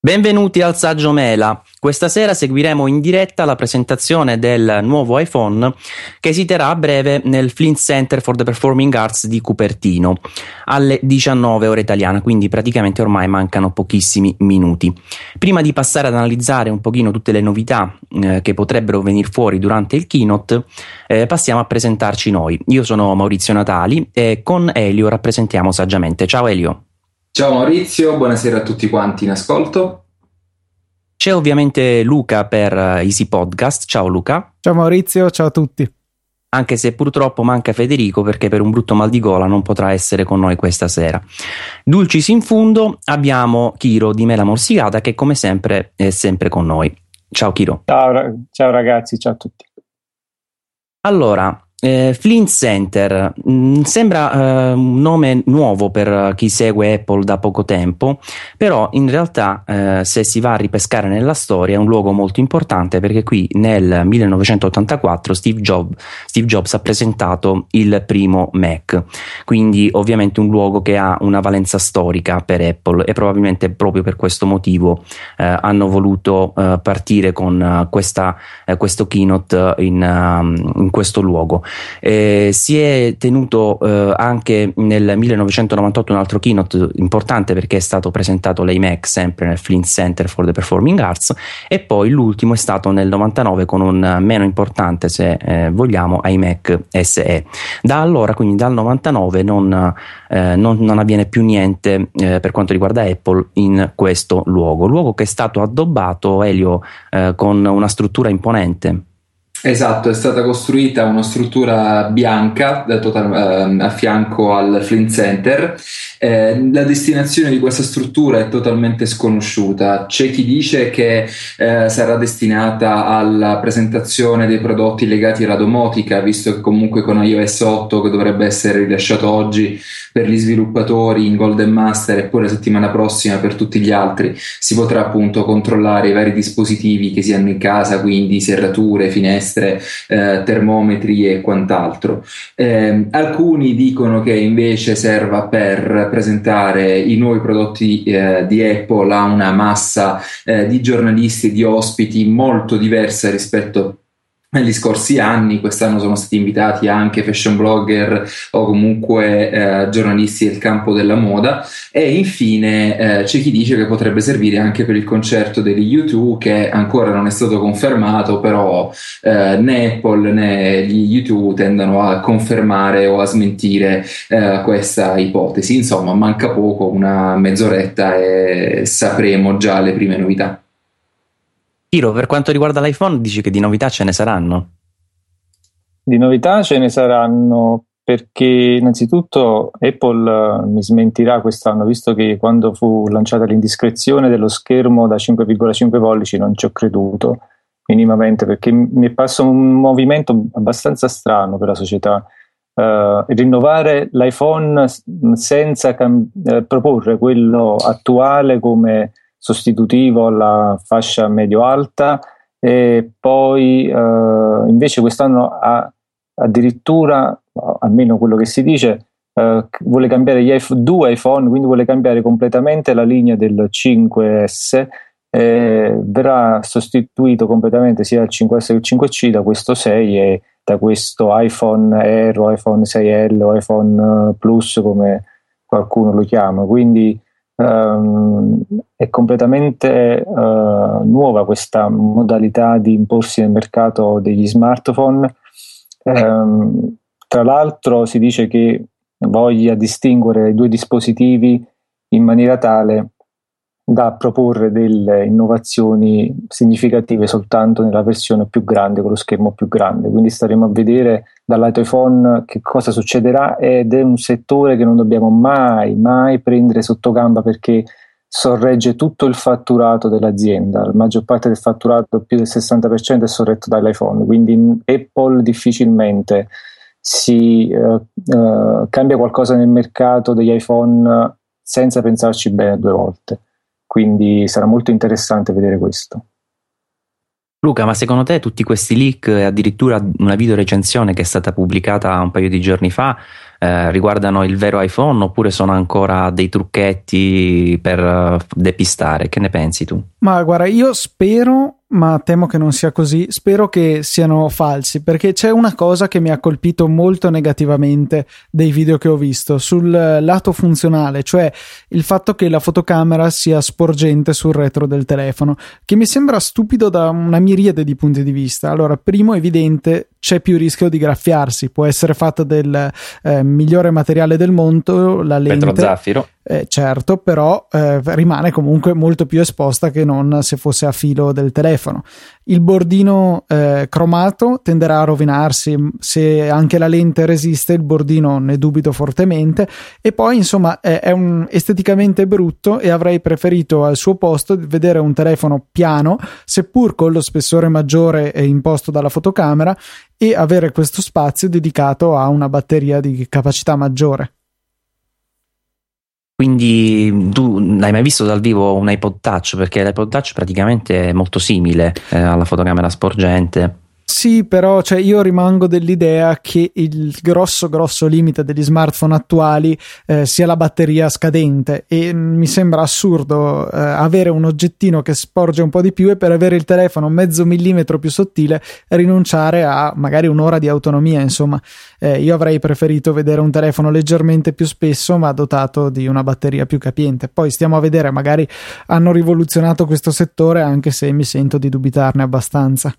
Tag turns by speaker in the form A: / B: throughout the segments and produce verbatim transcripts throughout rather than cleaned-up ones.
A: Benvenuti al Saggio Mela. Questa sera seguiremo in diretta la presentazione del nuovo iPhone che si terrà a breve nel Flint Center for the Performing Arts di Cupertino alle diciannove ora italiana, quindi praticamente ormai mancano pochissimi minuti. Prima di passare ad analizzare un pochino tutte le novità eh, che potrebbero venire fuori durante il keynote, eh, passiamo a presentarci noi. Io sono Maurizio Natali e con Elio rappresentiamo Saggiamente. Ciao Elio.
B: Ciao Maurizio, buonasera a tutti quanti in ascolto.
A: C'è ovviamente Luca per Easy Podcast. Ciao Luca.
C: Ciao Maurizio, ciao a tutti.
A: Anche se purtroppo manca Federico perché per un brutto mal di gola non potrà essere con noi questa sera. Dulcis in fundo abbiamo Chiro di Mela Morsicata che come sempre è sempre con noi. Ciao Chiro.
D: Ciao, ciao ragazzi, ciao a tutti.
A: Allora, Eh, Flint Center mh, sembra eh, un nome nuovo per chi segue Apple da poco tempo, però in realtà eh, se si va a ripescare nella storia è un luogo molto importante perché qui nel millenovecentottantaquattro Steve Jobs, Steve Jobs ha presentato il primo Mac, quindi ovviamente un luogo che ha una valenza storica per Apple e probabilmente proprio per questo motivo eh, hanno voluto eh, partire con uh, questa, eh, questo keynote in, uh, in questo luogo. Eh, si è tenuto eh, anche nel millenovecentonovantotto un altro keynote importante perché è stato presentato l'iMac sempre nel Flint Center for the Performing Arts e poi l'ultimo è stato nel novantanove con un meno importante se eh, vogliamo iMac S E. Da allora, quindi dal novantanove non, eh, non, non avviene più niente eh, per quanto riguarda Apple in questo luogo, luogo che è stato addobbato, Elio, eh, con una struttura imponente.
B: Esatto, è stata costruita una struttura bianca da total, eh, a fianco al Flint Center. Eh, la destinazione di questa struttura è totalmente sconosciuta. C'è chi dice che eh, sarà destinata alla presentazione dei prodotti legati alla domotica, visto che comunque con iOS otto, che dovrebbe essere rilasciato oggi per gli sviluppatori in Golden Master e poi la settimana prossima per tutti gli altri, si potrà appunto controllare i vari dispositivi che si hanno in casa, quindi serrature, finestre, Eh, termometri e quant'altro. Eh, alcuni dicono che invece serva per presentare i nuovi prodotti eh, di Apple a una massa eh, di giornalisti e di ospiti molto diversa rispetto negli scorsi anni. Quest'anno sono stati invitati anche fashion blogger o comunque eh, giornalisti del campo della moda e infine eh, c'è chi dice che potrebbe servire anche per il concerto degli U due che ancora non è stato confermato, però eh, né Apple né gli U due tendono a confermare o a smentire eh, questa ipotesi. Insomma, manca poco, una mezz'oretta e sapremo già le prime novità.
A: Chiro, per quanto riguarda l'iPhone, dici che di novità ce ne saranno?
D: Di novità ce ne saranno perché innanzitutto Apple mi smentirà quest'anno, visto che quando fu lanciata l'indiscrezione dello schermo da cinque virgola cinque pollici non ci ho creduto minimamente, perché mi è passato un movimento abbastanza strano per la società. Uh, rinnovare l'iPhone senza cam- eh, proporre quello attuale come sostitutivo alla fascia medio-alta e poi uh, invece quest'anno ha addirittura, almeno quello che si dice, uh, vuole cambiare gli iPhone, due iPhone, quindi vuole cambiare completamente la linea del cinque S e verrà sostituito completamente sia il cinque S che il cinque C da questo sei e da questo iPhone Air o iPhone sei L o iPhone Plus come qualcuno lo chiama, quindi Um, è completamente uh, nuova questa modalità di imporsi nel mercato degli smartphone. Um, tra l'altro si dice che voglia distinguere i due dispositivi in maniera tale da proporre delle innovazioni significative soltanto nella versione più grande, con lo schermo più grande, quindi staremo a vedere dal lato iPhone che cosa succederà ed è un settore che non dobbiamo mai mai prendere sotto gamba perché sorregge tutto il fatturato dell'azienda. La maggior parte del fatturato, più del sessanta per cento, è sorretto dall'iPhone, quindi Apple difficilmente si uh, uh, cambia qualcosa nel mercato degli iPhone senza pensarci bene due volte. Quindi sarà molto interessante vedere questo.
A: Luca, ma secondo te tutti questi leak e addirittura una video recensione che è stata pubblicata un paio di giorni fa eh, riguardano il vero iPhone oppure sono ancora dei trucchetti per uh, depistare? Che ne pensi tu?
C: Ma guarda, io spero, ma temo che non sia così, spero che siano falsi, perché c'è una cosa che mi ha colpito molto negativamente dei video che ho visto sul lato funzionale, cioè il fatto che la fotocamera sia sporgente sul retro del telefono, che mi sembra stupido da una miriade di punti di vista. Allora, primo, evidente, c'è più rischio di graffiarsi, può essere fatta del eh, migliore materiale del mondo, la lente,
A: Vetro zaffiro.
C: Eh, certo, però eh, rimane comunque molto più esposta che non se fosse a filo del telefono. Il bordino eh, cromato tenderà a rovinarsi, se anche la lente resiste il bordino ne dubito fortemente, e poi insomma è, è un, esteticamente brutto, e avrei preferito al suo posto vedere un telefono piano, seppur con lo spessore maggiore imposto dalla fotocamera, e avere questo spazio dedicato a una batteria di capacità maggiore.
A: Quindi tu hai mai visto dal vivo un iPod Touch? Perché l'iPod Touch praticamente è molto simile eh, alla fotocamera sporgente.
C: Sì, però cioè, io rimango dell'idea che il grosso grosso limite degli smartphone attuali eh, sia la batteria scadente, e mi sembra assurdo eh, avere un oggettino che sporge un po' di più e per avere il telefono mezzo millimetro più sottile rinunciare a magari un'ora di autonomia. Insomma, eh, io avrei preferito vedere un telefono leggermente più spesso ma dotato di una batteria più capiente. Poi stiamo a vedere, magari hanno rivoluzionato questo settore, anche se mi sento di dubitarne abbastanza.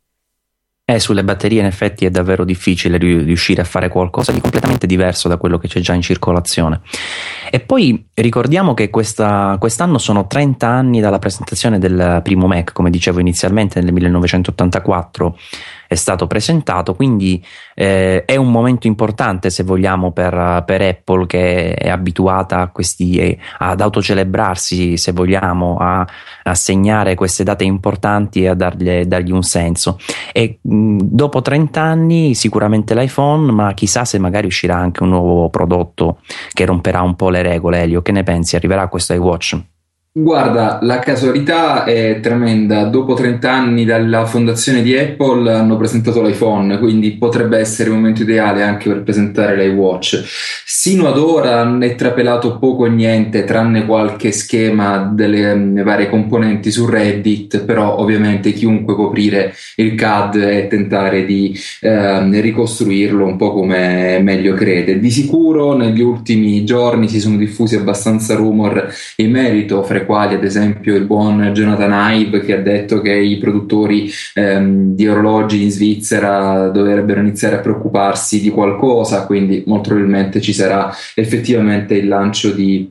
A: Eh, sulle batterie in effetti è davvero difficile riuscire a fare qualcosa di completamente diverso da quello che c'è già in circolazione. E poi ricordiamo che questa, quest'anno sono trenta anni dalla presentazione del primo Mac, come dicevo inizialmente nel millenovecentottantaquattro è stato presentato, quindi eh, è un momento importante, se vogliamo, per, per Apple, che è abituata a questi, eh, ad autocelebrarsi, se vogliamo, a assegnare queste date importanti e a dargli, dargli un senso. E mh, dopo trenta anni sicuramente l'iPhone, ma chissà se magari uscirà anche un nuovo prodotto che romperà un po' le regole. Elio, che ne pensi? Arriverà questo iWatch?
B: Guarda, la casualità è tremenda. Dopo trenta anni dalla fondazione di Apple hanno presentato l'iPhone, quindi potrebbe essere il momento ideale anche per presentare l'iWatch. Sino ad ora non è trapelato poco e niente, tranne qualche schema delle um, varie componenti su Reddit, però ovviamente chiunque può aprire il C A D e tentare di uh, ricostruirlo un po' come meglio crede. Di sicuro negli ultimi giorni si sono diffusi abbastanza rumor in merito, fra i quali ad esempio il buon Jonathan Ive, che ha detto che i produttori ehm, di orologi in Svizzera dovrebbero iniziare a preoccuparsi di qualcosa, quindi molto probabilmente ci sarà effettivamente il lancio di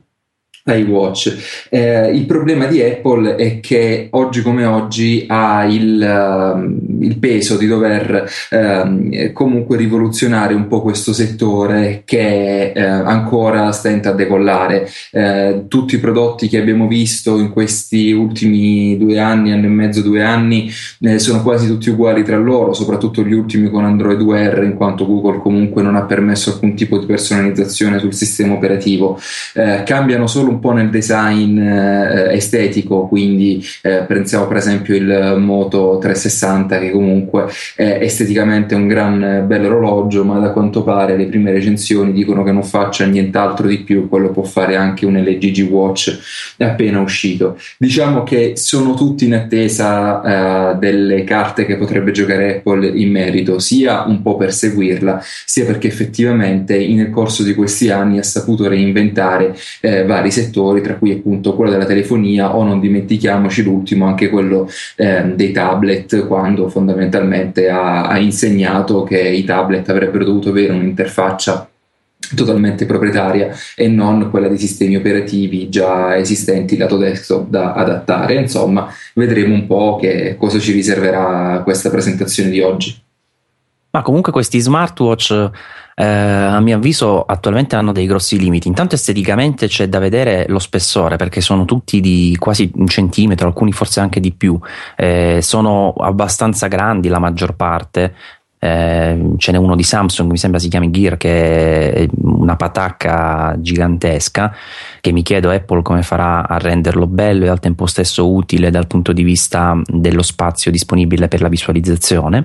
B: iWatch. Eh, il problema di Apple è che oggi come oggi ha il, uh, il peso di dover uh, comunque rivoluzionare un po' questo settore che uh, ancora stenta a decollare. Uh, tutti i prodotti che abbiamo visto in questi ultimi due anni, anno e mezzo, due anni, eh, sono quasi tutti uguali tra loro, soprattutto gli ultimi con Android Wear, in quanto Google comunque non ha permesso alcun tipo di personalizzazione sul sistema operativo. Uh, cambiano solo un un po' nel design eh, estetico, quindi eh, pensiamo per esempio il Moto trecentosessanta, che comunque è esteticamente un gran bel orologio, ma da quanto pare le prime recensioni dicono che non faccia nient'altro di più quello può fare anche un L G G Watch appena uscito. Diciamo che sono tutti in attesa eh, delle carte che potrebbe giocare Apple in merito, sia un po' per seguirla, sia perché effettivamente nel corso di questi anni ha saputo reinventare eh, vari settori, tra cui appunto quello della telefonia, o non dimentichiamoci l'ultimo, anche quello eh, dei tablet, quando fondamentalmente ha, ha insegnato che i tablet avrebbero dovuto avere un'interfaccia totalmente proprietaria e non quella dei sistemi operativi già esistenti lato desktop da adattare. Insomma, vedremo un po' che cosa ci riserverà questa presentazione di oggi.
A: Ma comunque questi smartwatch eh, a mio avviso attualmente hanno dei grossi limiti. Intanto esteticamente c'è da vedere lo spessore, perché sono tutti di quasi un centimetro, alcuni forse anche di più, eh, sono abbastanza grandi la maggior parte. Eh, ce n'è uno di Samsung, mi sembra si chiami Gear, che è una patacca gigantesca, che mi chiedo Apple come farà a renderlo bello e al tempo stesso utile dal punto di vista dello spazio disponibile per la visualizzazione.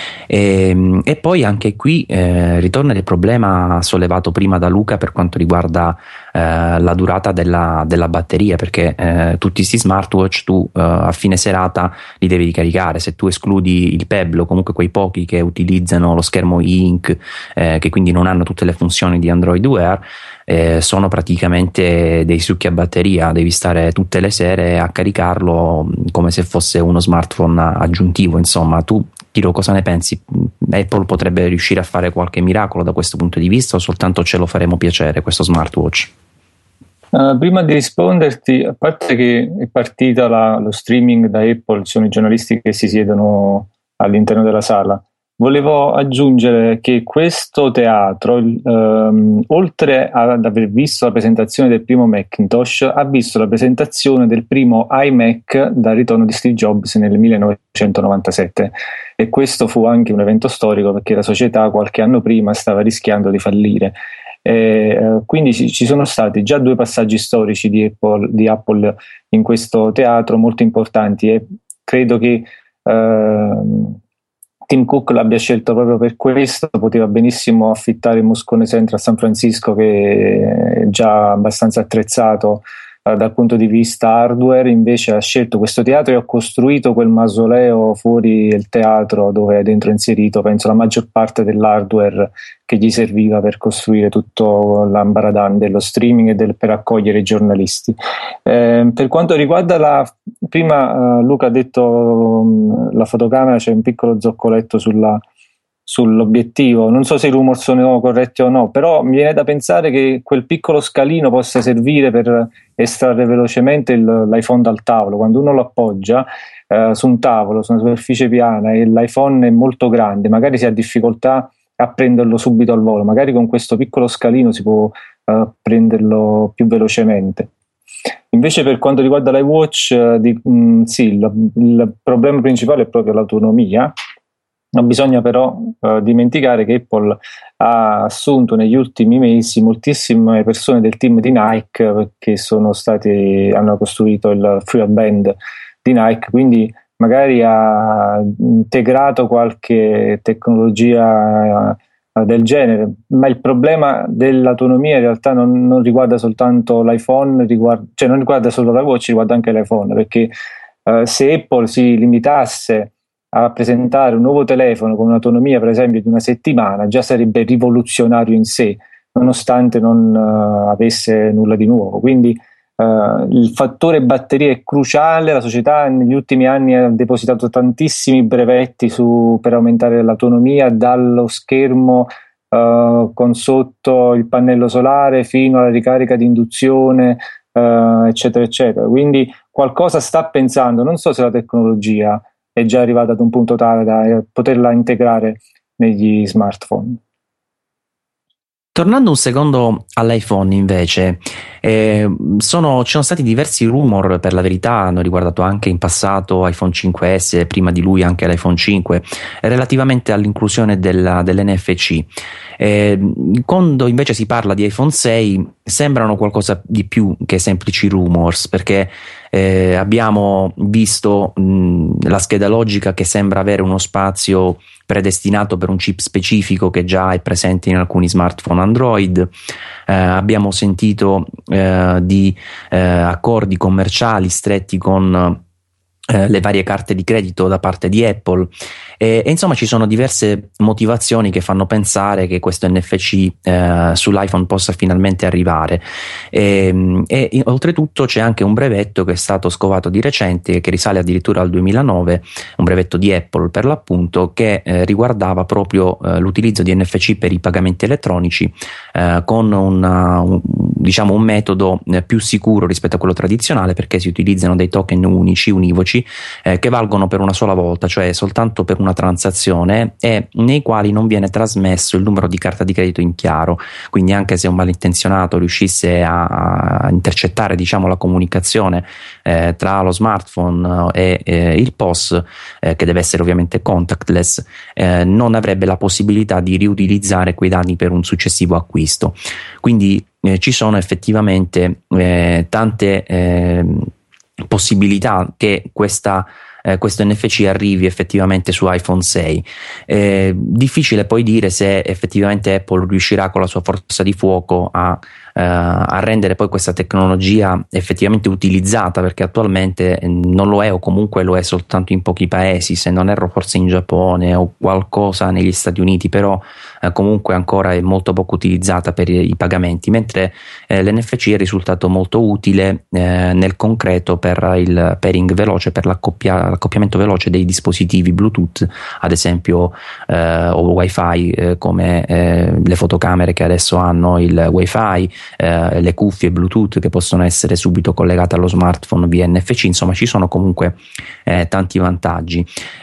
A: E, e poi anche qui eh, ritorna il problema sollevato prima da Luca per quanto riguarda eh, la durata della, della batteria, perché eh, tutti questi smartwatch tu eh, a fine serata li devi ricaricare. Se tu escludi il Pebble o comunque quei pochi che utilizzano lo schermo e-ink, eh, che quindi non hanno tutte le funzioni di Android Wear, eh, sono praticamente dei succhi a batteria, devi stare tutte le sere a caricarlo come se fosse uno smartphone aggiuntivo. Insomma, tu Piro, cosa ne pensi? Apple potrebbe riuscire a fare qualche miracolo da questo punto di vista o soltanto ce lo faremo piacere questo smartwatch?
D: Uh, prima di risponderti, a parte che è partita la, lo streaming da Apple, ci sono i giornalisti che si siedono all'interno della sala, volevo aggiungere che questo teatro, um, oltre ad aver visto la presentazione del primo Macintosh, ha visto la presentazione del primo iMac dal ritorno di Steve Jobs nel millenovecentonovantasette, e questo fu anche un evento storico perché la società qualche anno prima stava rischiando di fallire. Eh, quindi ci, ci sono stati già due passaggi storici di Apple, di Apple in questo teatro molto importanti, e credo che eh, Tim Cook l'abbia scelto proprio per questo. Poteva benissimo affittare il Moscone Center a San Francisco, che è già abbastanza attrezzato eh, dal punto di vista hardware, invece ha scelto questo teatro e ha costruito quel mausoleo fuori il teatro dove è dentro inserito, penso, la maggior parte dell'hardware che gli serviva per costruire tutto l'ambaradan dello streaming e del, per accogliere i giornalisti. Eh, per quanto riguarda la prima, uh, Luca ha detto um, la fotocamera, c'è un piccolo zoccoletto sulla, sull'obiettivo, non so se i rumor sono corretti o no, però mi viene da pensare che quel piccolo scalino possa servire per estrarre velocemente il, l'iPhone dal tavolo. Quando uno lo appoggia uh, su un tavolo, su una superficie piana, e l'iPhone è molto grande, magari si ha difficoltà a prenderlo subito al volo, magari con questo piccolo scalino si può uh, prenderlo più velocemente. Invece per quanto riguarda l'iWatch, uh, di, mh, sì, il, il problema principale è proprio l'autonomia. Non bisogna però uh, dimenticare che Apple ha assunto negli ultimi mesi moltissime persone del team di Nike che sono stati, hanno costruito il FreeBand di Nike, quindi magari ha integrato qualche tecnologia del genere, ma il problema dell'autonomia in realtà non, non riguarda soltanto l'iPhone, riguarda, cioè non riguarda solo la Watch, riguarda anche l'iPhone, perché eh, se Apple si limitasse a presentare un nuovo telefono con un'autonomia per esempio di una settimana, già sarebbe rivoluzionario in sé, nonostante non uh, avesse nulla di nuovo. Quindi Uh, il fattore batteria è cruciale. La società negli ultimi anni ha depositato tantissimi brevetti su, per aumentare l'autonomia, dallo schermo uh, con sotto il pannello solare fino alla ricarica di induzione, uh, eccetera eccetera. Quindi qualcosa sta pensando, non so se la tecnologia è già arrivata ad un punto tale da poterla integrare negli smartphone.
A: Tornando un secondo all'iPhone invece, eh, sono, ci sono stati diversi rumor, per la verità hanno riguardato anche in passato iPhone cinque S, prima di lui anche l'iPhone cinque, relativamente all'inclusione della, dell'N F C. Eh, quando invece si parla di iPhone sei sembrano qualcosa di più che semplici rumors, perché eh, abbiamo visto mh, la scheda logica che sembra avere uno spazio predestinato per un chip specifico che già è presente in alcuni smartphone Android. Eh, abbiamo sentito eh, di eh, accordi commerciali stretti con eh, le varie carte di credito da parte di Apple, e, e insomma ci sono diverse motivazioni che fanno pensare che questo N F C eh, sull'iPhone possa finalmente arrivare, e, e oltretutto c'è anche un brevetto che è stato scovato di recente, che risale addirittura al duemilanove, un brevetto di Apple per l'appunto, che eh, riguardava proprio eh, l'utilizzo di N F C per i pagamenti elettronici eh, con una, un, diciamo un metodo eh, più sicuro rispetto a quello tradizionale, perché si utilizzano dei token unici, univoci, eh, che valgono per una sola volta, cioè soltanto per una una transazione e nei quali non viene trasmesso il numero di carta di credito in chiaro, quindi anche se un malintenzionato riuscisse a, a intercettare, diciamo, la comunicazione eh, tra lo smartphone e eh, il P O S, eh, che deve essere ovviamente contactless, eh, non avrebbe la possibilità di riutilizzare quei dati per un successivo acquisto. Quindi eh, ci sono effettivamente eh, tante eh, possibilità che questa Eh, questo N F C arrivi effettivamente su iPhone sei. Eh, difficile poi dire se effettivamente Apple riuscirà con la sua forza di fuoco a, eh, a rendere poi questa tecnologia effettivamente utilizzata, perché attualmente non lo è, o comunque lo è soltanto in pochi paesi, se non erro forse in Giappone o qualcosa negli Stati Uniti, però eh, comunque ancora è molto poco utilizzata per i, i pagamenti, mentre eh, l'N F C è risultato molto utile eh, nel concreto per il pairing veloce, per l'accoppia l'accoppiamento veloce dei dispositivi Bluetooth, ad esempio eh, o Wi-Fi, eh, come eh, le fotocamere che adesso hanno il Wi-Fi, eh, le cuffie Bluetooth che possono essere subito collegate allo smartphone via N F C. Insomma, ci sono comunque eh, tanti vantaggi.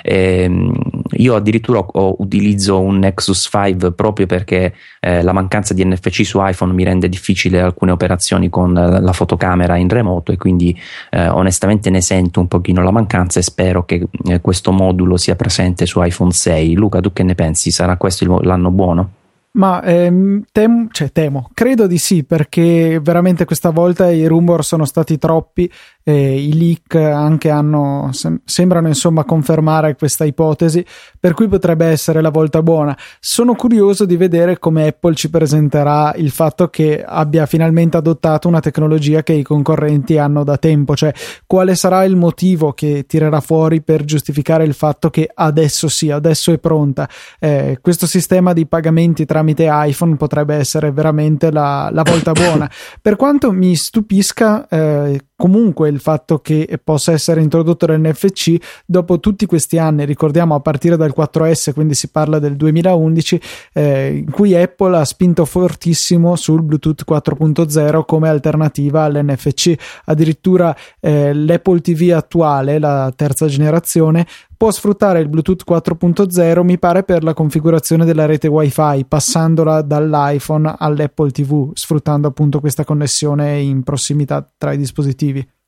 A: Eh, io addirittura ho, utilizzo un Nexus cinque proprio perché eh, la mancanza di N F C su iPhone mi rende difficile alcune operazioni con la fotocamera in remoto, e quindi eh, onestamente ne sento un pochino la mancanza, e spero che eh, questo modulo sia presente su iPhone sei. Luca, tu che ne pensi? Sarà questo il, l'anno buono?
C: Ma ehm, tem- cioè, temo, credo di sì, perché veramente questa volta i rumor sono stati troppi, e i leak anche hanno sem- sembrano insomma confermare questa ipotesi, per cui potrebbe essere la volta buona. Sono curioso di vedere come Apple ci presenterà il fatto che abbia finalmente adottato una tecnologia che i concorrenti hanno da tempo, cioè quale sarà il motivo che tirerà fuori per giustificare il fatto che adesso sì, adesso è pronta. Eh, questo sistema di pagamenti tramite iPhone potrebbe essere veramente la, la volta buona, per quanto mi stupisca eh, comunque il fatto che possa essere introdotto l'N F C dopo tutti questi anni. Ricordiamo, a partire dal quattro S, quindi si parla del duemilaundici, eh, in cui Apple ha spinto fortissimo sul Bluetooth quattro punto zero come alternativa all'N F C. Addirittura eh, l'Apple T V attuale, la terza generazione, può sfruttare il Bluetooth quattro punto zero, mi pare, per la configurazione della rete Wi-Fi, passandola dall'iPhone all'Apple T V, sfruttando appunto questa connessione in prossimità tra i dispositivi.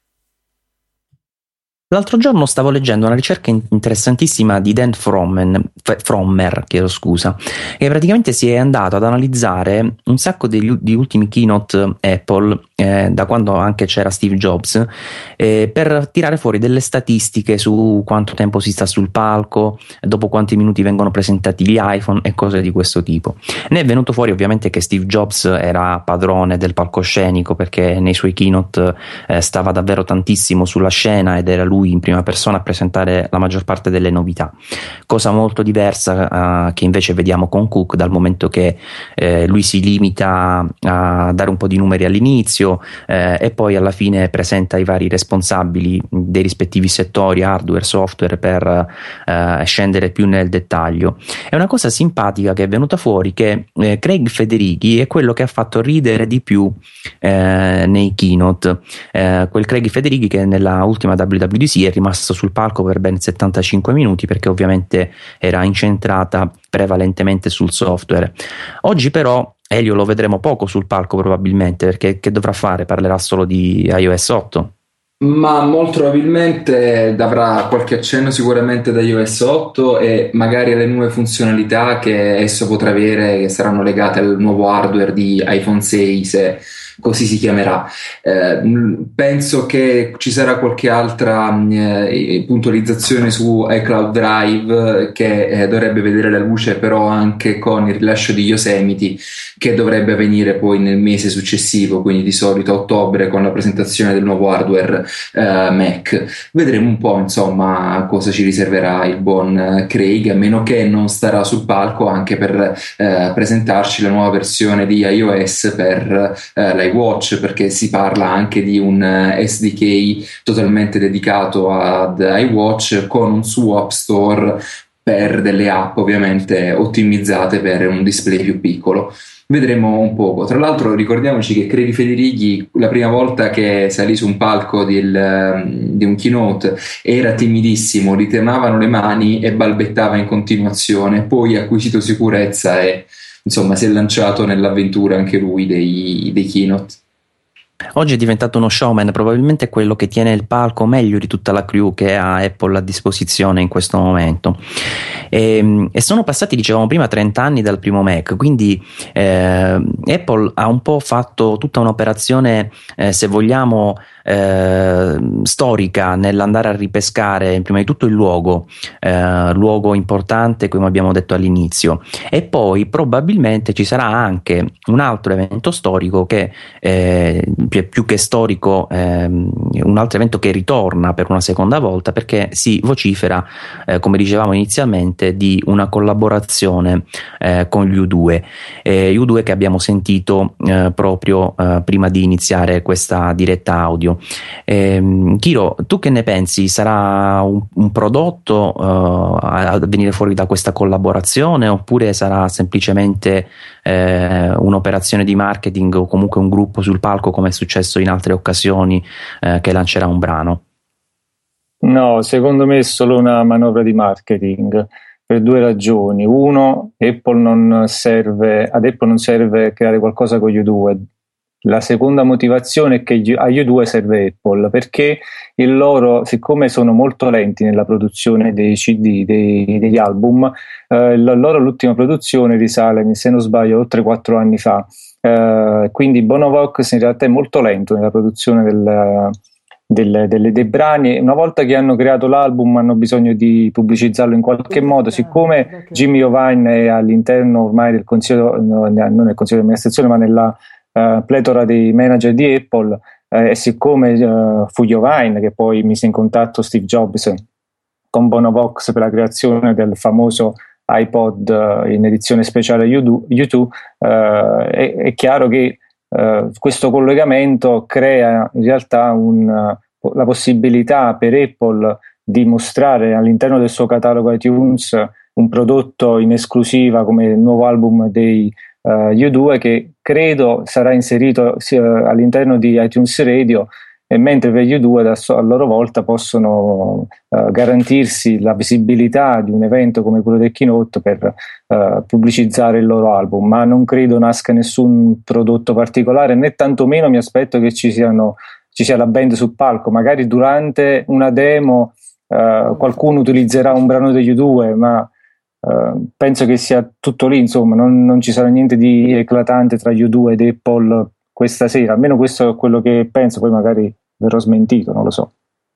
A: L'altro giorno stavo leggendo una ricerca interessantissima di Dan Frommer, Frommer chiedo scusa, che praticamente si è andato ad analizzare un sacco degli, di ultimi keynote Apple, eh, da quando anche c'era Steve Jobs, eh, per tirare fuori delle statistiche su quanto tempo si sta sul palco, dopo quanti minuti vengono presentati gli iPhone e cose di questo tipo. Ne è venuto fuori ovviamente che Steve Jobs era padrone del palcoscenico, perché nei suoi keynote eh, stava davvero tantissimo sulla scena ed era lui in prima persona a presentare la maggior parte delle novità, cosa molto diversa uh, che invece vediamo con Cook, dal momento che eh, lui si limita a dare un po' di numeri all'inizio eh, e poi alla fine presenta i vari responsabili dei rispettivi settori, hardware, software, per uh, scendere più nel dettaglio. È una cosa simpatica che è venuta fuori, che eh, Craig Federighi è quello che ha fatto ridere di più eh, nei keynote, eh, quel Craig Federighi che nella ultima W W D C è rimasto sul palco per ben settantacinque minuti, perché ovviamente era incentrata prevalentemente sul software. Oggi però Elio lo vedremo poco sul palco probabilmente, perché che dovrà fare? Parlerà solo di iOS otto?
B: Ma molto probabilmente avrà qualche accenno sicuramente da iOS otto e magari alle nuove funzionalità che esso potrà avere, che saranno legate al nuovo hardware di iPhone sei, se così si chiamerà. Eh, penso che ci sarà qualche altra eh, puntualizzazione su iCloud Drive che eh, dovrebbe vedere la luce però anche con il rilascio di Yosemite, che dovrebbe avvenire poi nel mese successivo, quindi di solito a ottobre, con la presentazione del nuovo hardware eh, Mac. Vedremo un po' insomma cosa ci riserverà il buon Craig, a meno che non starà sul palco anche per eh, presentarci la nuova versione di iOS per eh, Watch, perché si parla anche di un S D K totalmente dedicato ad iWatch con un suo App Store per delle app ovviamente ottimizzate per un display più piccolo. Vedremo un poco. Tra l'altro ricordiamoci che Craig Federighi la prima volta che salì su un palco del, di un keynote era timidissimo, gli tremavano le mani e balbettava in continuazione, poi ha acquisito sicurezza e insomma si è lanciato nell'avventura anche lui dei, dei keynote.
A: Oggi è diventato uno showman, probabilmente quello che tiene il palco meglio di tutta la crew che ha Apple a disposizione in questo momento. E, e sono passati, dicevamo prima, trenta anni dal primo Mac, quindi eh, Apple ha un po' fatto tutta un'operazione, eh, se vogliamo, eh, storica nell'andare a ripescare prima di tutto il luogo, eh, luogo importante come abbiamo detto all'inizio, e poi probabilmente ci sarà anche un altro evento storico che eh, più che storico, ehm, un altro evento che ritorna per una seconda volta, perché si vocifera, eh, come dicevamo inizialmente, di una collaborazione eh, con gli U due, eh, U due che abbiamo sentito eh, proprio eh, prima di iniziare questa diretta audio. Eh, Kiro, tu che ne pensi? Sarà un, un prodotto uh, a venire fuori da questa collaborazione, oppure sarà semplicemente eh, un'operazione di marketing o comunque un gruppo sul palco come è successo in altre occasioni eh, che lancerà un brano?
D: No, secondo me è solo una manovra di marketing per due ragioni. Uno, Apple non serve, ad Apple non serve creare qualcosa con gli U due. La seconda motivazione è che agli U due serve Apple, perché il loro, siccome sono molto lenti nella produzione dei C D, dei, degli album, eh, la loro l'ultima produzione risale, se non sbaglio, oltre quattro anni fa. Uh, quindi Bonovox in realtà è molto lento nella produzione del, del, del, dei brani. Una volta che hanno creato l'album hanno bisogno di pubblicizzarlo in qualche modo. Siccome Jimmy Iovine è all'interno ormai del consiglio, no, non nel consiglio di amministrazione ma nella uh, pletora dei manager di Apple, uh, e siccome uh, fu Iovine che poi mise in contatto Steve Jobs con Bonovox per la creazione del famoso iPod in edizione speciale U due, eh, è, è chiaro che eh, questo collegamento crea in realtà un, la possibilità per Apple di mostrare all'interno del suo catalogo iTunes un prodotto in esclusiva come il nuovo album dei uh, U due, che credo sarà inserito sia all'interno di iTunes Radio, e mentre per gli U due a loro volta possono uh, garantirsi la visibilità di un evento come quello del keynote per uh, pubblicizzare il loro album, ma non credo nasca nessun prodotto particolare, né tantomeno mi aspetto che ci siano ci sia la band sul palco. Magari durante una demo uh, qualcuno utilizzerà un brano degli U due, ma uh, penso che sia tutto lì, insomma, non, non ci sarà niente di eclatante tra gli U due ed Apple questa sera, almeno questo è quello che penso, poi magari verrò smentito, non lo so.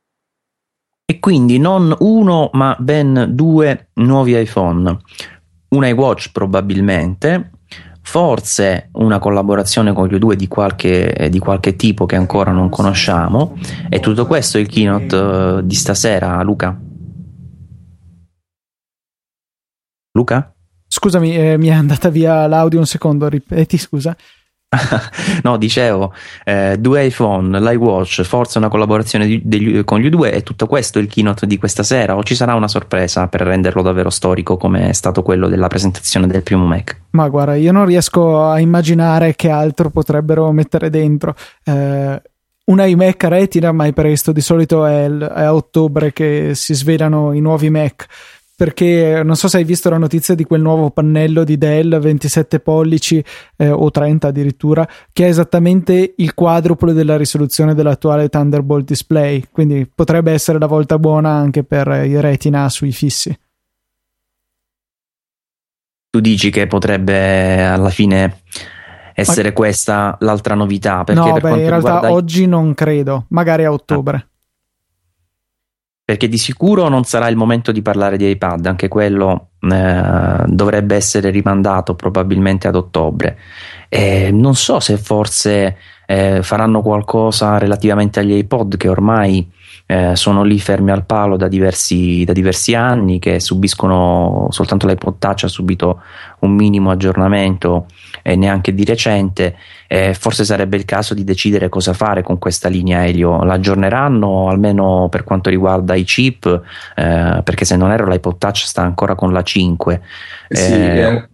A: E quindi non uno ma ben due nuovi iPhone, un iWatch probabilmente, forse una collaborazione con gli U due di qualche, di qualche tipo che ancora non conosciamo, e tutto questo è il keynote uh, di stasera. Luca? Luca?
C: Scusami, eh, mi è andata via l'audio un secondo, ripeti, scusa.
A: No, dicevo, eh, due iPhone, l'iWatch, forse una collaborazione di, degli, con gli U due, e tutto questo è il keynote di questa sera, o ci sarà una sorpresa per renderlo davvero storico come è stato quello della presentazione del primo Mac?
C: Ma guarda, io non riesco a immaginare che altro potrebbero mettere dentro. Eh, un iMac Retina mai presto, di solito è, il, è a ottobre che si svelano i nuovi Mac. Perché non so se hai visto la notizia di quel nuovo pannello di Dell ventisette pollici eh, o trenta addirittura, che è esattamente il quadruplo della risoluzione dell'attuale Thunderbolt display, quindi potrebbe essere la volta buona anche per i Retina sui fissi.
A: Tu dici che potrebbe alla fine essere Ma... questa l'altra novità? Perché
C: no,
A: per
C: beh, in realtà
A: riguarda...
C: oggi non credo, magari a ottobre. Ah.
A: Perché di sicuro non sarà il momento di parlare di iPad, anche quello eh, dovrebbe essere rimandato probabilmente ad ottobre. E non so se forse eh, faranno qualcosa relativamente agli iPod, che ormai eh, sono lì fermi al palo da diversi, da diversi anni, che subiscono, soltanto l'iPod Touch ha subito un minimo aggiornamento e neanche di recente. Eh, forse sarebbe il caso di decidere cosa fare con questa linea, Elio. L'aggiorneranno almeno per quanto riguarda i chip, eh, perché se non erro l'iPod Touch sta ancora con la cinque.
B: Sì,
A: eh,
B: eh,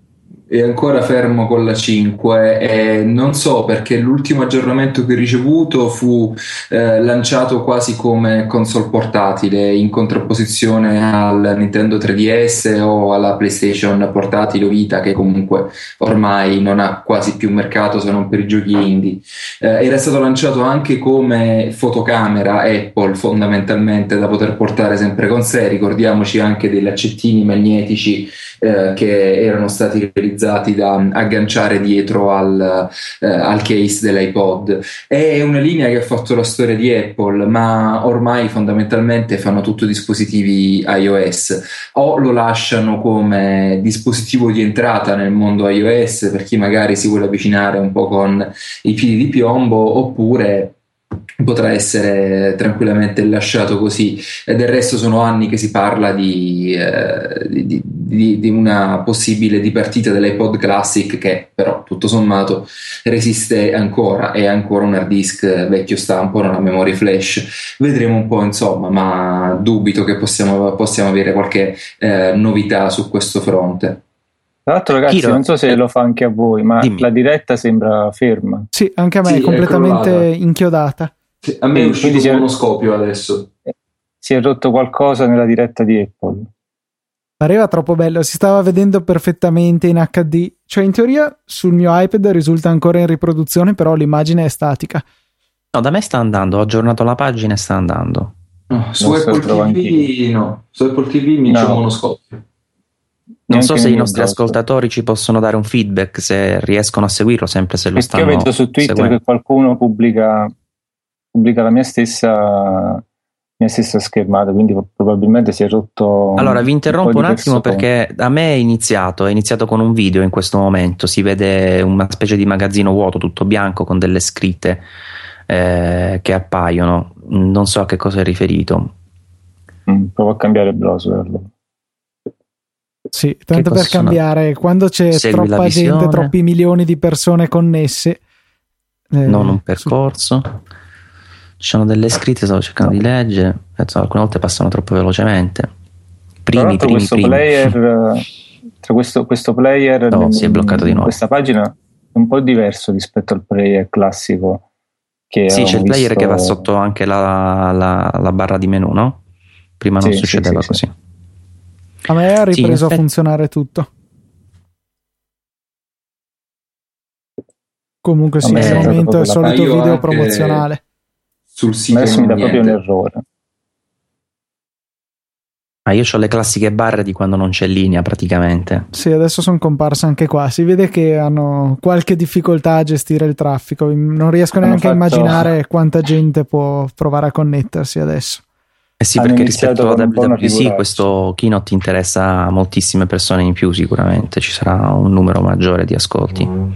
B: è ancora fermo con la cinque e non so perché l'ultimo aggiornamento che ho ricevuto fu eh, lanciato quasi come console portatile in contrapposizione al Nintendo tre D S o alla PlayStation portatile o Vita, che comunque ormai non ha quasi più mercato se non per i giochi indie. Eh, era stato lanciato anche come fotocamera Apple, fondamentalmente, da poter portare sempre con sé. Ricordiamoci anche degli accettini magnetici eh, che erano stati realizzati da agganciare dietro al, eh, al case dell'iPod. È una linea che ha fatto la storia di Apple, ma ormai fondamentalmente fanno tutto dispositivi iOS, o lo lasciano come dispositivo di entrata nel mondo iOS per chi magari si vuole avvicinare un po' con i piedi di piombo, oppure potrà essere tranquillamente lasciato così. E del resto sono anni che si parla di, eh, di, di, di una possibile dipartita dell'iPod Classic, che però tutto sommato resiste ancora, è ancora un hard disk vecchio stampo, non ha memoria flash. Vedremo un po', insomma, ma dubito che possiamo, possiamo avere qualche eh, novità su questo fronte.
D: Tra l'altro, ragazzi, Chiro, non so se lo fa anche a voi, ma dimmi. La diretta sembra ferma.
C: Sì, anche a me sì, è completamente è inchiodata.
B: Sì, a me è uscito un monoscopio adesso.
D: Si è rotto qualcosa nella diretta di Apple.
C: Pareva troppo bello, si stava vedendo perfettamente in acca di. Cioè, in teoria sul mio iPad risulta ancora in riproduzione, però l'immagine è statica.
A: No, da me sta andando, ho aggiornato la pagina e sta andando.
B: No, su non Apple T V no, su Apple T V mi no. c'è un monoscopio.
A: Non so se i nostri browser. ascoltatori ci possono dare un feedback, se riescono a seguirlo, sempre se lo
D: Perché
A: stanno
D: io vedo su Twitter seguendo. Che qualcuno pubblica pubblica la mia stessa mia stessa schermata, quindi probabilmente si è rotto.
A: Allora vi interrompo un, un attimo perché a me è iniziato è iniziato con un video. In questo momento si vede una specie di magazzino vuoto tutto bianco con delle scritte eh, che appaiono, non so a che cosa è riferito.
D: Mm, provo a cambiare il browser.
C: Sì, tanto per cambiare, quando c'è
A: Segui
C: troppa gente, troppi milioni di persone connesse,
A: eh, non un percorso, ci sono delle scritte, stavo cercando no. di leggere, penso, alcune volte passano troppo velocemente. Primi, primi,
D: questo
A: primi.
D: Player, tra questo, questo player
A: no, nel, si è bloccato di nuovo.
D: Questa pagina è un po' diverso rispetto al player classico. Che
A: sì, c'è il player
D: visto...
A: che va sotto anche la, la, la barra di menu, no? Prima non sì, succedeva sì, sì, così. Sì.
C: A me ha ripreso sì, a funzionare tutto. Comunque sì, al momento è il solito video promozionale.
B: Sul sito
D: adesso mi dà proprio un errore.
A: Ah, io ho le classiche barre di quando non c'è linea praticamente.
C: Sì, adesso sono comparse anche qua. Si vede che hanno qualche difficoltà a gestire il traffico. Non riesco hanno neanche fatto... a immaginare quanta gente può provare a connettersi adesso.
A: Eh sì, perché rispetto alla W W D C questo keynote interessa a moltissime persone in più, sicuramente ci sarà un numero maggiore di ascolti. Mm.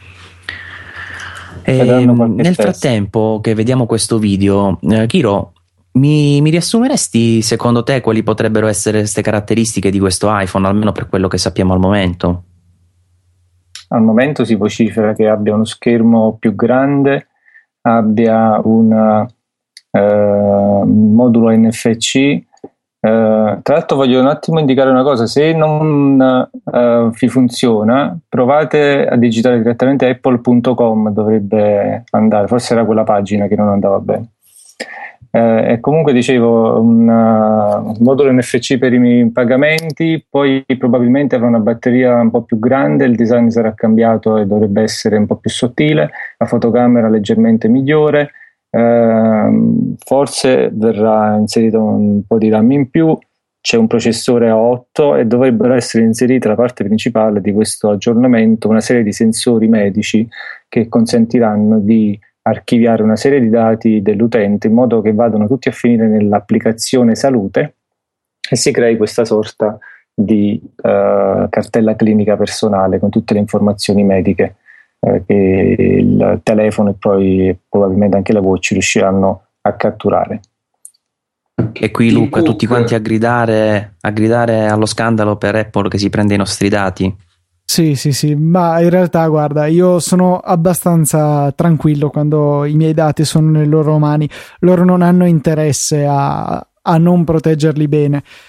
A: E nel frattempo che vediamo questo video, eh, Chiro, mi, mi riassumeresti secondo te quali potrebbero essere queste caratteristiche di questo iPhone, almeno per quello che sappiamo al momento?
D: Al momento si vocifera che abbia uno schermo più grande, abbia una Uh, modulo N F C. Uh, tra l'altro voglio un attimo indicare una cosa: se non uh, vi funziona, provate a digitare direttamente apple punto com, dovrebbe andare, forse era quella pagina che non andava bene. Uh, e comunque dicevo, un uh, modulo N F C per i pagamenti, poi probabilmente avrà una batteria un po' più grande, il design sarà cambiato e dovrebbe essere un po' più sottile, la fotocamera leggermente migliore. Uh, forse verrà inserito un po' di RAM in più, c'è un processore A otto e dovrebbero essere inserite la parte principale di questo aggiornamento una serie di sensori medici che consentiranno di archiviare una serie di dati dell'utente in modo che vadano tutti a finire nell'applicazione salute e si crei questa sorta di uh, cartella clinica personale con tutte le informazioni mediche che il telefono e poi probabilmente anche la voce riusciranno a catturare.
A: E qui Luca, tutti quanti a gridare a gridare allo scandalo per Apple che si prende i nostri dati.
C: Sì, sì, sì, ma in realtà guarda, io sono abbastanza tranquillo quando i miei dati sono nelle loro mani. Loro non hanno interesse a, a non proteggerli bene.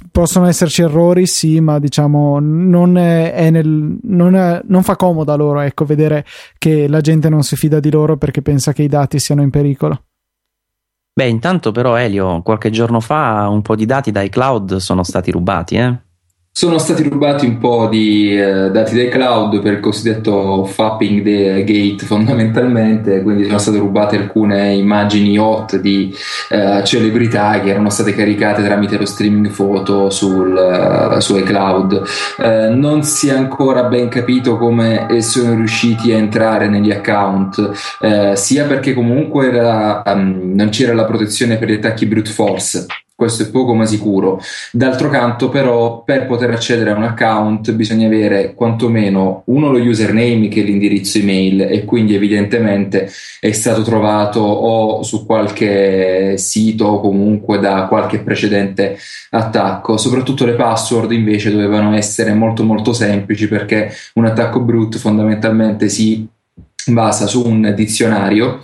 C: possono esserci errori, sì, ma diciamo non è, è nel, non, è, non fa comodo a loro, ecco, vedere che la gente non si fida di loro perché pensa che i dati siano in pericolo.
A: Beh, intanto però Elio, qualche giorno fa un po' di dati dai cloud sono stati rubati, eh?
B: Sono stati rubati un po' di eh, dati dai cloud per il cosiddetto fapping gate fondamentalmente, quindi sono state rubate alcune immagini hot di eh, celebrità che erano state caricate tramite lo streaming foto sul, uh, su iCloud. Eh, non si è ancora ben capito come sono riusciti a entrare negli account, eh, sia perché comunque era, um, non c'era la protezione per gli attacchi brute force. Questo è poco ma sicuro. D'altro canto però per poter accedere a un account bisogna avere quantomeno uno lo username che è l'indirizzo email e quindi evidentemente è stato trovato o su qualche sito o comunque da qualche precedente attacco. Soprattutto le password invece dovevano essere molto molto semplici perché un attacco brute fondamentalmente si basa su un dizionario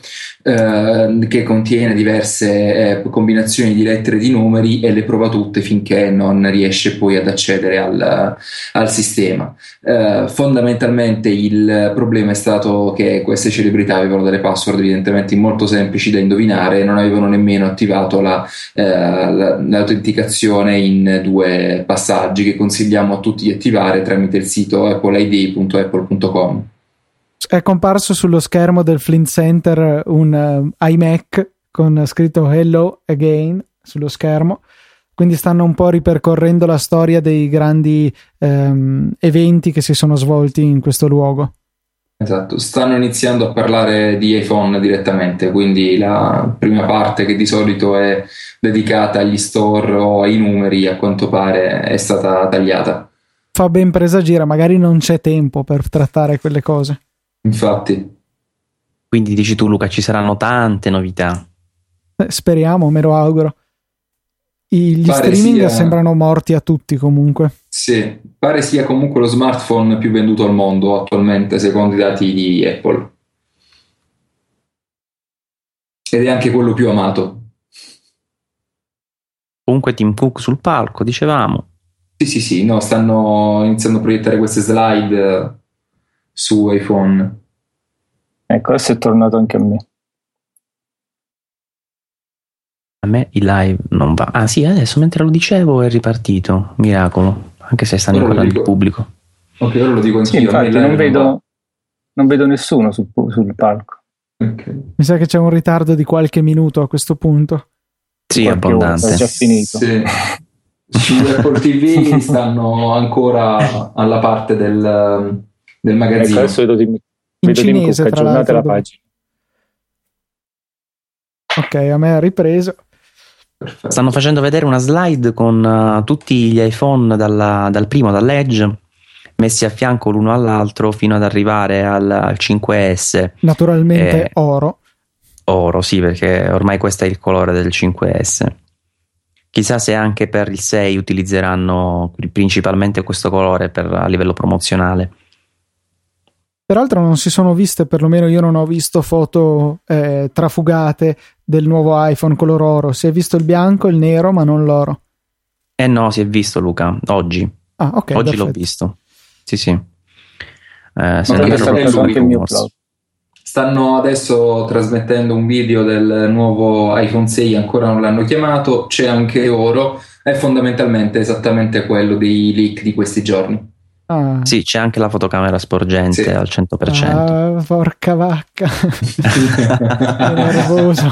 B: eh, che contiene diverse eh, combinazioni di lettere e di numeri e le prova tutte finché non riesce poi ad accedere al, al sistema. Eh, fondamentalmente il problema è stato che queste celebrità avevano delle password evidentemente molto semplici da indovinare e non avevano nemmeno attivato la, eh, la, l'autenticazione in due passaggi che consigliamo a tutti di attivare tramite il sito apple i d punto apple punto com.
C: È comparso sullo schermo del Flint Center un uh, iMac con scritto Hello Again sullo schermo, quindi stanno un po' ripercorrendo la storia dei grandi um, eventi che si sono svolti in questo luogo.
B: Esatto, stanno iniziando a parlare di iPhone direttamente, quindi la prima parte che di solito è dedicata agli store o ai numeri a quanto pare è stata tagliata.
C: Fa ben presagire, magari non c'è tempo per trattare quelle cose.
B: Infatti.
A: Quindi dici tu Luca ci saranno tante novità.
C: Eh, speriamo, me lo auguro. I, gli
B: pare
C: streaming
B: sia...
C: sembrano morti a tutti comunque.
B: Sì, pare sia comunque lo smartphone più venduto al mondo attualmente secondo i dati di Apple. Ed è anche quello più amato.
A: Comunque Tim Cook sul palco, dicevamo.
B: Sì, sì, sì, no, stanno iniziando a proiettare queste slide su iPhone.
D: Ecco, adesso è tornato anche a me.
A: A me il live non va. Ah sì, adesso mentre lo dicevo è ripartito. Miracolo, anche se stanno
B: Ora lo
A: ancora nel
B: dico.
A: pubblico.
B: Ok, ora lo dico anch'io.
D: Sì, infatti non
B: non
D: vedo, non vedo nessuno sul, sul palco.
B: Okay.
C: Mi sa che c'è un ritardo di qualche minuto a questo punto.
A: Sì,
D: Qualche
A: abbondante.
D: ora, è già finito.
B: Sì. Su Apple ti vu stanno ancora alla parte del, del magazzino.
D: Ecco, adesso vedo di,
C: In
D: vedo
C: cinese,
D: Tim Cook,
C: tra
D: aggiornate
C: l'altro.
D: la
C: dove-
D: pagina.
C: Ok, a me ha ripreso.
B: Perfetto.
A: Stanno facendo vedere una slide con uh, tutti gli iPhone dalla, dal primo, dall'Edge, messi a fianco l'uno all'altro fino ad arrivare al, al cinque S.
C: Naturalmente
A: Eh,
C: oro.
A: Oro, sì, perché ormai questo è il colore del cinque S. Chissà se anche per il sei utilizzeranno principalmente questo colore per, a livello promozionale.
C: Peraltro non si sono viste, perlomeno io non ho visto foto eh, trafugate del nuovo iPhone color oro. Si è visto il bianco, il nero, ma non l'oro.
A: Eh no, si è visto Luca, oggi.
C: Ah, ok.
A: oggi l'ho
C: perfetto.
A: visto. Sì, sì. Eh,
B: Ma
A: se
B: poi
A: non
B: è
A: erro
B: stato
A: proprio
B: anche il
A: su
D: mio
A: Rumors.
D: blog.
B: Stanno adesso trasmettendo un video del nuovo iPhone sei, ancora non l'hanno chiamato, c'è anche oro, è fondamentalmente esattamente quello dei leak di questi giorni.
C: Ah,
A: Sì, c'è anche la fotocamera sporgente
B: Sì.
A: al cento per cento.
C: ah, porca vacca. Che nervoso.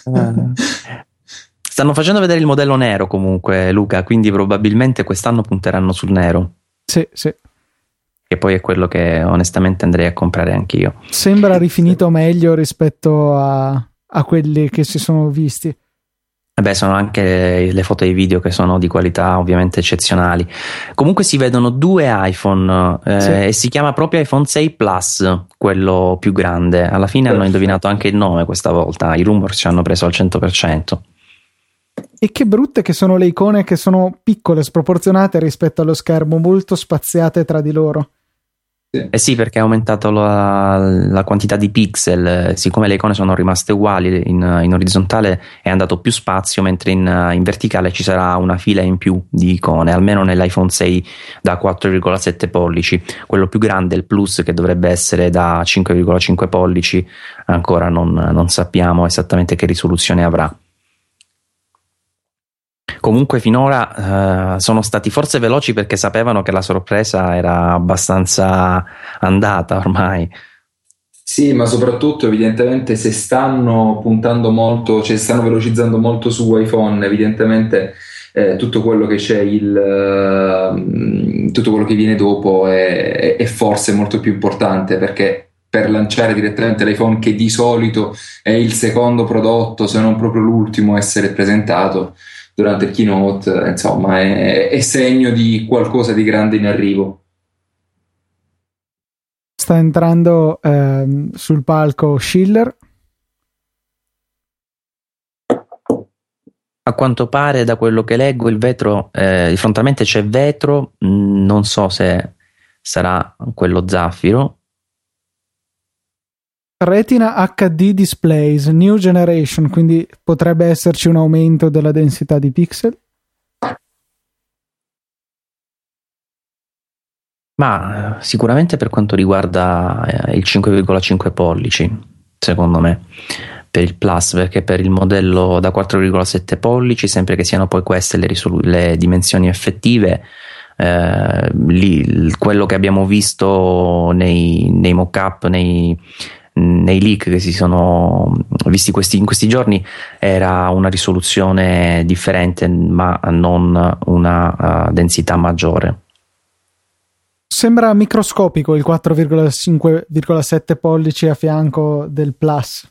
A: Stanno facendo vedere il modello nero comunque, Luca, quindi probabilmente quest'anno punteranno sul nero,
C: Sì, sì.
A: che poi è quello che onestamente andrei a comprare anch'io.
C: Sembra rifinito meglio rispetto a, a quelli che si sono visti.
A: E beh, sono anche le foto e i video che sono di qualità ovviamente eccezionali. Comunque si vedono due iPhone eh,
C: Sì.
A: e si chiama proprio iPhone sei Plus, quello più grande. Alla fine hanno
B: Perfetto.
A: indovinato anche il nome questa volta, i rumors ci hanno preso al cento per cento.
C: E che brutte che sono le icone, che sono piccole, sproporzionate rispetto allo schermo, molto spaziate tra di loro.
A: Sì. Eh sì, perché è aumentato la, la quantità di pixel, siccome le icone sono rimaste uguali, in, in orizzontale è andato più spazio, mentre in, in verticale ci sarà una fila in più di icone, almeno nell'iPhone sei da quattro virgola sette pollici. Quello più grande, il Plus, che dovrebbe essere da cinque virgola cinque pollici, ancora non, non sappiamo esattamente che risoluzione avrà. Comunque finora eh, sono stati forse veloci perché sapevano che la sorpresa era abbastanza andata ormai.
B: Sì, ma soprattutto evidentemente se stanno puntando molto, cioè stanno velocizzando molto su iPhone, evidentemente eh, tutto quello che c'è, il, uh, tutto quello che viene dopo è, è forse molto più importante, perché per lanciare direttamente l'iPhone, che di solito è il secondo prodotto, se non proprio l'ultimo a essere presentato durante il keynote, insomma è, è segno di qualcosa di grande in arrivo.
C: Sta entrando ehm, sul palco Schiller.
A: A quanto pare, da quello che leggo, il vetro eh, frontalmente c'è vetro, mh, non so se sarà quello zaffiro.
C: Retina acca di Displays New Generation, quindi potrebbe esserci un aumento della densità di pixel.
A: Ma eh, sicuramente per quanto riguarda eh, il cinque virgola cinque pollici, secondo me, per il Plus, perché per il modello da quattro virgola sette pollici, sempre che siano poi queste le, risolu- le dimensioni effettive, eh, lì, quello che abbiamo visto nei, nei mock-up, nei nei leak che si sono visti questi, in questi giorni, era una risoluzione differente ma non una uh, densità maggiore.
C: Sembra microscopico il quattro virgola cinque virgola sette pollici a fianco del Plus.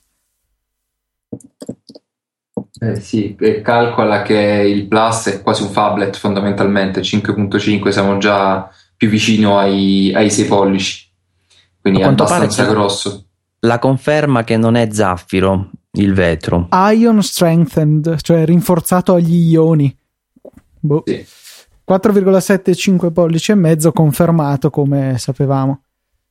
B: Eh sì, calcola che il Plus è quasi un phablet fondamentalmente, cinque virgola cinque, siamo già più vicino ai, ai sei pollici, quindi è abbastanza grosso.
A: La conferma che non è zaffiro il vetro.
C: Ion strengthened, cioè rinforzato agli ioni. Boh. Sì. quattro virgola settantacinque pollici e mezzo confermato, come sapevamo.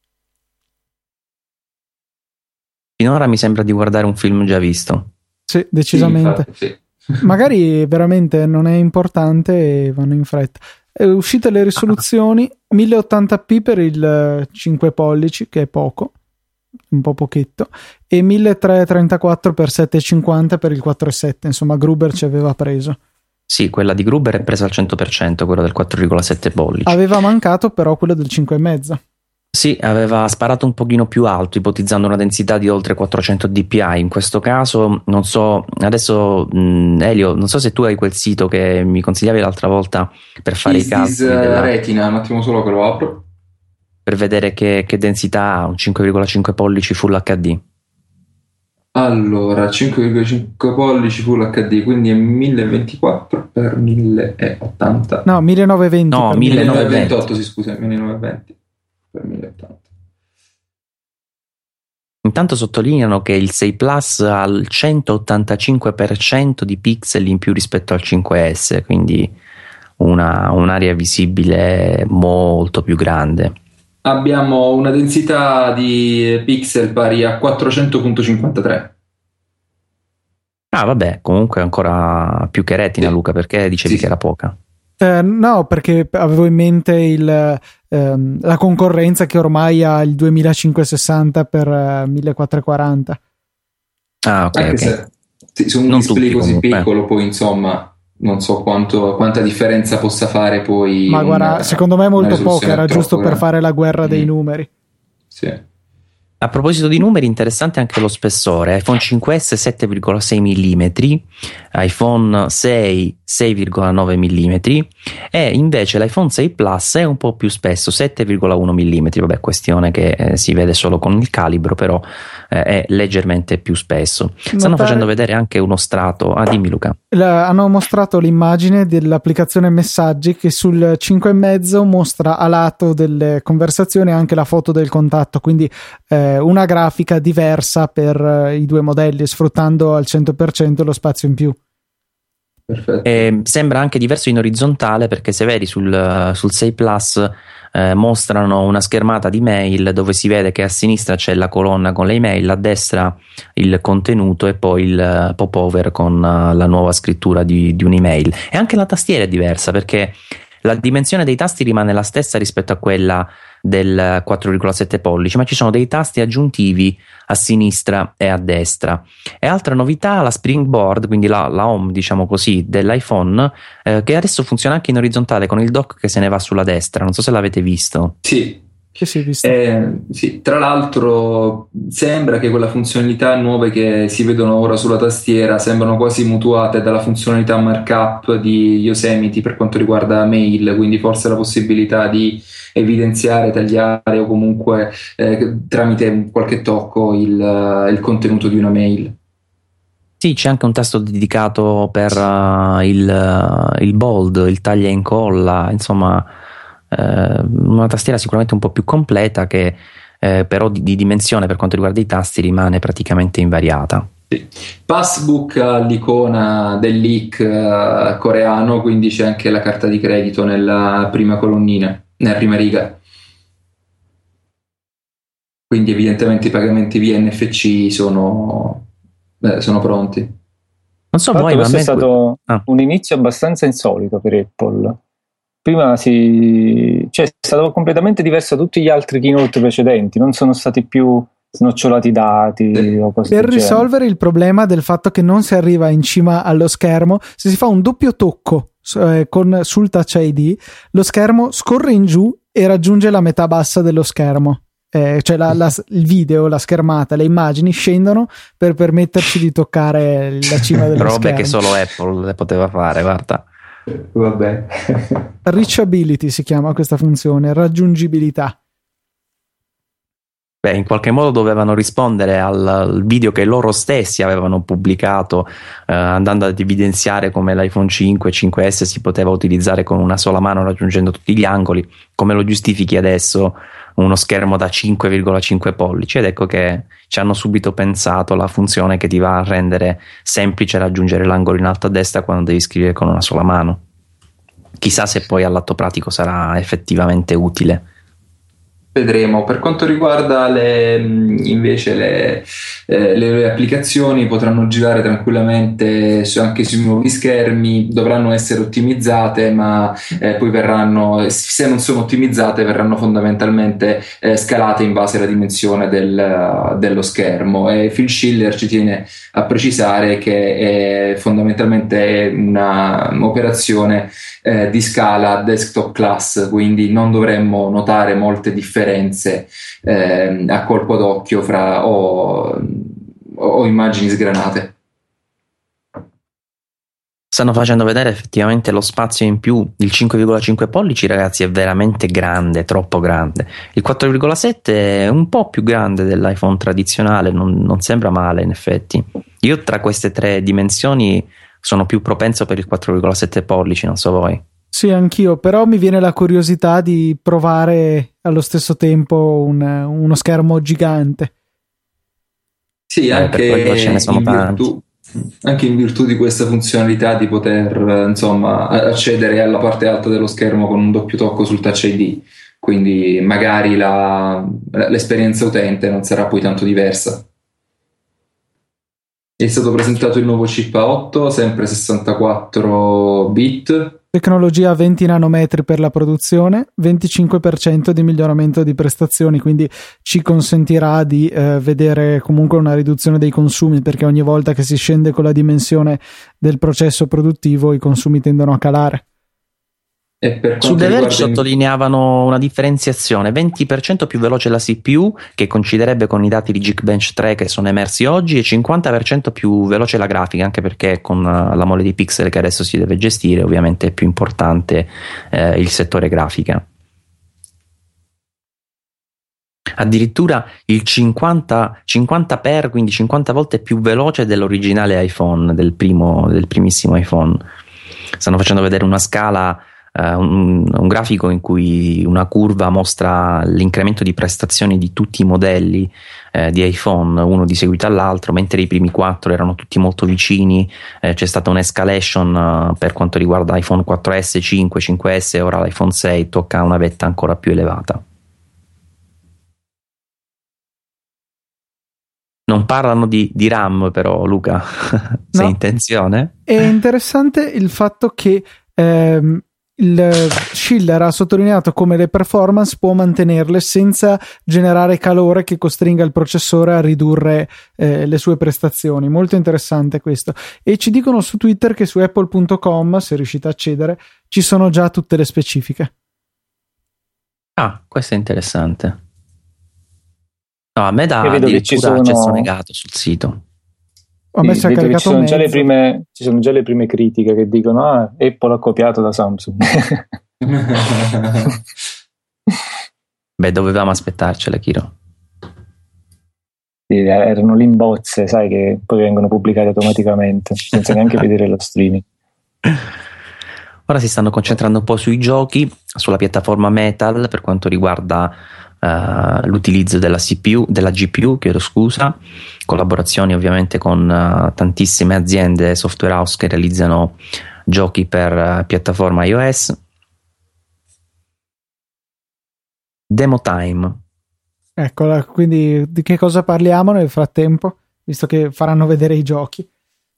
A: Finora mi sembra di guardare un film già visto.
C: Sì, decisamente. Sì, infatti, sì. Magari veramente non è importante e vanno in fretta. È uscite le risoluzioni mille ottanta p per il cinque pollici, che è poco, un po' pochetto, e milletrecentotrentaquattro per settecentocinquanta per il quattro virgola sette. Insomma, Gruber ci aveva preso.
A: Sì, quella di Gruber è presa al cento per cento, quella del quattro virgola sette pollici.
C: Aveva mancato però quello del cinque e mezzo.
A: Sì, aveva sparato un pochino più alto, ipotizzando una densità di oltre quattrocento dpi. In questo caso, non so, adesso mh, Elio, non so se tu hai quel sito che mi consigliavi l'altra volta per fare
B: Is
A: i calcoli
B: this, uh, della Retina, un attimo solo che lo apro.
A: Per vedere che, che densità ha un cinque virgola cinque pollici Full acca di.
B: Allora, cinque virgola cinque pollici Full acca di, quindi è mille ventiquattro per mille ottanta.
C: No, millenovecento venti.
A: No,
B: millenovecentotto, sì, scusa, millenovecento per mille ottanta.
A: Intanto sottolineano che il sei Plus ha il centottantacinque per cento di pixel in più rispetto al cinque S, quindi una, un'area visibile molto più grande.
B: Abbiamo una densità di pixel pari a quattrocento virgola cinquantatré.
A: Ah, vabbè, comunque ancora più che Retina, sì. Luca, perché dicevi sì, che era poca?
C: Eh, no, perché avevo in mente il, ehm, la concorrenza che ormai ha il duemilacinquecentosessanta per eh, millequattrocentoquaranta.
A: Ah, ok,
B: Anche
A: ok.
B: Se, sì, su un non display così comunque. Piccolo, poi insomma non so quanto, quanta differenza possa fare poi.
C: Ma guarda, una, secondo me molto poco, era giusto grande. Per fare la guerra dei mm. numeri.
B: Sì.
A: A proposito di numeri, interessante anche lo spessore. iPhone cinque S sette virgola sei millimetri, iPhone sei sei virgola nove millimetri e invece l'iPhone sei Plus è un po' più spesso, sette virgola uno millimetri. Vabbè, questione che eh, si vede solo con il calibro, però eh, è leggermente più spesso. Stanno Notare... facendo vedere anche uno strato. Ah, dimmi Luca.
C: La, hanno mostrato l'immagine dell'applicazione messaggi che sul cinque e mezzo mostra a lato delle conversazioni anche la foto del contatto, quindi eh, una grafica diversa per uh, i due modelli, sfruttando al cento per cento lo spazio in più.
A: E sembra anche diverso in orizzontale, perché se vedi sul, sul sei Plus eh, mostrano una schermata di mail dove si vede che a sinistra c'è la colonna con le email, a destra il contenuto e poi il popover con la nuova scrittura di, di un'email. E anche la tastiera è diversa, perché la dimensione dei tasti rimane la stessa rispetto a quella del quattro virgola sette pollici, ma ci sono dei tasti aggiuntivi a sinistra e a destra. E altra novità, la Springboard, quindi la, la home, diciamo così, dell'iPhone, eh, che adesso funziona anche in orizzontale con il dock che se ne va sulla destra. Non so se l'avete visto.
B: Sì.
C: Che si è visto.
B: Eh, sì, tra l'altro sembra che quelle funzionalità nuove che si vedono ora sulla tastiera sembrano quasi mutuate dalla funzionalità markup di Yosemite per quanto riguarda mail, quindi forse la possibilità di evidenziare, tagliare o comunque eh, tramite qualche tocco il, il contenuto di una mail.
A: Sì, c'è anche un tasto dedicato per uh, il, il bold, il taglia e incolla, insomma eh, una tastiera sicuramente un po' più completa che eh, però di, di dimensione per quanto riguarda i tasti rimane praticamente invariata.
B: Sì. Passbook ha l'icona del leak uh, coreano, quindi c'è anche la carta di credito nella prima colonnina, nella prima riga. Quindi evidentemente i pagamenti via N F C sono, eh, sono pronti.
A: Non so voi, ma
D: questo
A: a me...
D: è stato ah. un inizio abbastanza insolito per Apple. Prima si... cioè, è stato completamente diverso da tutti gli altri keynote precedenti, non sono stati più snocciolati i dati sì. o cose
C: per
D: del
C: risolvere
D: genere.
C: Il problema del fatto che non si arriva in cima allo schermo, se si fa un doppio tocco eh, con, sul Touch I D, lo schermo scorre in giù e raggiunge la metà bassa dello schermo. Eh, cioè la, la, il video, la schermata, le immagini scendono per permetterci di toccare la cima dello
A: robe
C: schermo.
A: Che solo Apple le poteva fare, guarda.
B: Vabbè.
C: Reachability si chiama questa funzione, raggiungibilità.
A: Beh, in qualche modo dovevano rispondere al, al video che loro stessi avevano pubblicato, eh, andando ad evidenziare come l'iPhone cinque, cinque S si poteva utilizzare con una sola mano raggiungendo tutti gli angoli. Come lo giustifichi adesso uno schermo da cinque virgola cinque pollici? Ed ecco che ci hanno subito pensato la funzione che ti va a rendere semplice raggiungere l'angolo in alto a destra quando devi scrivere con una sola mano. Chissà se poi all'atto pratico sarà effettivamente utile.
B: Vedremo. Per quanto riguarda le, invece le, eh, le applicazioni, potranno girare tranquillamente su, anche sui nuovi schermi, dovranno essere ottimizzate, ma eh, poi verranno, se non sono ottimizzate, verranno fondamentalmente eh, scalate in base alla dimensione del, dello schermo. E Phil Schiller ci tiene a precisare che è fondamentalmente una operazione eh, di scala desktop class, quindi non dovremmo notare molte differenze Eh, a colpo d'occhio fra o, o immagini sgranate.
A: Stanno facendo vedere effettivamente lo spazio in più. Il cinque virgola cinque pollici, ragazzi, è veramente grande, troppo grande. Il quattro virgola sette è un po' più grande dell'iPhone tradizionale, non, non sembra male in effetti. Io tra queste tre dimensioni sono più propenso per il quattro virgola sette pollici, non so voi.
C: Sì, anch'io, però mi viene la curiosità di provare allo stesso tempo un, uno schermo gigante.
B: Sì, anche, eh, ce ne sono in virtù, anche in virtù di questa funzionalità di poter insomma accedere alla parte alta dello schermo con un doppio tocco sul Touch I D, quindi magari la, l'esperienza utente non sarà poi tanto diversa. È stato presentato il nuovo chip A otto, sempre sessantaquattro bit.
C: Tecnologia a venti nanometri per la produzione, venticinque per cento di miglioramento di prestazioni, quindi ci consentirà di eh, vedere comunque una riduzione dei consumi, perché ogni volta che si scende con la dimensione del processo produttivo i consumi tendono a calare.
B: E per
A: su The Verge
B: riguarda...
A: sottolineavano una differenziazione: venti per cento più veloce la C P U, che coinciderebbe con i dati di Geekbench tre che sono emersi oggi, e cinquanta per cento più veloce la grafica, anche perché con la mole di pixel che adesso si deve gestire ovviamente è più importante eh, il settore grafica. Addirittura il cinquanta, cinquanta per, quindi cinquanta volte più veloce dell'originale iPhone, del primo, del primissimo iPhone. Stanno facendo vedere una scala uh, un, un grafico in cui una curva mostra l'incremento di prestazioni di tutti i modelli uh, di iPhone, uno di seguito all'altro, mentre i primi quattro erano tutti molto vicini. Uh, c'è stata un'escalation uh, per quanto riguarda iPhone quattro S, cinque, cinque S, e ora l'iPhone sei tocca una vetta ancora più elevata. Non parlano di, di RAM, però, Luca, sei
C: no.
A: intenzione?
C: È interessante il fatto che ehm, il Schiller ha sottolineato come le performance può mantenerle senza generare calore che costringa il processore a ridurre eh, le sue prestazioni. Molto interessante questo. E ci dicono su Twitter che su apple punto com, se riuscite a accedere, ci sono già tutte le specifiche.
A: Ah, questo è interessante. No, a me da
D: Io vedo che ci sono...
A: accesso negato sul sito.
C: Ho messo
D: sì,
C: a caricato
D: ci sono, già le
C: mezzo.
D: prime, ci sono già le prime critiche che dicono ah, Apple ha copiato da Samsung.
A: Beh, dovevamo aspettarcele, Kiro.
D: Sì, erano lì in bozze, sai, che poi vengono pubblicate automaticamente senza neanche vedere lo streaming.
A: Ora si stanno concentrando un po' sui giochi, sulla piattaforma Metal per quanto riguarda Uh, l'utilizzo della C P U, della G P U, chiedo scusa, collaborazioni ovviamente con uh, tantissime aziende software house che realizzano giochi per uh, piattaforma iOS. Demo time.
C: Eccola, quindi di che cosa parliamo nel frattempo, visto che faranno vedere i giochi?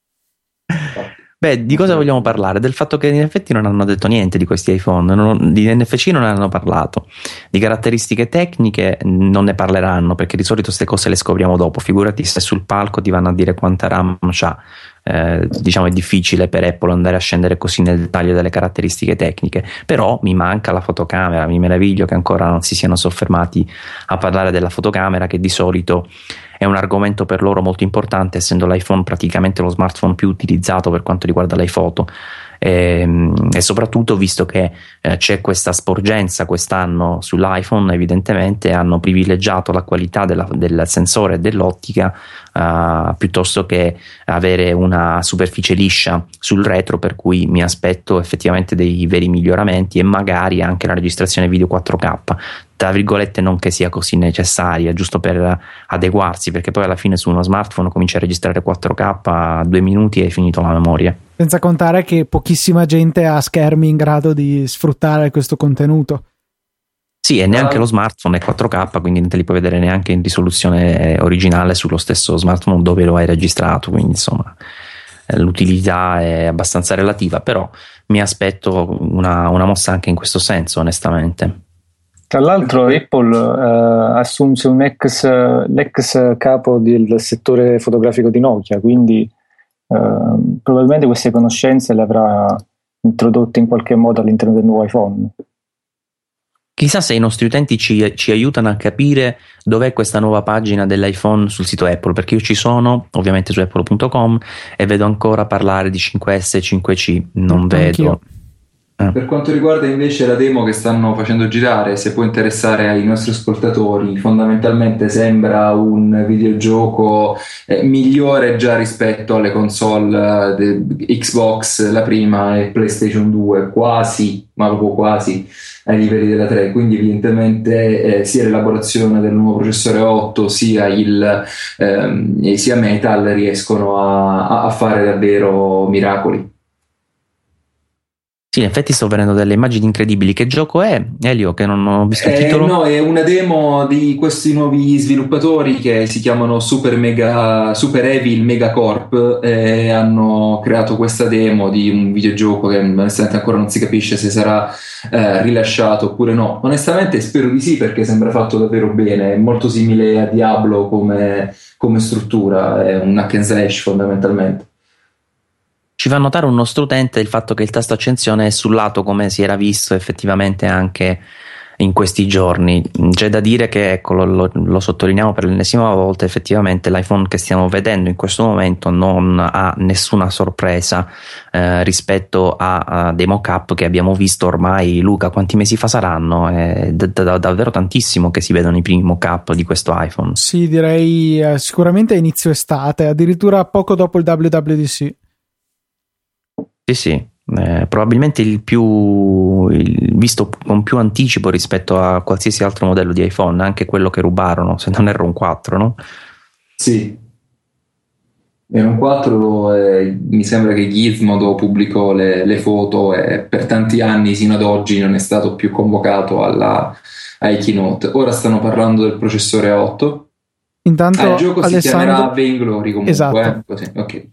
A: Beh, di cosa vogliamo parlare? Del fatto che in effetti non hanno detto niente di questi iPhone, non, di N F C non ne hanno parlato, di caratteristiche tecniche non ne parleranno, perché di solito queste cose le scopriamo dopo. Figurati se sul palco ti vanno a dire quanta RAM c'ha. Eh, diciamo è difficile per Apple andare a scendere così nel dettaglio delle caratteristiche tecniche, però mi manca la fotocamera, mi meraviglio che ancora non si siano soffermati a parlare della fotocamera, che di solito è un argomento per loro molto importante, essendo l'iPhone praticamente lo smartphone più utilizzato per quanto riguarda le foto. E, e soprattutto visto che eh, c'è questa sporgenza quest'anno sull'iPhone, evidentemente hanno privilegiato la qualità della, del sensore e dell'ottica uh, piuttosto che avere una superficie liscia sul retro, per cui mi aspetto effettivamente dei veri miglioramenti e magari anche la registrazione video quattro K, tra virgolette, non che sia così necessaria, giusto per adeguarsi, perché poi alla fine su uno smartphone cominci a registrare quattro K a due minuti e hai finito la memoria.
C: Senza contare che pochissima gente ha schermi in grado di sfruttare questo contenuto.
A: Sì, e neanche lo smartphone è quattro K, quindi non te li puoi vedere neanche in risoluzione originale sullo stesso smartphone dove lo hai registrato, quindi insomma l'utilità è abbastanza relativa, però mi aspetto una, una mossa anche in questo senso, onestamente.
D: Tra l'altro Apple uh, assunse un ex, l'ex capo del settore fotografico di Nokia, quindi uh, probabilmente queste conoscenze le avrà introdotte in qualche modo all'interno del nuovo iPhone.
A: Chissà se i nostri utenti ci, ci aiutano a capire dov'è questa nuova pagina dell'iPhone sul sito Apple, perché io ci sono ovviamente su apple punto com e vedo ancora parlare di cinque S e cinque C, non vedo.
B: Per quanto riguarda invece la demo che stanno facendo girare, se può interessare ai nostri ascoltatori, fondamentalmente sembra un videogioco eh, migliore già rispetto alle console eh, Xbox, la prima, e PlayStation due, quasi, ma proprio quasi ai livelli della tre, quindi evidentemente eh, sia l'elaborazione del nuovo processore otto sia il ehm, sia Metal riescono a, a fare davvero miracoli.
A: Sì, in effetti sto vedendo delle immagini incredibili. Che gioco è, Elio? Che non ho visto il
B: eh,
A: titolo?
B: No, è una demo di questi nuovi sviluppatori che si chiamano Super, Mega, Super Evil Megacorp e hanno creato questa demo di un videogioco che onestamente ancora non si capisce se sarà eh, rilasciato oppure no. Onestamente spero di sì, perché sembra fatto davvero bene, è molto simile a Diablo come, come struttura, è un hack and slash fondamentalmente.
A: Ci fa notare un nostro utente il fatto che il tasto accensione è sul lato, come si era visto effettivamente anche in questi giorni. C'è da dire che, ecco, lo, lo, lo sottolineiamo per l'ennesima volta, effettivamente l'iPhone che stiamo vedendo in questo momento non ha nessuna sorpresa eh, rispetto a, a dei mock-up che abbiamo visto ormai, Luca, quanti mesi fa saranno? È d- d- davvero tantissimo che si vedono i primi mock-up di questo iPhone.
C: Sì, direi eh, sicuramente a inizio estate, addirittura poco dopo il W W D C.
A: Sì, sì, eh, probabilmente il più, visto con più anticipo rispetto a qualsiasi altro modello di iPhone, anche quello che rubarono, se non erro un quattro, no?
B: Sì, era un quattro, eh, mi sembra che Gizmodo pubblicò le, le foto e per tanti anni sino ad oggi non è stato più convocato alla, ai keynote. Ora stanno parlando del processore A otto.
C: Intanto
B: ah, il gioco
C: Alessandro...
B: si chiamerà Vainglory comunque.
C: Esatto.
B: Eh? Così, ok.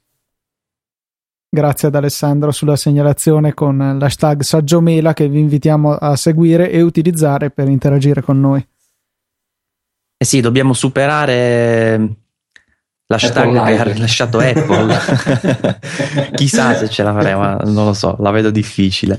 C: Grazie ad Alessandro sulla segnalazione con l'hashtag Saggiomela, che vi invitiamo a seguire e utilizzare per interagire con noi.
A: Eh sì, dobbiamo superare l'hashtag che ha rilasciato Apple. Chissà se ce la faremo, ma non lo so, la vedo difficile.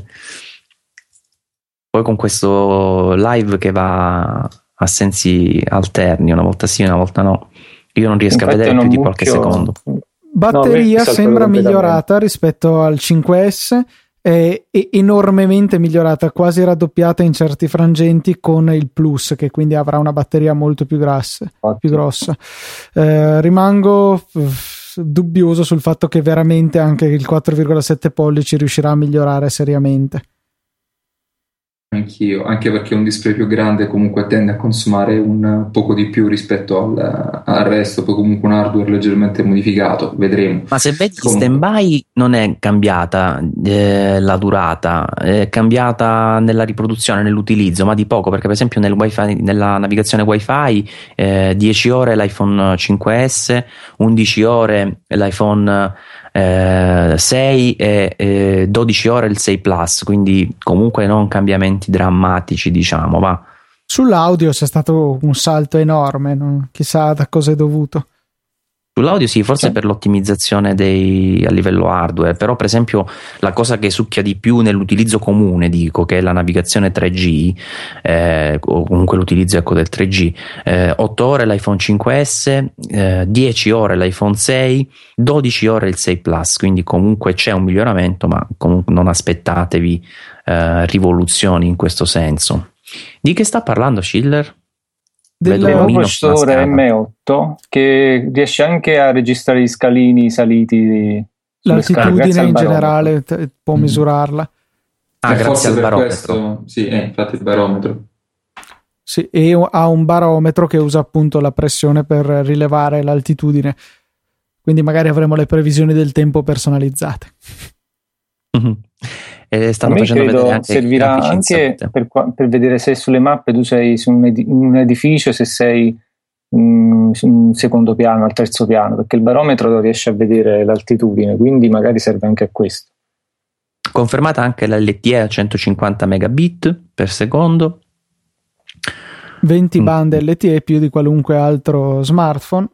A: Poi con questo live che va a sensi alterni, una volta sì, una volta no, io non riesco
D: Infatti
A: a vedere più
D: mucchio...
A: di qualche secondo.
C: Batteria no, sembra migliorata rispetto al cinque S, è, è enormemente migliorata, quasi raddoppiata in certi frangenti con il Plus, che quindi avrà una batteria molto più grassa, più grossa. Eh, rimango f- dubbioso sul fatto che veramente anche il quattro virgola sette pollici riuscirà a migliorare seriamente.
B: Anch'io, anche perché un display più grande comunque tende a consumare un poco di più rispetto al, al resto, poi comunque un hardware leggermente modificato, vedremo.
A: Ma se vedi
B: comunque...
A: stand-by non è cambiata eh, la durata, è cambiata nella riproduzione, nell'utilizzo, ma di poco, perché per esempio nel wifi, nella navigazione wifi eh, dieci ore l'iPhone cinque S, undici ore l'iPhone eh, sei e eh, dodici ore il sei Plus, quindi comunque non cambiamenti drammatici, diciamo. Va.
C: Sull'audio c'è stato un salto enorme, no? Chissà da cosa è dovuto.
A: Sull'audio sì, forse sì, per l'ottimizzazione dei, a livello hardware, però per esempio la cosa che succhia di più nell'utilizzo comune, dico, che è la navigazione tre G, eh, o comunque l'utilizzo ecco del tre G, eh, otto ore l'iPhone cinque S, eh, dieci ore l'iPhone sei, dodici ore il sei Plus, quindi comunque c'è un miglioramento, ma comunque non aspettatevi eh, rivoluzioni in questo senso. Di che sta parlando Schiller?
D: Del nuovo processore M otto che riesce anche a registrare gli scalini saliti,
C: l'altitudine in generale, t- può mm. misurarla.
A: Ah,
B: e
A: grazie al barometro.
B: Questo, sì, eh, infatti il barometro.
C: Sì, e ha un barometro che usa appunto la pressione per rilevare l'altitudine. Quindi magari avremo le previsioni del tempo personalizzate.
A: Mm-hmm. E stanno
D: a me
A: facendo
D: credo
A: vedere anche
D: servirà anche per, per vedere se sulle mappe tu sei su un, ed- un edificio, se sei um, su un secondo piano, al terzo piano, perché il barometro lo riesce a vedere l'altitudine, quindi magari serve anche a questo.
A: Confermata anche l'L T E a centocinquanta megabit per secondo,
C: venti bande L T E più di qualunque altro smartphone.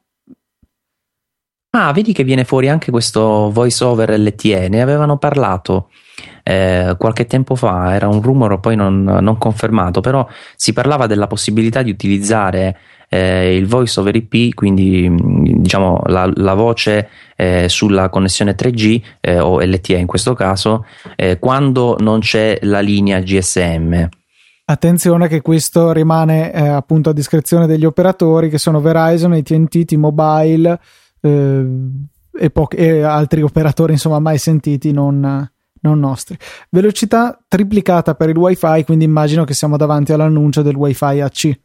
A: Ah, vedi che viene fuori anche questo voice over L T E, ne avevano parlato eh, qualche tempo fa, era un rumore poi non, non confermato, però si parlava della possibilità di utilizzare eh, il voice over I P, quindi diciamo la, la voce eh, sulla connessione tre G eh, o L T E in questo caso, eh, quando non c'è la linea G S M.
C: Attenzione che questo rimane eh, appunto a discrezione degli operatori, che sono Verizon, A T and T, T-Mobile eh, e, po- e altri operatori insomma mai sentiti, non, non nostri. Velocità triplicata per il Wi-Fi, quindi immagino che siamo davanti all'annuncio del Wi-Fi A C.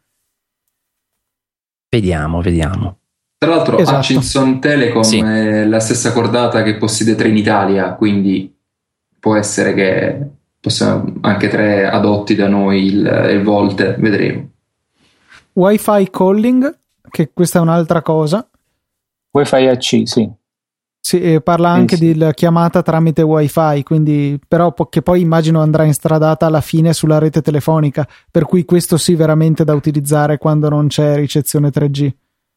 A: Vediamo, vediamo.
B: Tra l'altro
C: esatto.
B: Hutchinson Telecom sì. È la stessa cordata che possiede Trenitalia, quindi può essere che possiamo anche tre adotti da noi il, il Volte, vedremo.
C: Wi-Fi calling, che questa è un'altra cosa.
D: Wi-Fi A C, sì.
C: Sì, e parla anche
D: sì, sì.
C: di chiamata tramite Wi-Fi, quindi però po- che poi immagino andrà instradata alla fine sulla rete telefonica, per cui questo sì veramente da utilizzare quando non c'è ricezione tre G.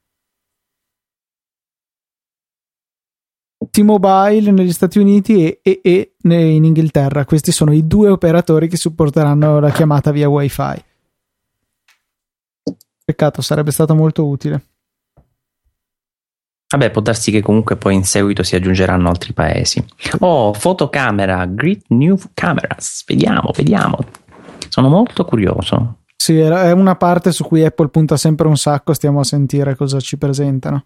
C: T-Mobile negli Stati Uniti e, e, e in Inghilterra, questi sono i due operatori che supporteranno la chiamata via Wi-Fi. Peccato, sarebbe stato molto utile.
A: Vabbè, può darsi che comunque poi in seguito si aggiungeranno altri paesi. Oh, fotocamera, great new cameras. Vediamo, vediamo. Sono molto curioso.
C: Sì, è una parte su cui Apple punta sempre un sacco. Stiamo a sentire cosa ci presentano.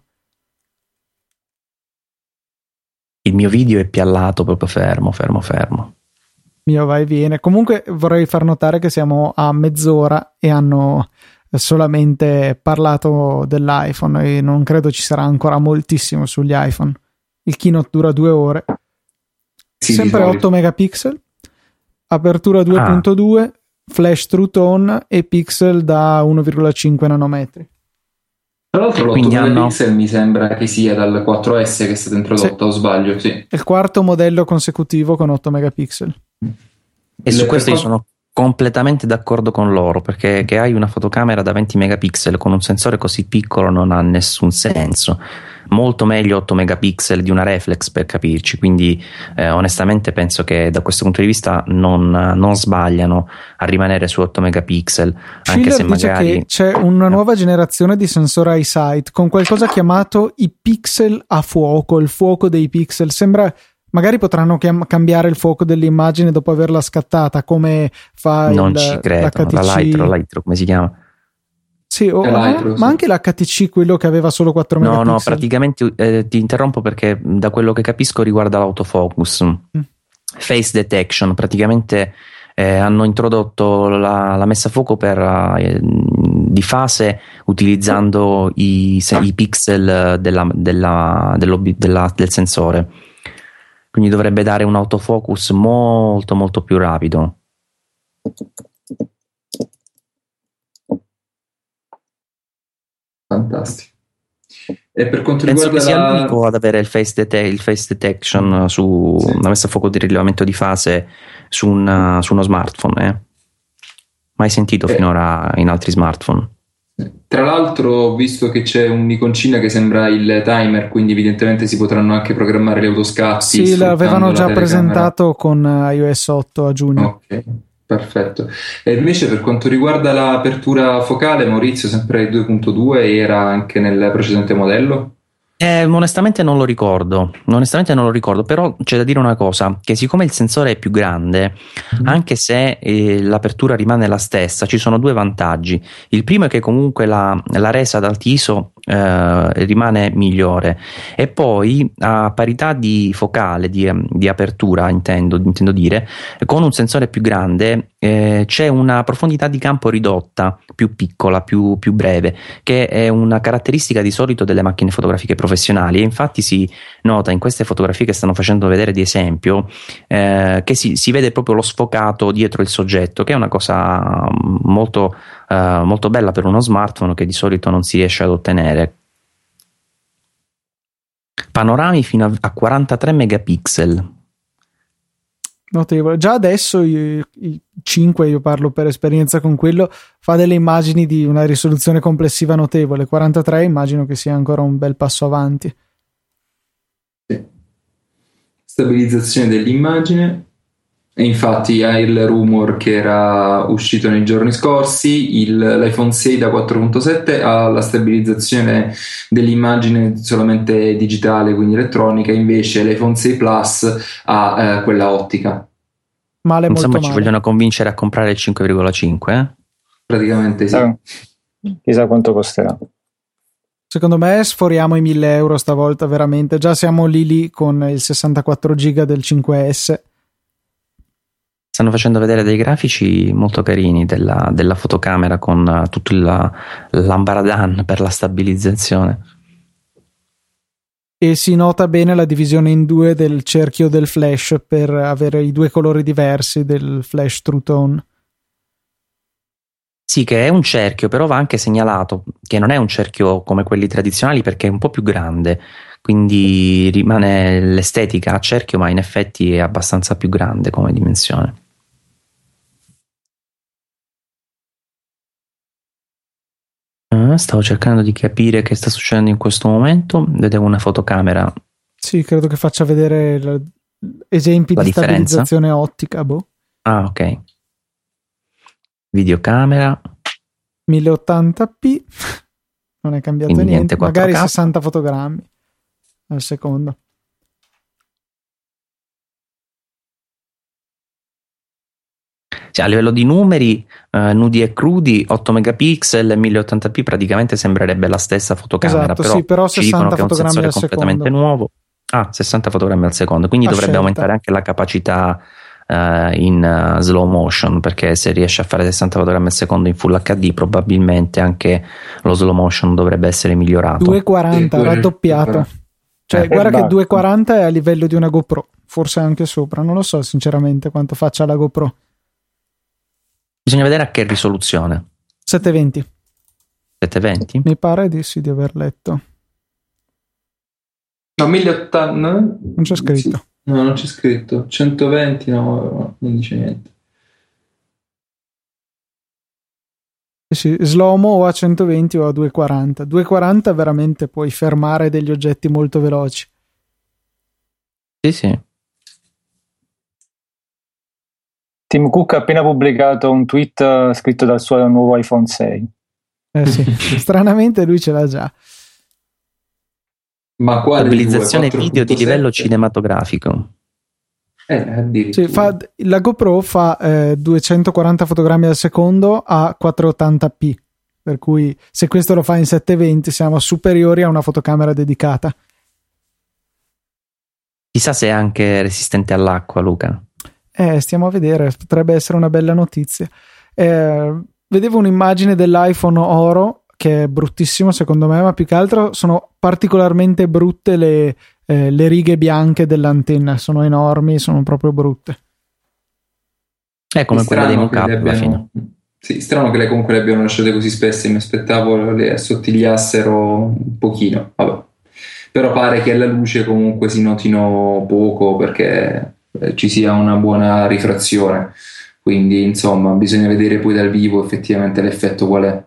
A: Il mio video è piallato proprio fermo, fermo, fermo.
C: mio va e viene. Comunque vorrei far notare che siamo a mezz'ora e hanno solamente parlato dell'iPhone e non credo ci sarà ancora moltissimo sugli iPhone. Il keynote dura due ore. Sì, sempre otto megapixel, apertura due punto due, ah. flash True Tone e pixel da uno virgola cinque nanometri.
B: Tra l'altro l'otto megapixel mi sembra che sia dal quattro S che è stato introdotto, sì. O sbaglio? Sì.
C: È il quarto modello consecutivo con otto megapixel.
A: E su questo io sono completamente d'accordo con loro, perché che hai una fotocamera da venti megapixel con un sensore così piccolo non ha nessun senso. Molto meglio otto megapixel di una reflex, per capirci, quindi eh, onestamente penso che da questo punto di vista non, non sbagliano a rimanere su otto megapixel, anche
C: Schiller
A: se
C: dice
A: magari
C: che c'è una nuova generazione di sensore EyeSight con qualcosa chiamato i pixel a fuoco, il fuoco dei pixel. Sembra magari potranno chiam- cambiare il fuoco dell'immagine dopo averla scattata, come fa
A: non
C: il,
A: ci credo,
C: l'H T C.
A: la Lightro, Lightro, come si chiama?
C: Sì, o,
B: Lightro,
C: ma
B: sì.
C: anche l'H T C, quello che aveva solo quattro
A: no,
C: megapixel.
A: No, praticamente eh, ti interrompo perché da quello che capisco riguarda l'autofocus. Mm. Face detection, praticamente eh, hanno introdotto la, la messa a fuoco per, eh, di fase utilizzando i, i pixel della, della, della, del sensore. Quindi dovrebbe dare un autofocus molto molto più rapido.
B: Fantastico. E per quanto
A: penso
B: riguarda
A: che sia
B: la...
A: l'unico ad avere il face, dete- il face detection su sì. Una messa a fuoco di rilevamento di fase su, una, su uno smartphone, eh? Mai sentito eh. finora in altri smartphone.
B: Tra l'altro ho visto che c'è un'iconcina che sembra il timer, quindi evidentemente si potranno anche programmare gli autoscatti.
C: Sì, l'avevano già presentato con iOS otto a giugno.
B: Ok, perfetto. E invece per quanto riguarda l'apertura focale, Maurizio, sempre il due punto due, era anche nel precedente modello?
A: Eh, onestamente non lo ricordo, onestamente non lo ricordo, però c'è da dire una cosa, che siccome il sensore è più grande, mm. anche se eh, l'apertura rimane la stessa, ci sono due vantaggi. Il primo è che comunque la, la resa ad alti I S O eh, rimane migliore, e poi a parità di focale, di, di apertura intendo, intendo dire, con un sensore più grande eh, c'è una profondità di campo ridotta, più piccola, più, più breve, che è una caratteristica di solito delle macchine fotografiche professionali, e infatti si nota in queste fotografie che stanno facendo vedere di esempio eh, che si, si vede proprio lo sfocato dietro il soggetto, che è una cosa molto, eh, molto bella per uno smartphone che di solito non si riesce ad ottenere. Panorami fino a, a quarantatré megapixel.
C: Notevole. Già adesso i, i cinque, io parlo per esperienza con quello, fa delle immagini di una risoluzione complessiva notevole. quarantatré immagino che sia ancora un bel passo avanti.
B: Sì. Stabilizzazione dell'immagine. E infatti hai il rumor che era uscito nei giorni scorsi, il, l'iPhone sei da quattro punto sette ha la stabilizzazione dell'immagine solamente digitale, quindi elettronica, invece l'iPhone sei Plus ha eh, quella ottica.
C: Male,
A: Insomma,
C: molto
A: ci
C: male.
A: vogliono convincere a comprare il cinque virgola cinque, eh?
B: Praticamente sì.
D: Ah, chissà quanto costerà.
C: Secondo me sforiamo i mille euro stavolta, veramente. Già siamo lì lì con il sessantaquattro giga del cinque S.
A: Stanno facendo vedere dei grafici molto carini della, della fotocamera con tutto il, l'ambaradan per la stabilizzazione.
C: E si nota bene la divisione in due del cerchio del flash per avere i due colori diversi del flash True Tone.
A: Sì, che è un cerchio, però va anche segnalato che non è un cerchio come quelli tradizionali, perché è un po' più grande, quindi rimane l'estetica a cerchio, ma in effetti è abbastanza più grande come dimensione. Stavo cercando di capire che sta succedendo in questo momento. Vedevo una fotocamera.
C: Sì, credo che faccia vedere la, esempi
A: la
C: di
A: differenza.
C: Stabilizzazione ottica. Boh.
A: Ah, ok. Videocamera
C: mille ottanta p, non è cambiato
A: Quindi
C: niente.
A: niente,
C: Magari
A: quattro K.
C: sessanta fotogrammi al secondo.
A: Cioè, a livello di numeri, eh, nudi e crudi, otto megapixel, mille ottanta p praticamente sembrerebbe la stessa fotocamera,
C: Esatto,
A: però,
C: sì, però
A: ci dicono che è un sensore
C: al
A: completamente
C: secondo.
A: nuovo. Ah, sessanta fotogrammi al secondo, quindi
C: A
A: dovrebbe
C: scelta.
A: aumentare anche la capacità uh, in uh, slow motion, perché se riesce a fare sessanta fotogrammi al secondo in Full acca di probabilmente anche lo slow motion dovrebbe essere migliorato.
C: duecentoquaranta raddoppiato, cioè
D: eh,
C: guarda che
D: basta.
C: duecentoquaranta è a livello di una GoPro, forse anche sopra, non lo so sinceramente quanto faccia la GoPro.
A: Bisogna vedere a che risoluzione.
C: settecentoventi
A: settecentoventi?
C: mi pare di sì, di aver letto.
B: No, mille ottanta
C: Non c'è scritto.
B: Sì. No, non c'è scritto. centoventi, no, non dice niente.
C: Sì, slow-mo o a centoventi o a duecentoquaranta. duecentoquaranta veramente puoi fermare degli oggetti molto veloci.
A: Sì, sì.
D: Tim Cook ha appena pubblicato un tweet uh, scritto dal suo nuovo iPhone sei.
C: Eh sì, stranamente lui ce l'ha già.
B: Ma quale
A: Stabilizzazione
B: due?
A: video di
B: quattro punto sette?
A: livello cinematografico.
B: Eh, addirittura.
C: Sì, fa, la GoPro fa eh, duecentoquaranta fotogrammi al secondo a quattrocentottanta p, per cui se questo lo fa in settecentoventi siamo superiori a una fotocamera dedicata.
A: Chissà se è anche resistente all'acqua, Luca.
C: Eh, stiamo a vedere, potrebbe essere una bella notizia. Eh, vedevo un'immagine dell'iPhone Oro che è bruttissimo secondo me, ma più che altro sono particolarmente brutte le, eh, le righe bianche dell'antenna, sono enormi, sono proprio brutte.
A: È come quella dei
B: Strano
A: mock-up
B: che le
A: alla fine.
B: abbiano- Sì, strano che le comunque le abbiano lasciate così spesse, mi aspettavo le assottigliassero un pochino, vabbè. Però pare che alla luce comunque si notino poco perché eh, ci sia una buona rifrazione, quindi insomma bisogna vedere poi dal vivo effettivamente l'effetto qual è.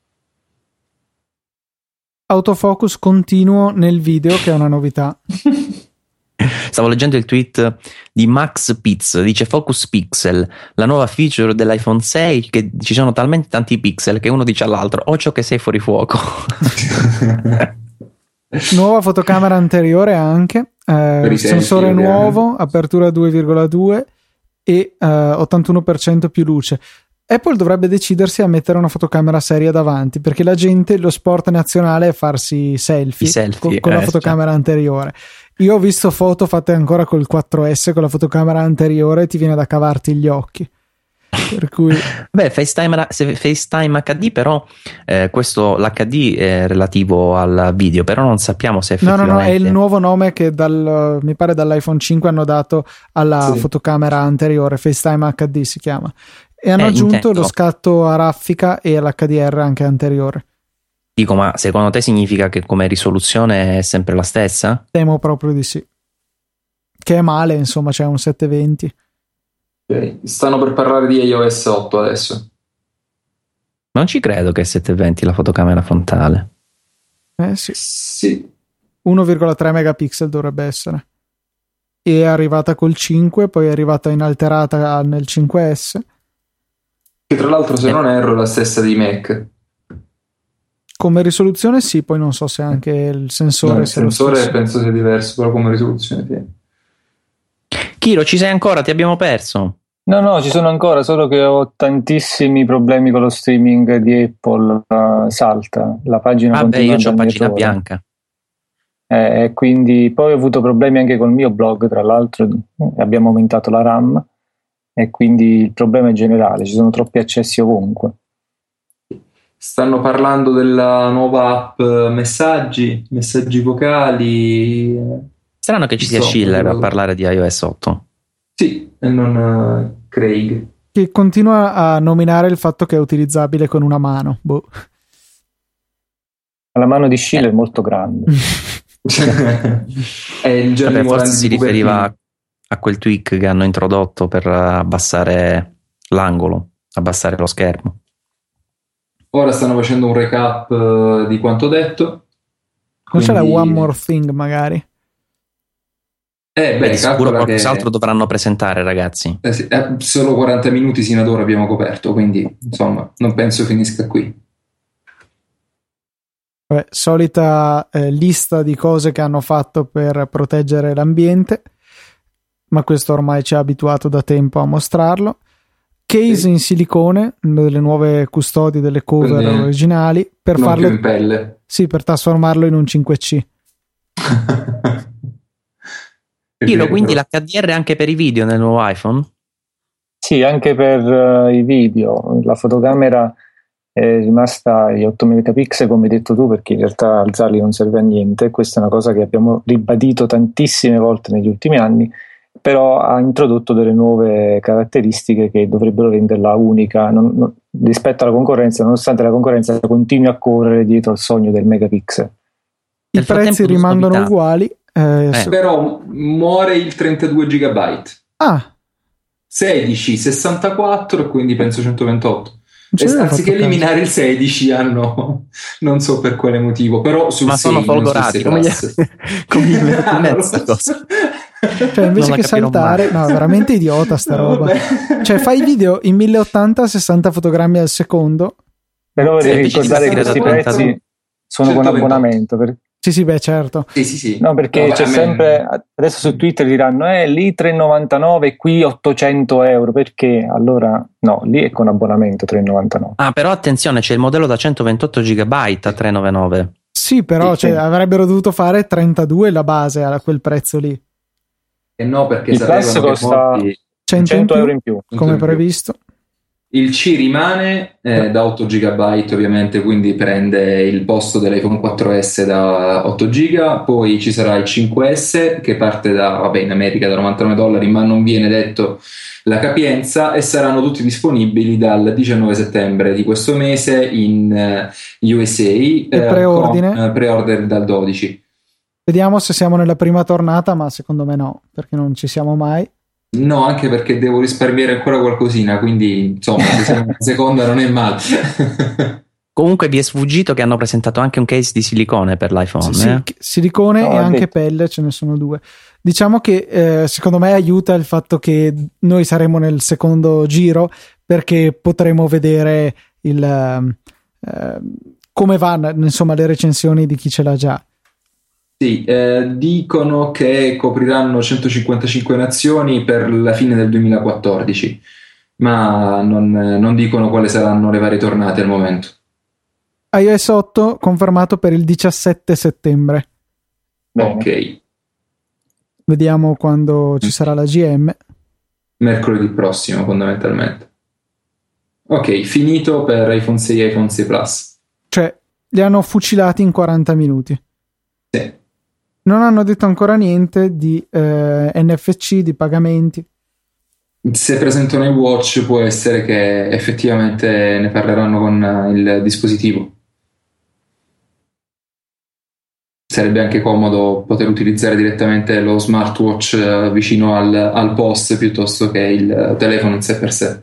C: Autofocus continuo nel video, che è una novità.
A: Stavo leggendo il tweet di Max Pitts, dice Focus Pixel, la nuova feature dell'iPhone sei, che ci sono talmente tanti pixel che uno dice all'altro occhio che sei fuori fuoco.
C: Nuova fotocamera anteriore anche, eh,
B: i selfie,
C: sensore
B: ovviamente.
C: nuovo, apertura due virgola due e eh, ottantuno per cento più luce. Apple dovrebbe decidersi a mettere una fotocamera seria davanti, perché la gente, lo sport nazionale è farsi selfie,
A: I selfie,
C: con, con la
A: eh,
C: fotocamera anteriore. Io ho visto foto fatte ancora col quattro S con la fotocamera anteriore e ti viene da cavarti gli occhi. Per cui
A: Beh, FaceTime, se FaceTime acca di però eh, questo l'H D è relativo al video, però non sappiamo se
C: no, no,
A: effettivamente
C: no, è il nuovo nome che dal, mi pare dall'iPhone cinque hanno dato alla
B: Sì.
C: fotocamera anteriore, FaceTime acca di si chiama, e hanno
A: Eh,
C: aggiunto
A: intendo.
C: lo scatto a raffica e l'H D R anche anteriore.
A: Dico, ma secondo te significa che come risoluzione è sempre la stessa?
C: Temo proprio di sì, che è male, insomma, c'è un settecentoventi.
B: Ok, stanno per parlare di iOS otto adesso.
A: Non ci credo che è settecentoventi la fotocamera frontale.
C: Eh sì,
B: Sì,
C: uno virgola tre megapixel dovrebbe essere. E è arrivata col cinque, poi è arrivata inalterata nel cinque S.
B: che tra l'altro se non erro è la stessa di Mac.
C: Come risoluzione sì, poi non so se anche il sensore
B: No, il
C: sia lo
B: sensore
C: stesso.
B: penso sia diverso, però come risoluzione sì.
A: Kiro, ci sei ancora? Ti abbiamo perso.
D: No, no, ci sono ancora, solo che ho tantissimi problemi con lo streaming di Apple, uh, salta, la pagina
A: Vabbè,
D: continua
A: io
D: a
A: ho
D: darmi
A: pagina
D: errore.
A: bianca.
D: Eh, e quindi poi ho avuto problemi anche col mio blog, tra l'altro eh, abbiamo aumentato la RAM e quindi il problema è generale, ci sono troppi accessi ovunque.
B: Stanno parlando della nuova app eh, messaggi, messaggi vocali. eh,
A: Strano che ci sia
B: Insomma,
A: Schiller a
B: quello-
A: parlare di iOS otto.
B: Sì, e non eh, Craig.
C: Che continua a nominare il fatto che è utilizzabile con una mano. Boh.
D: La mano di Schiller è molto grande.
B: È il Gianni
A: Vabbè,
B: Morandi
A: forse si
B: di
A: riferiva
B: Cupertino.
A: a quel tweak che hanno introdotto per abbassare l'angolo, abbassare lo schermo.
B: Ora stanno facendo un recap eh, di quanto detto.
C: Non c'è la
B: Quindi-
C: One More Thing magari?
B: Eh,
A: Beh,
B: beh,
A: di sicuro
B: calcola
A: qualcos'altro
B: che
A: dovranno presentare, ragazzi.
B: eh sì, eh, solo quaranta minuti sino ad ora abbiamo coperto, quindi insomma non penso finisca qui.
C: Vabbè, solita eh, lista di cose che hanno fatto per proteggere l'ambiente, ma questo ormai ci ha abituato da tempo a mostrarlo. Case
B: Sì.
C: in silicone, delle nuove custodie delle cover
B: Quindi,
C: originali, per
B: non
C: farlo
B: più in pelle.
C: sì, per trasformarlo in un cinque C.
B: È
A: Kiro,
B: vero,
A: quindi
B: però.
A: l'H D R anche per i video nel nuovo iPhone?
D: Sì, anche per uh, i video, la fotocamera è rimasta agli otto megapixel come hai detto tu, perché in realtà alzarli non serve a niente. Questa è una cosa che abbiamo ribadito tantissime volte negli ultimi anni, però ha introdotto delle nuove caratteristiche che dovrebbero renderla unica non, non, rispetto alla concorrenza, nonostante la concorrenza continui a correre dietro al sogno del megapixel.
C: I prezzi rimangono
A: novità.
C: uguali, eh,
B: eh.
C: su...
B: però muore il trentadue gigabyte.
C: Ah,
B: sedici, sessantaquattro e quindi penso centoventotto.
C: E
B: anziché eliminare il sedici hanno, non so per quale motivo, però sul
A: ma sono
B: sei,
A: folgorati come gli, come gli metti in mezzo cosa?
C: Cioè invece che saltare mai. No, veramente idiota sta no, roba vabbè. Cioè fai video in mille ottanta a sessanta fotogrammi al secondo,
D: però devi ricordare che questi prezzi sono con abbonamento per... Sì, sì, beh, certo.
B: Sì, sì, sì.
D: No, perché
B: no,
D: c'è
B: beh,
D: sempre adesso su Twitter diranno eh lì tre e novantanove, qui ottocento euro, perché allora no, lì è con abbonamento tre e novantanove.
A: Ah, però attenzione, c'è il modello da centoventotto gigabyte a tre e novantanove.
C: Sì, però sì, cioè, sì. avrebbero dovuto fare trentadue la base a quel prezzo lì.
B: E eh no, perché
D: il Plus costa
B: molti...
D: cento euro in più,
C: come previsto.
B: Il C rimane eh, da otto gigabyte ovviamente, quindi prende il posto dell'iPhone quattro S da otto giga, poi ci sarà il cinque S che parte da, vabbè, in America da novantanove dollari, ma non viene detto la capienza, e saranno tutti disponibili dal diciannove settembre di questo mese in uh, U S A
C: e eh, preordine.
B: Con, uh, pre-order dal dodici.
C: Vediamo se siamo nella prima tornata, ma secondo me no, perché non ci siamo mai.
B: No, anche perché devo risparmiare ancora qualcosina, quindi insomma la seconda non è male.
A: Comunque vi è sfuggito che hanno presentato anche un case di silicone per l'iPhone.
C: Sì,
A: eh?
C: sì, silicone no, e anche detto. pelle, ce ne sono due. Diciamo che eh, secondo me aiuta il fatto che noi saremo nel secondo giro, perché potremo vedere il eh, come vanno, insomma, le recensioni di chi ce l'ha già.
B: Sì, eh, dicono che copriranno centocinquantacinque nazioni per la fine del duemilaquattordici, ma non, non dicono quali saranno le varie tornate al momento.
C: iOS otto confermato per il diciassette settembre.
B: Bene. Ok.
C: Vediamo quando ci sarà la G M.
B: Mercoledì prossimo, fondamentalmente. Ok, finito per iPhone sei e iPhone sei Plus.
C: Cioè, li hanno fucilati in quaranta minuti.
B: Sì.
C: Non hanno detto ancora niente di eh, N F C, di pagamenti.
B: Se presentano i watch può essere che effettivamente ne parleranno con il dispositivo. Sarebbe anche comodo poter utilizzare direttamente lo smartwatch vicino al, al post piuttosto che il telefono in sé per sé.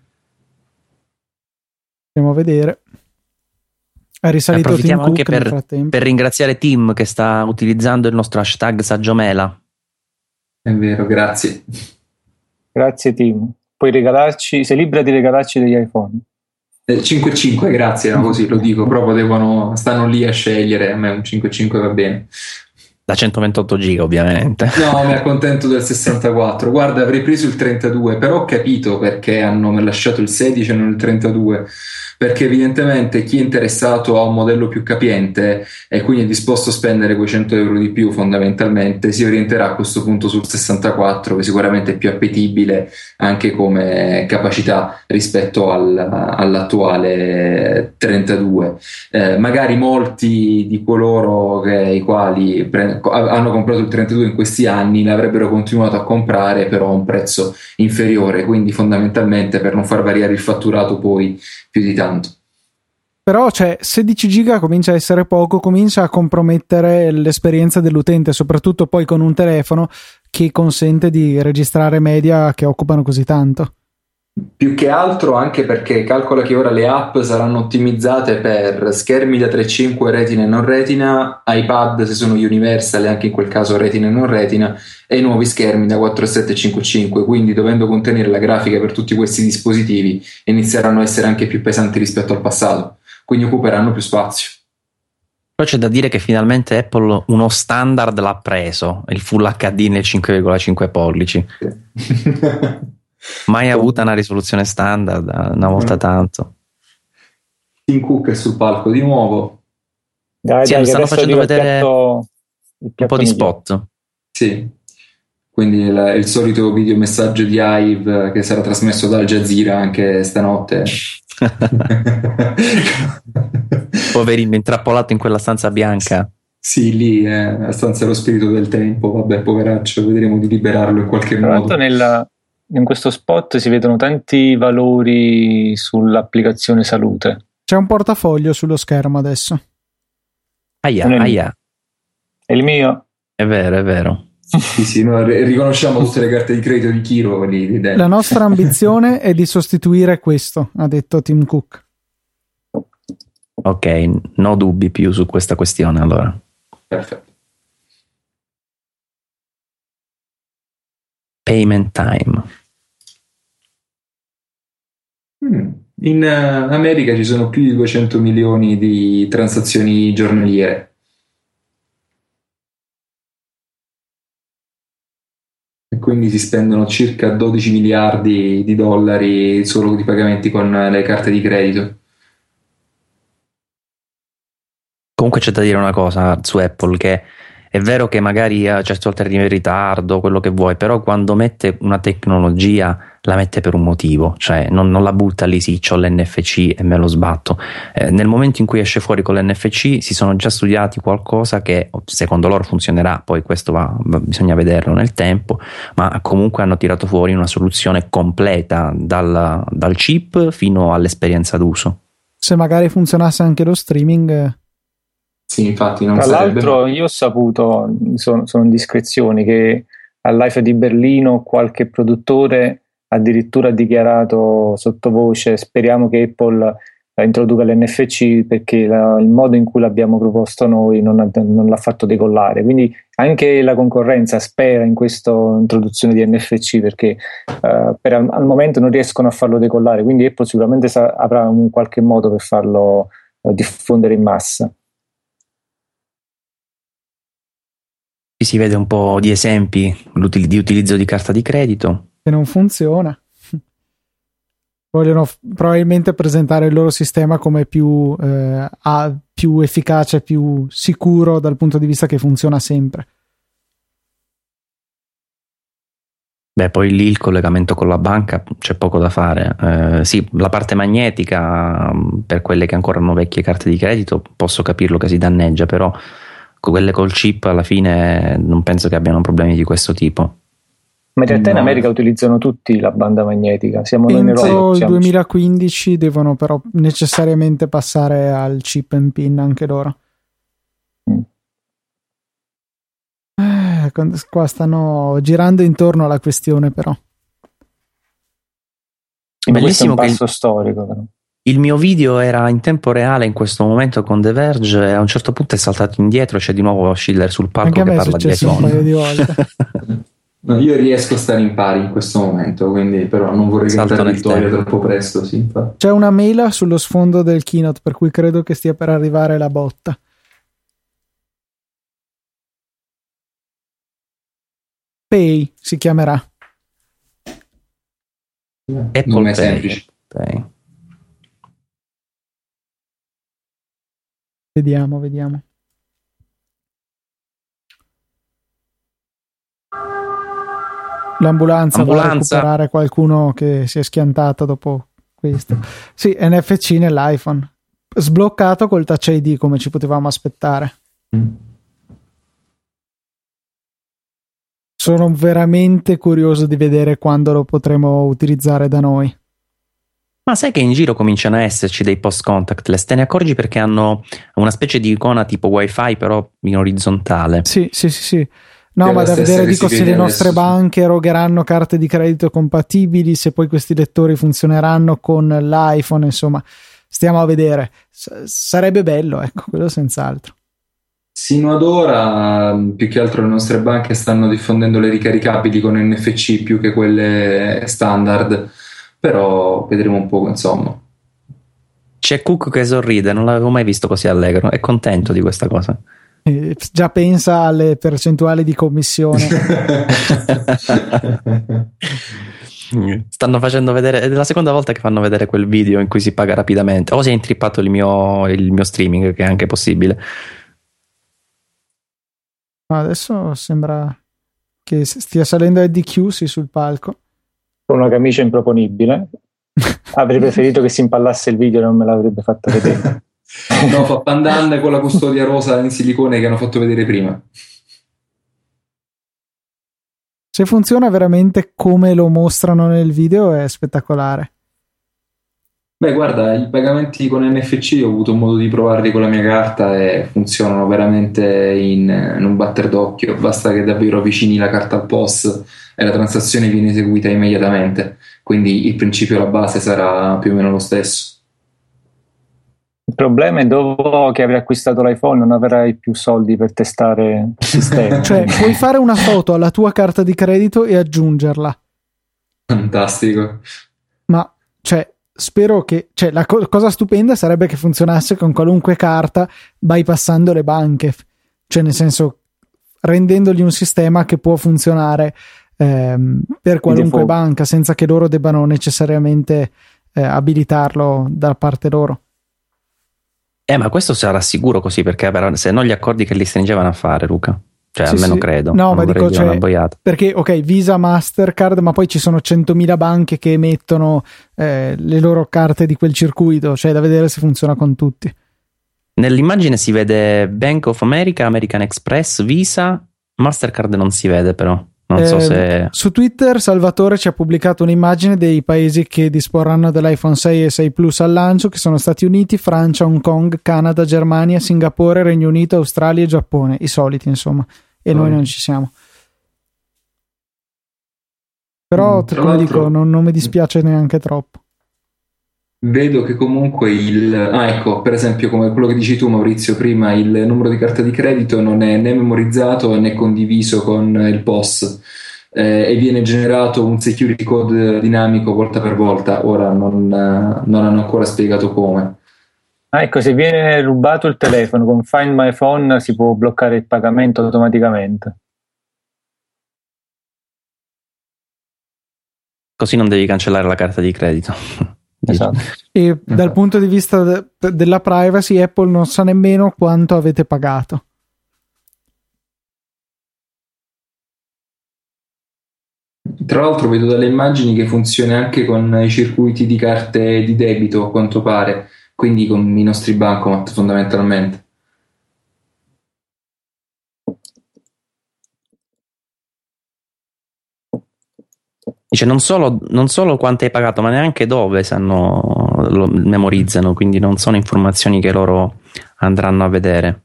C: Andiamo a vedere. È risalito
A: approfittiamo
C: Tim
A: anche
C: Cook
A: per, per ringraziare Tim che sta utilizzando il nostro hashtag Saggiomela.
B: È vero, grazie.
D: Grazie Tim. Puoi regalarci, sei libera di regalarci degli iPhone.
B: Eh, cinque virgola cinque, grazie, no, così lo dico, proprio devono, stanno lì a scegliere, a me un cinque virgola cinque va bene.
A: Da centoventotto giga ovviamente.
B: No, mi accontento del sessantaquattro. Guarda, avrei preso il trentadue, però ho capito perché hanno lasciato il sedici e non il trentadue, perché evidentemente chi è interessato a un modello più capiente e quindi è disposto a spendere quei cento euro di più fondamentalmente si orienterà a questo punto sul sessantaquattro, che sicuramente è più appetibile anche come capacità rispetto al, all'attuale trentadue. Eh, magari molti di coloro che, i quali pre- hanno comprato il trentadue in questi anni l'avrebbero continuato a comprare però a un prezzo inferiore, quindi fondamentalmente per non far variare il fatturato poi più di tanto.
C: Però cioè sedici giga comincia a essere poco, comincia a compromettere l'esperienza dell'utente, soprattutto poi con un telefono che consente di registrare media che occupano così tanto.
B: Più che altro anche perché calcola che ora le app saranno ottimizzate per schermi da tre virgola cinque retina e non retina, iPad se sono universal e anche in quel caso retina e non retina, e i nuovi schermi da quattro virgola sette e cinque virgola cinque, quindi dovendo contenere la grafica per tutti questi dispositivi inizieranno a essere anche più pesanti rispetto al passato, quindi occuperanno più spazio.
A: Poi c'è da dire che finalmente Apple uno standard l'ha preso, il Full H D nel cinque virgola cinque pollici.
B: Sì.
A: Mai avuta una risoluzione standard, una volta tanto.
B: Tim Cook è sul palco di nuovo.
D: Dai,
A: sì,
D: dai,
A: stanno facendo vedere
D: piatto,
A: un po' di spot.
B: Sì, quindi il, il solito videomessaggio di Hive che sarà trasmesso da Al Jazeera anche stanotte.
A: Poverino, intrappolato in quella stanza bianca.
B: Sì, lì è la stanza dello spirito del tempo, vabbè, poveraccio, vedremo di liberarlo in qualche
D: Tra
B: modo.
D: l'altro nella, in questo spot si vedono tanti valori sull'applicazione salute.
C: C'è un portafoglio sullo schermo adesso.
A: Aia,
D: Non è il
A: aia.
D: mio. È il mio.
A: È vero, è vero.
B: Sì, sì, noi riconosciamo tutte le carte di credito di Kiro lì, lì dentro.
C: La nostra ambizione è di sostituire questo, ha detto Tim Cook.
A: Ok, no dubbi più su questa questione allora.
B: Perfetto.
A: Payment time.
B: Mm. In uh, America ci sono più di duecento milioni di transazioni giornaliere. E quindi si spendono circa dodici miliardi di dollari solo di pagamenti con le carte di credito.
A: Comunque c'è da dire una cosa su Apple, che è vero che magari a certe volte arriva in ritardo, quello che vuoi, però quando mette una tecnologia la mette per un motivo, cioè non, non la butta lì, sì, c'ho l'N F C e me lo sbatto. Eh, nel momento in cui esce fuori con l'N F C si sono già studiati qualcosa che secondo loro funzionerà, poi questo va, va, bisogna vederlo nel tempo, ma comunque hanno tirato fuori una soluzione completa dal, dal chip fino all'esperienza d'uso.
C: Se magari funzionasse anche lo streaming...
B: Sì, infatti non
D: Tra
B: sarebbe...
D: l'altro io ho saputo, sono, sono indiscrezioni, che all'I F A di Berlino qualche produttore addirittura ha dichiarato sottovoce: speriamo che Apple eh, introduca l'N F C perché la, il modo in cui l'abbiamo proposto noi non, ha, non l'ha fatto decollare. Quindi anche la concorrenza spera in questa introduzione di N F C perché eh, per, al momento non riescono a farlo decollare, quindi Apple sicuramente sa, avrà un qualche modo per farlo eh, diffondere in massa.
A: Qui si vede un po' di esempi di utilizzo di carta di credito.
C: Che non funziona. Vogliono f- probabilmente presentare il loro sistema come più, eh, a, più efficace, più sicuro dal punto di vista che funziona sempre.
A: Beh, poi lì il collegamento con la banca c'è poco da fare. Eh, sì, la parte magnetica, per quelle che ancora hanno vecchie carte di credito, posso capirlo che si danneggia, però quelle col chip alla fine non penso che abbiano problemi di questo tipo.
D: Ma in realtà
B: No.
D: in America utilizzano tutti la banda magnetica, siamo noi in
C: Entro
D: Europa.
C: il
D: siamo-
C: duemilaquindici devono però necessariamente passare al chip and pin anche loro.
D: Mm.
C: Eh, qua stanno girando intorno alla questione, però.
D: Ma questo è
A: Bellissimo
D: un
A: che
D: passo storico, però.
A: il mio video era in tempo reale in questo momento con The Verge e a un certo punto è saltato indietro, c'è di nuovo Schiller sul palco
C: Anche a
A: che
C: me è
A: parla di
C: successo un
A: iPhone.
C: paio di volte.
B: No, io riesco a stare in pari in questo momento, quindi però non vorrei
A: Salto
B: cantare
A: nel
B: vittoria
A: tempo.
B: troppo presto. Sì, infatti.
C: C'è una mela sullo sfondo del keynote, per cui credo che stia per arrivare la botta. Pay si chiamerà.
A: Apple
B: Non è
A: Pay.
B: semplice.
A: Pay.
C: Vediamo, vediamo. L'ambulanza va a
A: Ambulanza.
C: recuperare qualcuno che si è schiantato dopo questo. Sì, N F C nell'iPhone. Sbloccato col Touch I D, come ci potevamo aspettare.
B: Mm.
C: Sono veramente curioso di vedere quando lo potremo utilizzare da noi.
A: Ma sai che in giro cominciano a esserci dei post contactless? Te ne accorgi perché hanno una specie di icona tipo wifi però in orizzontale.
C: Sì, sì, sì, sì. No,
B: Che è
C: ma
B: la
C: da
B: stessa
C: vedere,
B: che
C: dico,
B: si
C: se
B: vede
C: le nostre
B: adesso, sì.
C: banche erogheranno carte di credito compatibili, se poi questi lettori funzioneranno con l'iPhone, insomma, stiamo a vedere. S- sarebbe bello, ecco, quello senz'altro.
B: Sino ad ora, più che altro le nostre banche stanno diffondendo le ricaricabili con N F C più che quelle standard, però vedremo un po', insomma.
A: C'è Cook che sorride, non l'avevo mai visto così allegro, è contento di questa cosa.
C: Eh, già pensa alle percentuali di commissione.
A: Stanno facendo vedere, è la seconda volta che fanno vedere quel video in cui si paga rapidamente, o si è intrippato il mio, il mio streaming, che è anche possibile.
C: Ma adesso sembra che stia salendo Eddie Q, sì, sul palco.
D: Con una camicia improponibile. Avrei preferito che si impallasse il video e non me l'avrebbe fatto vedere.
B: No, fa pandan con la custodia rosa in silicone che hanno fatto vedere prima.
C: Se funziona veramente come lo mostrano nel video è spettacolare.
B: Beh, guarda, i pagamenti con N F C ho avuto modo di provarli con la mia carta e funzionano veramente in, in un batter d'occhio. Basta che davvero avvicini la carta al P O S e la transazione viene eseguita immediatamente. Quindi il principio alla base sarà più o meno lo stesso.
D: Il problema è dopo che avrai acquistato l'iPhone non avrai più soldi per testare il sistema.
C: Cioè, puoi fare una foto alla tua carta di credito e aggiungerla.
B: Fantastico.
C: Ma, cioè, spero che... Cioè, la co- cosa stupenda sarebbe che funzionasse con qualunque carta bypassando le banche. Cioè, nel senso, rendendogli un sistema che può funzionare ehm, per qualunque banca, senza che loro debbano necessariamente eh, abilitarlo da parte loro.
A: Eh, ma questo sarà sicuro così, perché per- se no gli accordi che li stringevano a fare, Luca. Cioè,
C: Sì,
A: almeno
C: sì.
A: credo.
C: No,
A: non
C: ma
A: vorrei
C: dico,
A: dire
C: cioè,
A: una boiata.
C: perché, ok, Visa, Mastercard, ma poi ci sono centomila banche che emettono eh, le loro carte di quel circuito, cioè da vedere se funziona con tutti.
A: Nell'immagine si vede Bank of America, American Express, Visa, Mastercard non si vede però. Non so
C: Eh,
A: se...
C: Su Twitter Salvatore ci ha pubblicato un'immagine dei paesi che disporranno dell'iPhone sei e sei Plus al lancio, che sono Stati Uniti, Francia, Hong Kong, Canada, Germania, Singapore, Regno Unito, Australia e Giappone, i soliti insomma, e noi non ci siamo. Però,
B: Mm, tra
C: come
B: l'altro-
C: dico, non, non mi dispiace neanche troppo.
B: Vedo che comunque il... Ah, ecco, per esempio, come quello che dici tu, Maurizio, prima, il numero di carta di credito non è né memorizzato né condiviso con il P O S eh, e viene generato un security code dinamico volta per volta. Ora non, eh, non hanno ancora spiegato come.
D: Ah, ecco, se viene rubato il telefono con Find My Phone si può bloccare il pagamento automaticamente.
A: Così non devi cancellare la carta di credito.
D: Esatto.
C: E dal punto di vista de- della privacy, Apple non sa nemmeno quanto avete pagato.
B: Tra l'altro vedo dalle immagini che funziona anche con i circuiti di carte di debito, a quanto pare, quindi con i nostri bancomat fondamentalmente.
A: Dice non solo, non solo quanto hai pagato, ma neanche dove sanno, lo memorizzano, quindi non sono informazioni che loro andranno a vedere.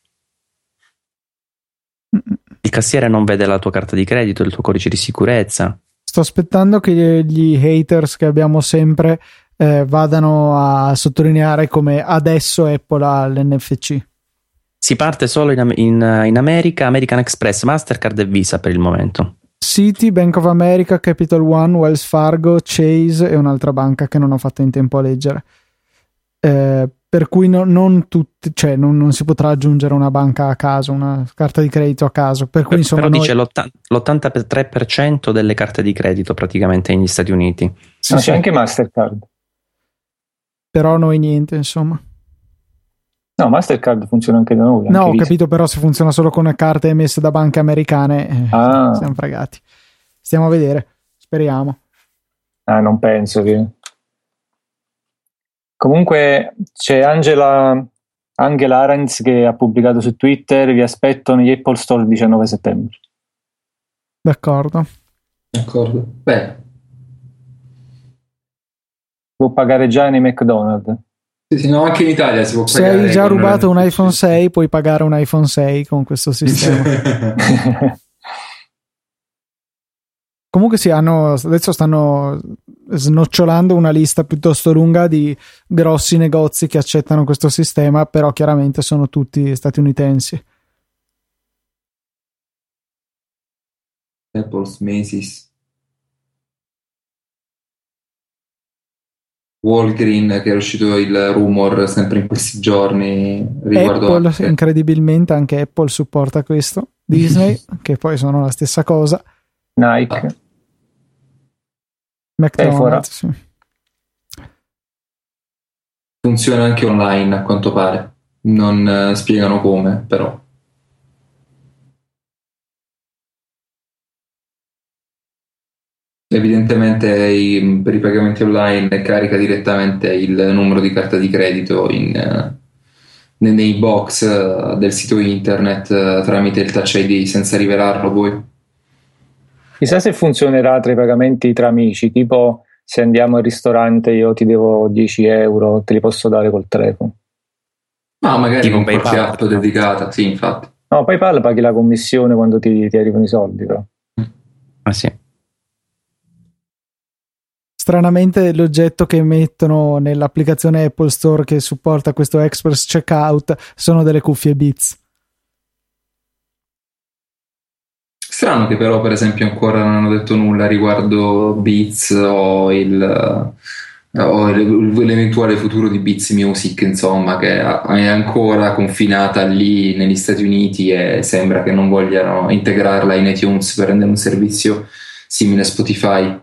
A: Il cassiere non vede la tua carta di credito, il tuo codice di sicurezza.
C: Sto aspettando che gli haters che abbiamo sempre eh, vadano a sottolineare come adesso Apple ha l'N F C.
A: Si parte solo in, in, in America, American Express, Mastercard e Visa per il momento.
C: Citi, Bank of America, Capital One, Wells Fargo, Chase e un'altra banca che non ho fatto in tempo a leggere. Eh, per cui no, non tutti, cioè non, non si potrà aggiungere una banca a caso, una carta di credito a caso. Per cui, insomma,
A: però
C: noi...
A: dice l'ottantatré per cento delle carte di credito praticamente negli Stati Uniti.
C: Sì,
D: No,
C: sì.
D: c'è anche Mastercard.
C: Però noi niente, insomma.
D: No, Mastercard funziona anche da noi.
C: No,
D: anche
C: ho
D: Visa.
C: capito, però se funziona solo con carte emesse da banche americane, eh,
D: Ah.
C: siamo fregati. Stiamo a vedere, speriamo.
D: Ah, non penso che... Comunque c'è Angela, Angela Arenz che ha pubblicato su Twitter: vi aspetto negli Apple Store il diciannove settembre.
C: D'accordo.
B: D'accordo. Beh,
D: Può pagare già nei McDonald's.
B: sì, sì, no, anche in Italia si può
C: Se
B: pagare
C: hai già
B: con-
C: rubato un iPhone sei, puoi pagare un iPhone sei con questo sistema. Comunque sì, hanno, adesso stanno snocciolando una lista piuttosto lunga di grossi negozi che accettano questo sistema, però chiaramente sono tutti statunitensi.
B: Apple's, Macy's, Walgreen, che è uscito il rumor sempre in questi giorni riguardo
C: Apple,
B: anche-
C: incredibilmente anche Apple supporta questo. Disney, che poi sono la stessa cosa.
D: Nike.
C: McDonald's, sì.
B: funziona anche online a quanto pare, non eh, spiegano come, però Evidentemente i, per i pagamenti online carica direttamente il numero di carta di credito in, eh, nei box eh, del sito internet eh, tramite il Touch I D senza rivelarlo poi.
D: Chissà se funzionerà tra i pagamenti tra amici, tipo se andiamo al ristorante io ti devo dieci euro, te li posso dare col telefono.
B: Ah, magari
A: Tipo
B: con qualche
A: PayPal,
B: app dedicata, sì, infatti.
D: No, PayPal paghi la commissione quando ti, ti arrivano i soldi, però.
A: Ah sì.
C: Stranamente l'oggetto che mettono nell'applicazione Apple Store che supporta questo Express Checkout sono delle cuffie Beats.
B: Strano che però per esempio ancora non hanno detto nulla riguardo Beats o il o l'eventuale futuro di Beats Music, insomma, che è ancora confinata lì negli Stati Uniti e sembra che non vogliano integrarla in iTunes per rendere un servizio simile a Spotify.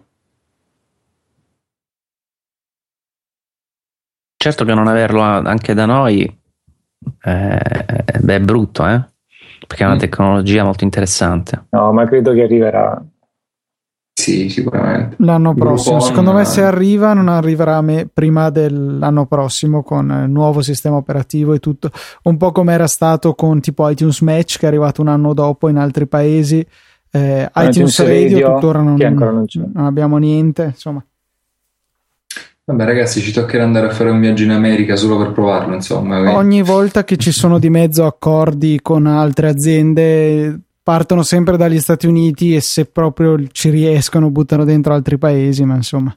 A: Certo che non averlo anche da noi eh, beh, è brutto, eh? Perché è una
B: Mm.
A: tecnologia molto interessante.
D: No, ma credo che arriverà.
B: Sì, sicuramente.
C: L'anno prossimo,
B: Groupon,
C: secondo me se
B: eh,
C: arriva non arriverà a me prima dell'anno prossimo con il nuovo sistema operativo e tutto, un po' come era stato con tipo iTunes Match che è arrivato un anno dopo in altri paesi, eh, iTunes,
D: iTunes
C: Radio,
D: Radio,
C: tuttora non,
D: che ancora non c'è.
C: non abbiamo niente, insomma.
B: Vabbè ragazzi, ci toccherà andare a fare un viaggio in America solo per provarlo, insomma.
C: Ogni volta che ci sono di mezzo accordi con altre aziende partono sempre dagli Stati Uniti e se proprio ci riescono buttano dentro altri paesi, ma insomma.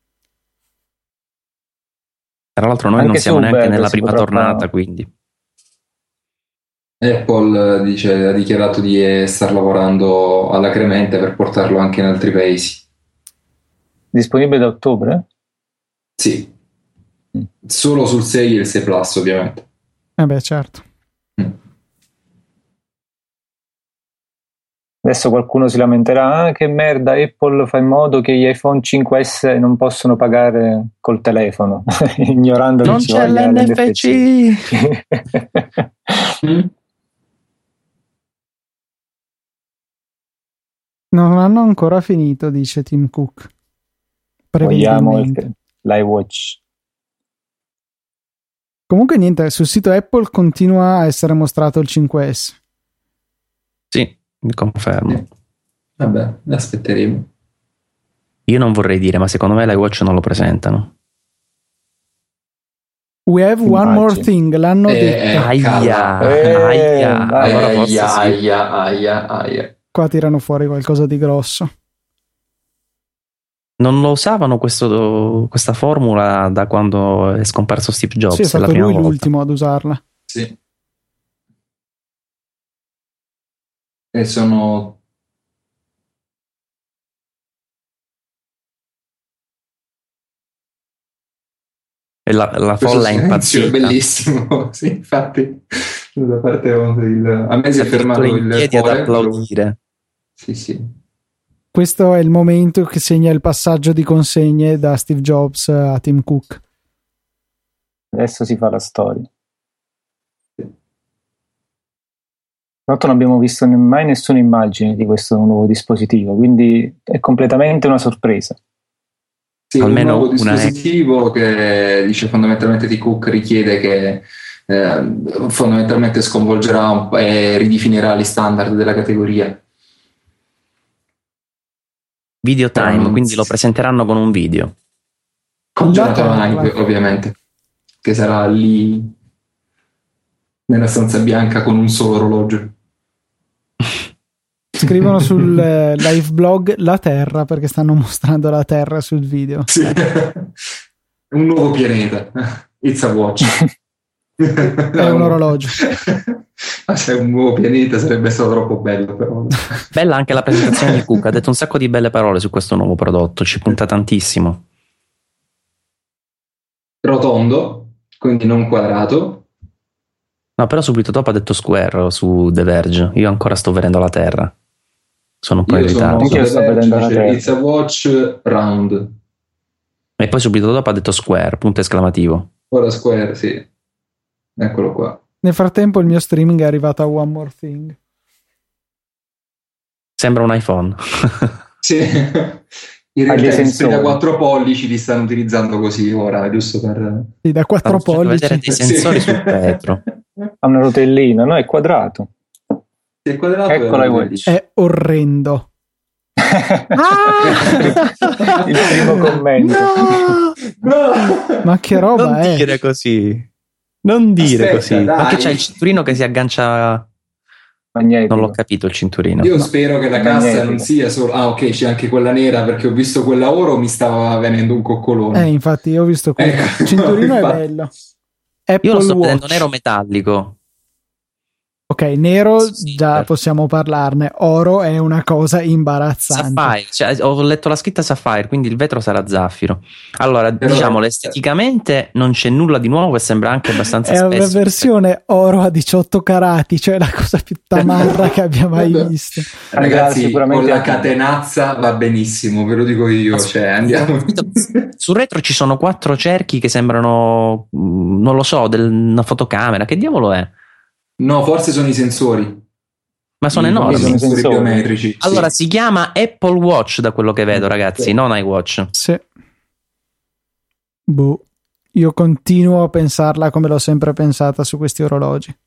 A: Tra l'altro noi
D: Anche
A: non siamo
D: su
A: neanche
D: Uber
A: nella
D: si
A: prima
D: potrà
A: tornata,
D: fare.
A: quindi
B: Apple dice, ha dichiarato di star lavorando alacremente per portarlo anche in altri paesi.
D: Disponibile da ottobre?
B: Sì, solo sul sei e il sei Plus ovviamente.
C: Eh beh, certo.
B: Mm.
D: Adesso qualcuno si lamenterà, ah, che merda, Apple fa in modo che gli iPhone cinque S non possono pagare col telefono, ignorando che
A: non
D: ci
A: c'è
D: voglia
A: l'N F C.
D: l'N F C.
B: Mm.
C: Non hanno ancora finito, dice Tim Cook.
D: Vogliamo
C: Prevedibilmente.
D: l'iWatch.
C: Comunque niente, sul sito Apple continua a essere mostrato il cinque S.
A: Sì, mi confermo.
B: Eh, Vabbè, aspetteremo.
A: Io non vorrei dire, ma secondo me l'iWatch non lo presentano.
C: We have one
D: Immagino.
C: more thing, l'hanno
B: Eh,
C: detto.
B: eh,
A: Aia,
D: Eh,
A: aia.
D: dai.
A: Allora forse
B: aia,
A: sì.
B: aia, aia, aia.
C: Qua tirano fuori qualcosa di grosso.
A: Non lo usavano questo, questa formula da quando è scomparso Steve Jobs.
C: Sì, è
A: la
C: stato
A: prima
C: lui
A: volta.
C: l'ultimo ad usarla.
B: Sì. E sono
A: E la, la
B: questo
A: folla è
B: silenzio è
A: impazzita.
B: bellissimo. Sì, infatti da parte il... a me si è fermato
A: Addirittura in
B: il
A: piedi ad
B: cuore.
A: applaudire.
B: Sì, sì.
C: Questo è il momento che segna il passaggio di consegne da Steve Jobs a Tim Cook.
D: Adesso si fa la storia. Tra l'altro non abbiamo visto ne- mai nessuna immagine di questo nuovo dispositivo, quindi è completamente una sorpresa.
B: Sì,
A: Almeno
B: un nuovo
A: una-
B: dispositivo che dice fondamentalmente Tim Cook richiede che eh, fondamentalmente sconvolgerà un po' e ridefinirà gli standard della categoria.
A: Video
B: Però
A: time,
B: non-
A: quindi lo presenteranno con un video.
B: Con
C: La
B: Jonathan
C: Tesla.
B: Ive, ovviamente, che sarà lì nella stanza bianca con un solo orologio.
C: Scrivono sul eh, live blog la Terra perché stanno mostrando la Terra sul video.
B: Sì. Un nuovo pianeta. It's a watch.
C: È un orologio.
B: Ma se è un nuovo pianeta sarebbe stato troppo bello, però.
A: Bella anche la presentazione di Cook, ha detto un sacco di belle parole su questo nuovo prodotto, ci punta tantissimo.
B: Rotondo, quindi non quadrato.
A: No, però subito dopo ha detto square su The Verge. Io ancora sto vedendo la Terra. Sono un po' in
B: Io sono
A: ritardo.
D: Anche io
B: su
D: sto
B: The Verge,
D: vedendo la
B: dice,
D: Terra.
B: It's a watch round.
A: E poi subito dopo ha detto square, punto esclamativo.
B: Ora square, sì. Eccolo qua.
C: Nel frattempo il mio streaming è arrivato a One More Thing.
A: Sembra un iPhone.
B: Sì. In realtà i da quattro pollici li stanno utilizzando così ora, giusto per...
C: Sì, da quattro pollici.
A: Vedere dei sensori sì. sul vetro.
D: Ha una rotellina, no? È quadrato.
B: È quadrato.
D: Eccola è, watch.
C: È orrendo.
D: ah! Il primo commento.
C: No! No! Ma che roba
A: non
C: è?
A: Non dire così. Non dire
B: Aspetta,
A: così.
B: dai.
A: Ma che c'è il cinturino che si aggancia...
D: Magnetico.
A: Non l'ho capito il cinturino.
B: Io
A: no.
B: spero che la cassa Magnetico. non sia solo... Ah, ok, c'è anche quella nera, perché ho visto quella oro, mi stava venendo un coccolone.
C: Eh, infatti, io ho visto quello.
B: Ecco,
C: il cinturino
B: infatti.
C: è bello. Apple
A: Io lo sto
C: Watch.
A: vedendo nero metallico.
C: Ok, nero
A: sì,
C: già
A: certo.
C: possiamo parlarne. Oro è una cosa imbarazzante.
A: Sapphire, cioè, ho letto la scritta Sapphire, quindi il vetro sarà zaffiro. Allora,
B: Però
A: diciamo,
B: è...
A: esteticamente non c'è nulla di nuovo e sembra anche abbastanza
C: è
A: spesso.
C: È una versione oro a diciotto carati, cioè la cosa più tamarra che abbia mai visto.
B: Ragazzi, sicuramente con la catenazza va benissimo, ve lo dico io. Cioè, andiamo.
A: Sul retro ci sono quattro cerchi che sembrano, non lo so, del, una fotocamera. Che diavolo è?
B: No, forse sono i sensori.
A: Ma sono
B: I
A: enormi.
B: Sono sensori biometrici.
A: Allora
B: sì.
A: si chiama Apple Watch da quello che vedo, ragazzi, sì. non iWatch.
C: Sì. Boh. Io continuo a pensarla come l'ho sempre pensata su questi orologi.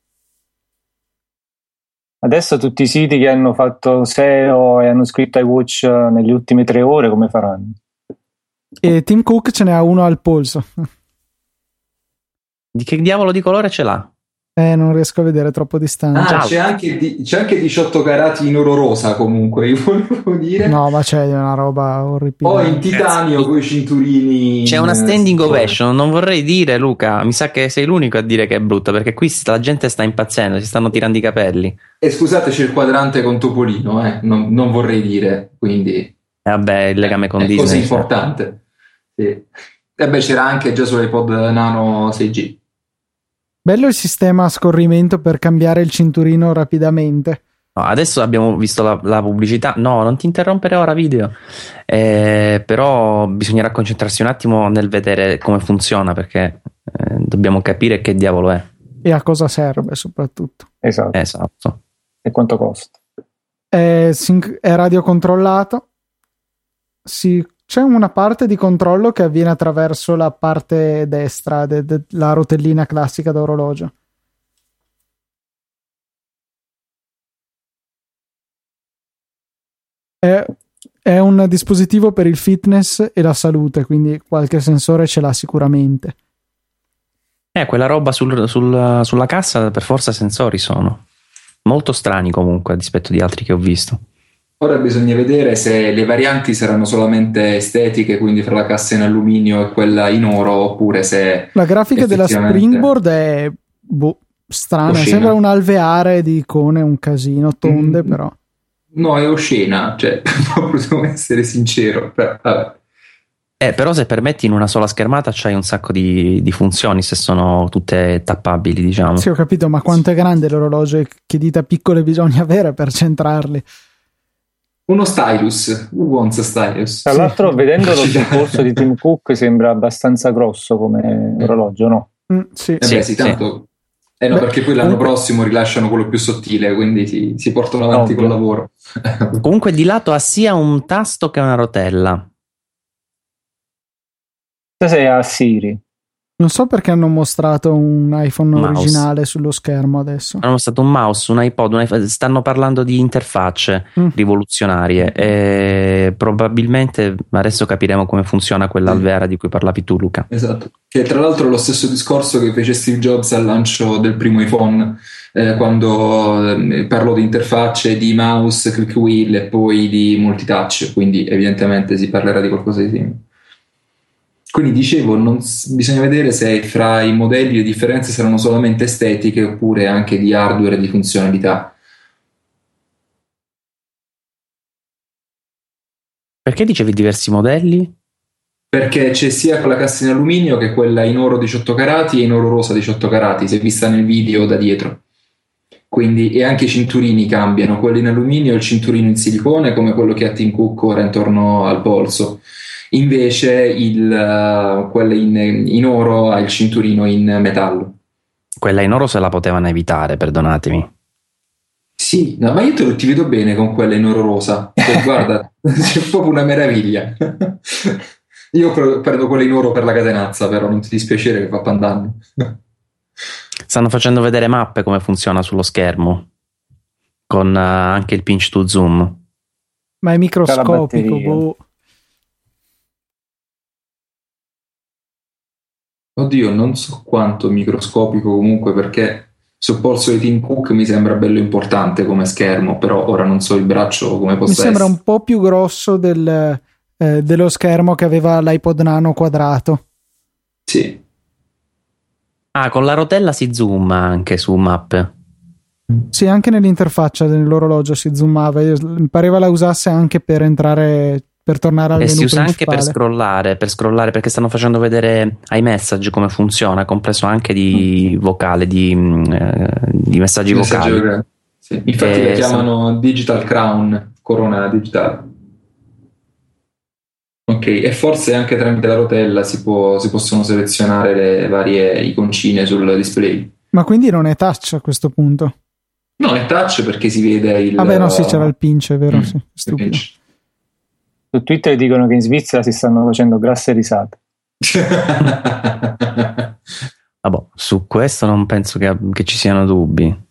D: Adesso tutti i siti che hanno fatto S E O e hanno scritto iWatch negli ultimi tre ore, come faranno?
C: E Tim Cook ce n'ha uno al polso.
A: Di che diavolo di colore ce l'ha?
C: Eh, non riesco a vedere troppo distante.
B: Ah, c'è anche, di, c'è anche diciotto carati in oro rosa comunque, io volevo dire.
C: No, ma c'è una roba orribile.
B: Poi in titanio con i cinturini.
A: C'è una standing ovation, non vorrei dire, Luca, mi sa che sei l'unico a dire che è brutta, perché qui la gente sta impazzendo, si stanno tirando i capelli.
B: E scusate, c'è il quadrante con Topolino, eh? non, non vorrei dire, quindi...
A: E vabbè, il legame con
B: è
A: Disney.
B: È così importante. Sì. E beh, c'era anche già sull'iPod Nano sei G.
C: Bello il sistema a scorrimento per cambiare il cinturino rapidamente.
A: No, adesso abbiamo visto la, la pubblicità. No, non ti interrompere ora video. Eh, però bisognerà concentrarsi un attimo nel vedere come funziona, perché eh, dobbiamo capire che diavolo è.
C: E a cosa serve soprattutto.
D: Esatto.
A: Esatto.
D: E quanto costa.
C: È, è radiocontrollato. Si... C'è una parte di controllo che avviene attraverso la parte destra della de, rotellina classica d'orologio. È, è un dispositivo per il fitness e la salute, quindi qualche sensore ce l'ha sicuramente.
A: Eh, quella roba sul, sul, sulla cassa per forza sensori sono. Molto strani comunque, a dispetto di altri che ho visto.
B: Ora bisogna vedere se le varianti saranno solamente estetiche, quindi fra la cassa in alluminio e quella in oro, oppure se...
C: La grafica della Springboard è boh, strana, oscena. Sembra un alveare di icone, un casino, tonde mm, però.
B: No, è oscena, cioè, devo essere sincero. Però, vabbè.
A: Eh, però se permetti in una sola schermata c'hai un sacco di, di funzioni, se sono tutte tappabili, diciamo.
C: Sì, ho capito, ma quanto è grande l'orologio e che dita piccole bisogna avere per centrarli?
B: Uno stylus, who wants a stylus?
D: Tra l'altro, sì. Vedendo lo percorso di Tim Cook sembra abbastanza grosso come orologio, no?
C: Mm, sì,
B: eh
C: sì,
B: beh, sì, tanto. Sì. Eh no, beh, perché poi l'anno comunque... prossimo rilasciano quello più sottile, quindi si, si portano avanti Ovvio. Col lavoro.
A: Comunque di lato ha sia un tasto che una rotella.
D: Sei a Siri.
C: Non so perché hanno mostrato un iPhone
A: mouse.
C: Originale sullo schermo adesso.
A: Hanno mostrato un mouse, un iPod, un iPod. Stanno parlando di interfacce mm. rivoluzionarie e probabilmente adesso capiremo come funziona quell'alveare di cui parlavi tu, Luca.
B: Esatto, che tra l'altro è lo stesso discorso che fece Steve Jobs al lancio del primo iPhone, eh, quando eh, parlò di interfacce, di mouse, click wheel e poi di multitouch, quindi evidentemente si parlerà di qualcosa di simile. Quindi dicevo, non, bisogna vedere se fra i modelli le differenze saranno solamente estetiche oppure anche di hardware e di funzionalità.
A: Perché dicevi diversi modelli?
B: Perché c'è sia la cassa in alluminio che quella in oro diciotto carati e in oro rosa diciotto carati, si è vista nel video da dietro. Quindi, e anche i cinturini cambiano, quello in alluminio e il cinturino in silicone come quello che ha Tim Cook ora intorno al polso. Invece il, uh, quella in, in oro ha il cinturino in metallo.
A: Quella in oro se la potevano evitare, perdonatemi.
B: Sì, no, ma io te lo, ti vedo bene con quella in oro rosa. Cioè, guarda, c'è proprio una meraviglia. Io prendo quella in oro per la catenazza, però non ti dispiacere che fa pandanno.
A: Stanno facendo vedere mappe come funziona sullo schermo, con uh, anche il pinch to zoom.
C: Ma è microscopico, boh.
B: Oddio, non so quanto microscopico comunque, perché sul polso di Tim Cook mi sembra bello importante come schermo, però ora non so il braccio come possa essere.
C: Mi sembra un po' più grosso del, eh, dello schermo che aveva l'iPod Nano quadrato.
B: Sì.
A: Ah, con la rotella si zooma anche su mappe.
C: Sì, anche nell'interfaccia dell'orologio si zoomava. Mi pareva la usasse anche per entrare, per tornare al
A: e
C: menu
A: si usa
C: principale.
A: anche per scrollare, per scrollare, perché stanno facendo vedere ai message come funziona, compreso anche di vocale, di, eh, di messaggi, messaggi vocali.
B: Sì. Infatti
A: e
B: la chiamano stanno... Digital Crown, corona digitale. Ok, e forse anche tramite la rotella si, può, si possono selezionare le varie iconcine sul display.
C: Ma quindi non è touch a questo punto?
B: No, è touch perché si vede il...
C: Vabbè, no, sì, c'era il pinch, è vero, mm, sì, stupido.
D: Su Twitter dicono che in Svizzera si stanno facendo grasse risate.
A: Vabbè, su questo non penso che, che ci siano dubbi.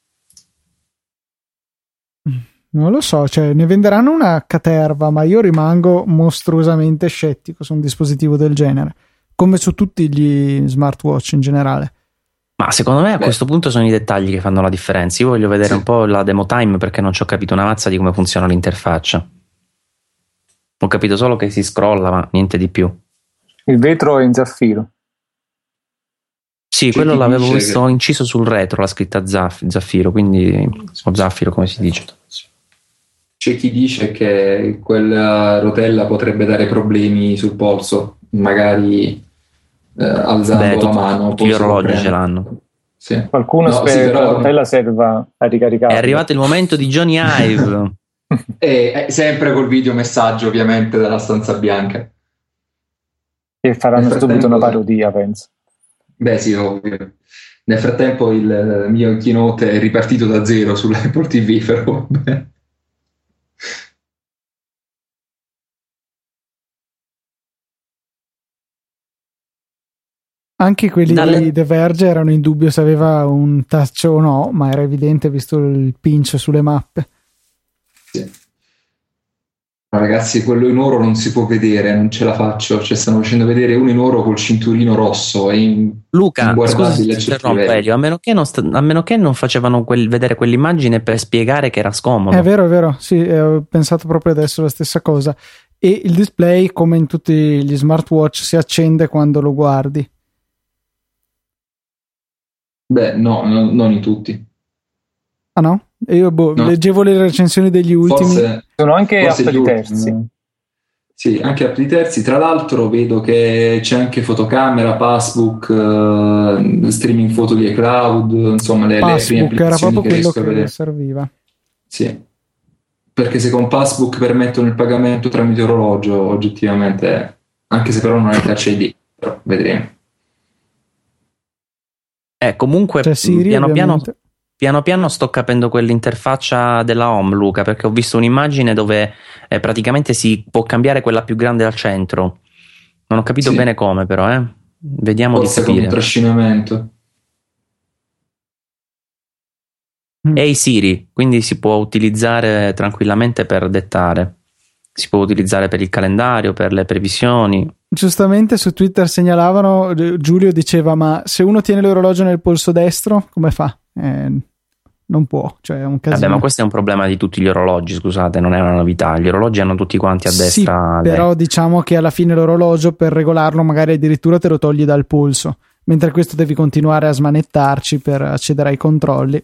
C: Non lo so, cioè ne venderanno una caterva, ma io rimango mostruosamente scettico su un dispositivo del genere, come su tutti gli smartwatch in generale.
A: Ma secondo me a Beh. questo punto sono i dettagli che fanno la differenza. Io voglio vedere sì. un po' la demo time, perché non ci ho capito una mazza di come funziona l'interfaccia. Ho capito solo che si scrolla, ma niente di più.
D: Il vetro è in zaffiro.
A: Sì, C'è quello l'avevo visto che... inciso sul retro, la scritta zaff- zaffiro, quindi o zaffiro come si dice.
B: C'è chi dice che quella rotella potrebbe dare problemi sul polso, magari eh, alzando
A: Beh,
B: la mano.
A: Tutti gli orologi ce l'hanno.
D: Sì. Qualcuno no, spera sì, però... che la rotella serva a ricaricare.
A: È arrivato il momento di Johnny Ive.
B: E sempre col videomessaggio, ovviamente, dalla stanza bianca.
D: E faranno subito una parodia, penso.
B: Beh, sì, ovvio. Nel frattempo il mio keynote è ripartito da zero sull'Apple ti vu, però vabbè.
C: Anche quelli
A: Dalle...
C: di The Verge erano in dubbio se aveva un touch o no, ma era evidente visto il pinch sulle mappe.
B: Sì. Ma ragazzi, quello in oro non si può vedere, non ce la faccio. Cioè, stanno facendo vedere uno in oro col cinturino rosso. È in...
A: Luca, scusa se ti interrompo, Elio, a meno che non, sta... a meno che non facevano quel... vedere quell'immagine per spiegare che era scomodo.
C: È vero, è vero, sì, ho pensato proprio adesso la stessa cosa. E il display, come in tutti gli smartwatch, si accende quando lo guardi.
B: Beh, no, no, non in tutti.
C: Ah no? Io boh, no. leggevo le recensioni degli ultimi.
D: Forse, sono anche app di terzi.
B: Sì, anche app di terzi. Tra l'altro vedo che c'è anche fotocamera, passbook, uh, streaming foto di iCloud, insomma le,
C: passbook
B: le prime
C: era proprio
B: che
C: quello che
B: vedere.
C: serviva.
B: Sì, perché se con passbook permettono il pagamento tramite orologio, oggettivamente, anche se però non è Touch I D, però vedremo.
A: Eh, comunque
C: cioè, Siri,
A: piano piano, piano piano sto capendo quell'interfaccia della home, Luca, perché ho visto un'immagine dove eh, praticamente si può cambiare quella più grande al centro. Non ho capito sì. bene come, però, eh. Vediamo
B: Forse
A: di capire.
B: Con un trascinamento.
A: Ehi Siri, quindi si può utilizzare tranquillamente per dettare. Si può utilizzare per il calendario, per le previsioni.
C: Giustamente su Twitter segnalavano, Giulio diceva, ma se uno tiene l'orologio nel polso destro, come fa? Eh, non può, cioè è un casino.
A: Vabbè, ma questo è un problema di tutti gli orologi, scusate, non è una novità. Gli orologi hanno tutti quanti a destra.
C: Sì, però diciamo che alla fine l'orologio per regolarlo magari addirittura te lo togli dal polso, mentre questo devi continuare a smanettarci per accedere ai controlli.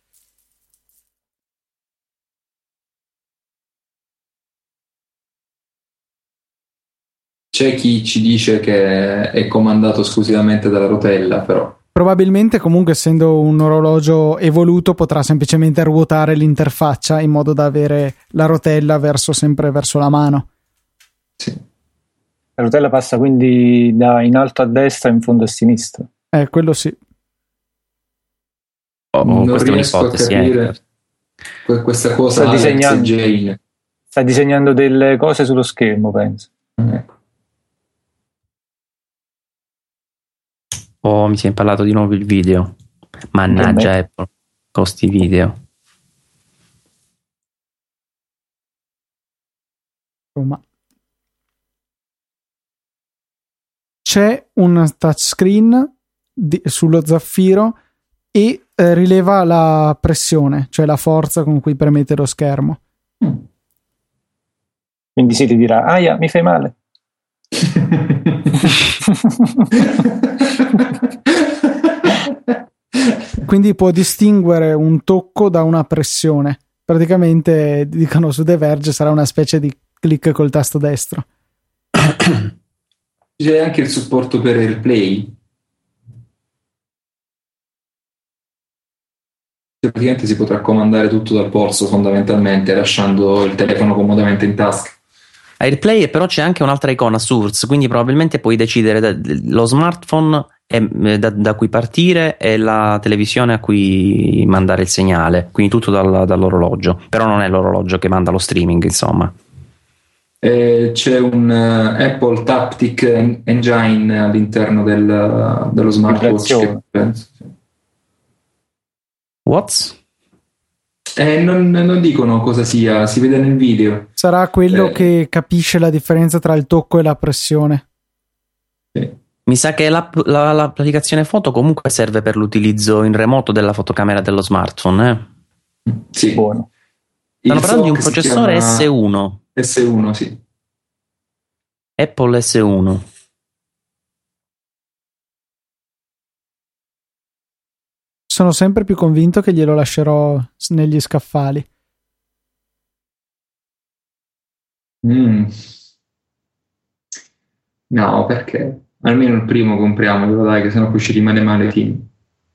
B: C'è chi ci dice che è comandato esclusivamente dalla rotella, però.
C: Probabilmente comunque essendo un orologio evoluto potrà semplicemente ruotare l'interfaccia in modo da avere la rotella verso sempre verso la mano.
B: Sì.
D: La rotella passa quindi da in alto a destra in fondo a sinistra.
C: Eh, quello sì.
A: Oh,
B: non riesco a capire. Questa cosa
D: sta disegnando,
B: Jane.
D: sta disegnando delle cose sullo schermo, penso.
B: Ecco.
A: Oh, mi si è parlato di nuovo il video. Mannaggia Apple, costi video.
C: Ma c'è un touchscreen di, sullo Zaffiro e eh, rileva la pressione, cioè la forza con cui premete lo schermo.
D: Mm. Quindi si ti dirà, aia, mi fai male.
C: Quindi può distinguere un tocco da una pressione. Praticamente, dicono su The Verge, sarà una specie di clic col tasto destro.
B: C'è anche il supporto per AirPlay. Praticamente si potrà comandare tutto dal polso fondamentalmente, lasciando il telefono comodamente in tasca.
A: AirPlay, però c'è anche un'altra icona Source, quindi probabilmente puoi decidere da, lo smartphone è, da, da cui partire e la televisione a cui mandare il segnale, quindi tutto dal, dall'orologio, però non è l'orologio che manda lo streaming, insomma.
B: Eh, c'è un uh, Apple Taptic Engine all'interno del, dello smartwatch che penso.
A: What?
B: Eh, non, non dicono cosa sia, si vede nel video.
C: Sarà quello
B: eh.
C: che capisce la differenza tra il tocco e la pressione.
B: Sì.
A: Mi sa che l'app, la, l'applicazione foto comunque serve per l'utilizzo in remoto della fotocamera dello smartphone. Eh?
B: Sì.
D: Buono.
A: Stanno parlando di un processore S uno.
B: S uno, sì.
A: Apple S uno.
C: Sono sempre più convinto che glielo lascerò negli scaffali.
B: Mm. No, perché? Almeno il primo compriamolo, dai, che sennò poi ci rimane male Tim.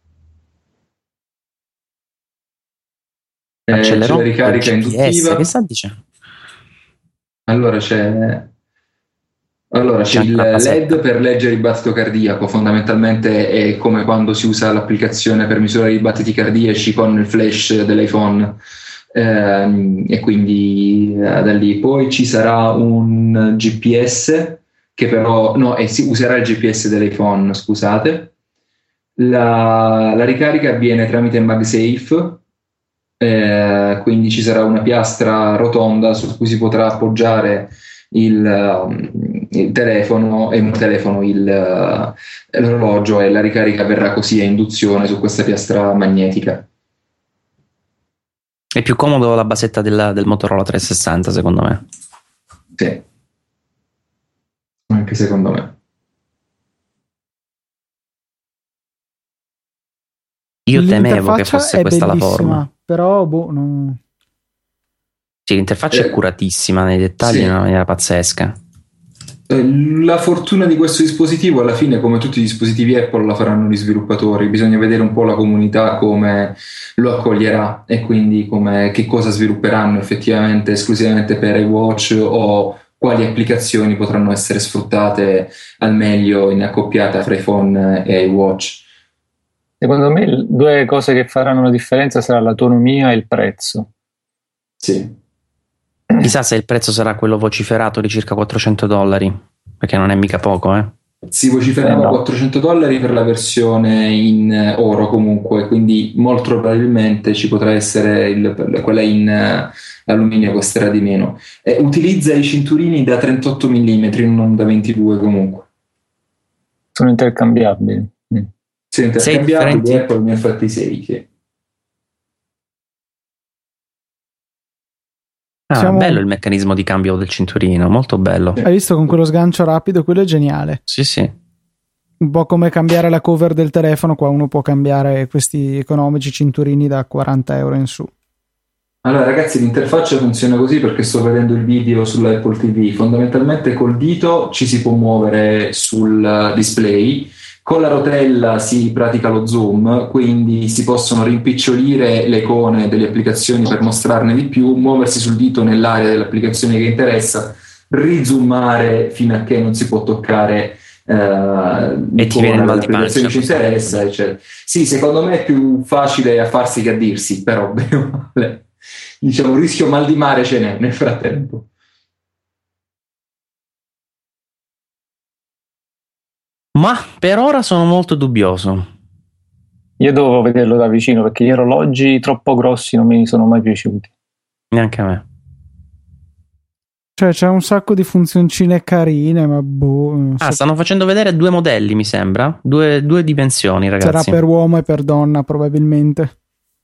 B: Eh, c'è la ricarica induttiva.
A: Che sta dicendo?
B: Allora c'è Allora c'è, c'è il L E D per leggere il battito cardiaco, fondamentalmente è come quando si usa l'applicazione per misurare i battiti cardiaci con il flash dell'iPhone, eh, e quindi eh, da lì poi ci sarà un G P S che però no, eh, si userà il G P S dell'iPhone, scusate. La, la ricarica avviene tramite MagSafe, eh, quindi ci sarà una piastra rotonda su cui si potrà appoggiare Il, il telefono e il telefono il, l'orologio, e la ricarica avverrà così a induzione su questa piastra magnetica.
A: È più comodo la basetta del, del Motorola trecentosessanta, secondo me.
B: Sì, anche secondo me.
A: Io temevo che fosse questa la forma,
C: però boh, non...
A: Sì, l'interfaccia eh, è curatissima nei dettagli, sì, in una maniera pazzesca.
B: La fortuna di questo dispositivo, alla fine, come tutti i dispositivi Apple, la faranno gli sviluppatori. Bisogna vedere un po' la comunità come lo accoglierà e quindi come, che cosa svilupperanno effettivamente esclusivamente per iWatch, o quali applicazioni potranno essere sfruttate al meglio in accoppiata fra iPhone e iWatch.
D: Secondo me due cose che faranno la differenza sarà l'autonomia e il prezzo.
B: Sì.
A: Chissà se il prezzo sarà quello vociferato di circa quattrocento dollari, perché non è mica poco, eh?
B: Si vociferava eh no. quattrocento dollari per la versione in oro comunque, quindi molto probabilmente ci potrà essere il, quella in uh, alluminio, costerà di meno. Eh, utilizza i cinturini da trentotto millimetri, non da ventidue comunque.
D: Sono intercambiabili. Mm.
B: Sì, intercambiabili, Apple ne ha fatti sei, sì.
A: Ah, Siamo... bello il meccanismo di cambio del cinturino, molto bello.
C: Hai visto con quello sgancio rapido? Quello è geniale.
A: Sì, sì.
C: Un po' come cambiare la cover del telefono, qua uno può cambiare questi economici cinturini da quaranta euro in su.
B: Allora ragazzi, l'interfaccia funziona così perché sto vedendo il video sull'Apple T V. Fondamentalmente col dito ci si può muovere sul display, con la rotella si pratica lo zoom, quindi si possono rimpicciolire le icone delle applicazioni per mostrarne di più, muoversi sul dito nell'area dell'applicazione che interessa, rizoomare fino a che non si può toccare eh,
A: e ti viene il mal di pancia,
B: che ci interessa, eccetera. Sì, secondo me è più facile a farsi che a dirsi, però bene o male diciamo, un rischio mal di mare ce n'è nel frattempo.
A: Ma per ora sono molto dubbioso.
D: Io dovevo vederlo da vicino perché gli orologi troppo grossi non mi sono mai piaciuti.
A: Neanche a me.
C: Cioè c'è un sacco di funzioncine carine, ma boh. Non
A: Ah,
C: so.
A: stanno facendo vedere due modelli, mi sembra. Due, due dimensioni, ragazzi.
C: Sarà per uomo e per donna, probabilmente.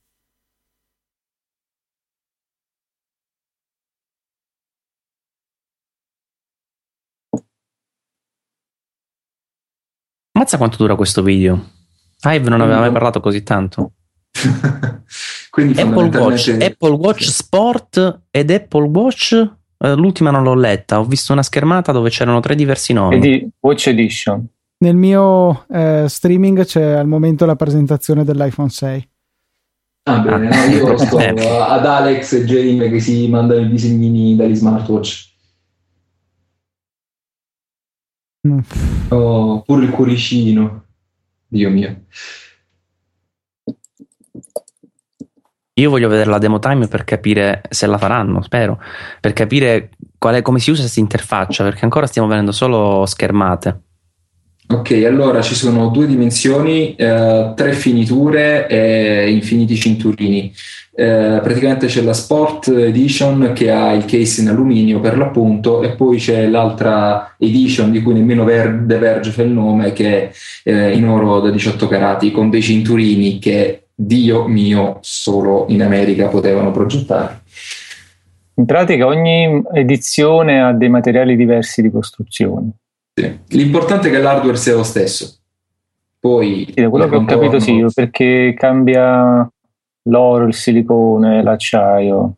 A: Mazza quanto dura questo video. Hive non aveva mai parlato così tanto.
B: Quindi
A: Apple Watch,
B: fondamentalmente
A: Apple Watch Sport ed Apple Watch, eh, l'ultima non l'ho letta, ho visto una schermata dove c'erano tre diversi nomi.
D: E di Watch Edition.
C: Nel mio eh, streaming c'è al momento la presentazione dell'iPhone sei.
B: Ah, bene, no, io sto ad Alex e Jamie che si mandano i disegnini dagli smartwatch.
C: Mm.
B: Oh, pure il cuoricino. Dio mio.
A: Io voglio vedere la demo time per capire se la faranno, spero, per capire qual è, come si usa questa interfaccia, perché ancora stiamo vedendo solo schermate.
B: Ok, allora ci sono due dimensioni, eh, tre finiture e infiniti cinturini. Eh, praticamente c'è la Sport Edition che ha il case in alluminio per l'appunto, e poi c'è l'altra Edition di cui nemmeno Ver- The Verge fa il nome, che è eh, in oro da diciotto carati con dei cinturini che, Dio mio, solo in America potevano progettare.
D: In pratica ogni edizione ha dei materiali diversi di costruzione.
B: Sì. L'importante è che l'hardware sia lo stesso. Poi,
D: sì, da quello che ho capito sì, perché cambia l'oro, il silicone, l'acciaio.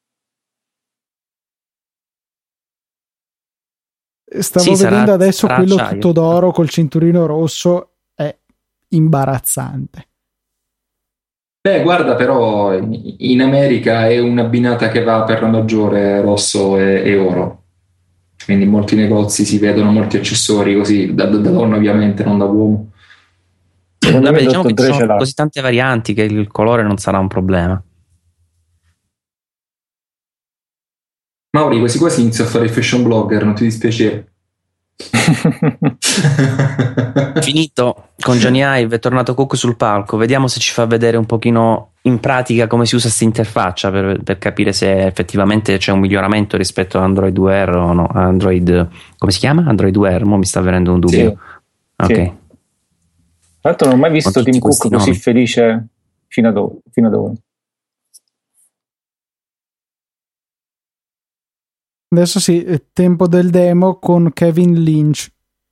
C: Stavo
A: Sì,
C: vedendo
A: sarà-
C: adesso
A: sarà
C: quello
A: acciaio.
C: tutto d'oro col cinturino rosso, è imbarazzante.
B: Beh, guarda, però in America è un'abbinata che va per la maggiore, rosso e, e oro. Quindi in molti negozi si vedono molti accessori così, da, da donna ovviamente, non da uomo.
D: Secondo
A: Vabbè,
D: me
A: diciamo che
D: dottor
A: ci
D: Dre ce
A: sono
D: l'ha.
A: così tante varianti che il colore non sarà un problema.
B: Mauri, quasi quasi inizio a fare il fashion blogger, non ti dispiace?
A: Finito con Johnny Ive, è tornato Cook sul palco. Vediamo se ci fa vedere un pochino in pratica come si usa questa interfaccia per, per capire se effettivamente c'è un miglioramento rispetto a Android Wear o no. Android, come si chiama? Android Wear, mo mi sta venendo un dubbio.
D: Sì,
A: Ok.
D: sì. Tra l'altro non ho mai visto
A: Con tutti
D: Tim Cook
A: questi
D: così
A: nomi.
D: felice fino ad, o- fino ad ora.
C: Adesso sì, è tempo del demo con Kevin Lynch.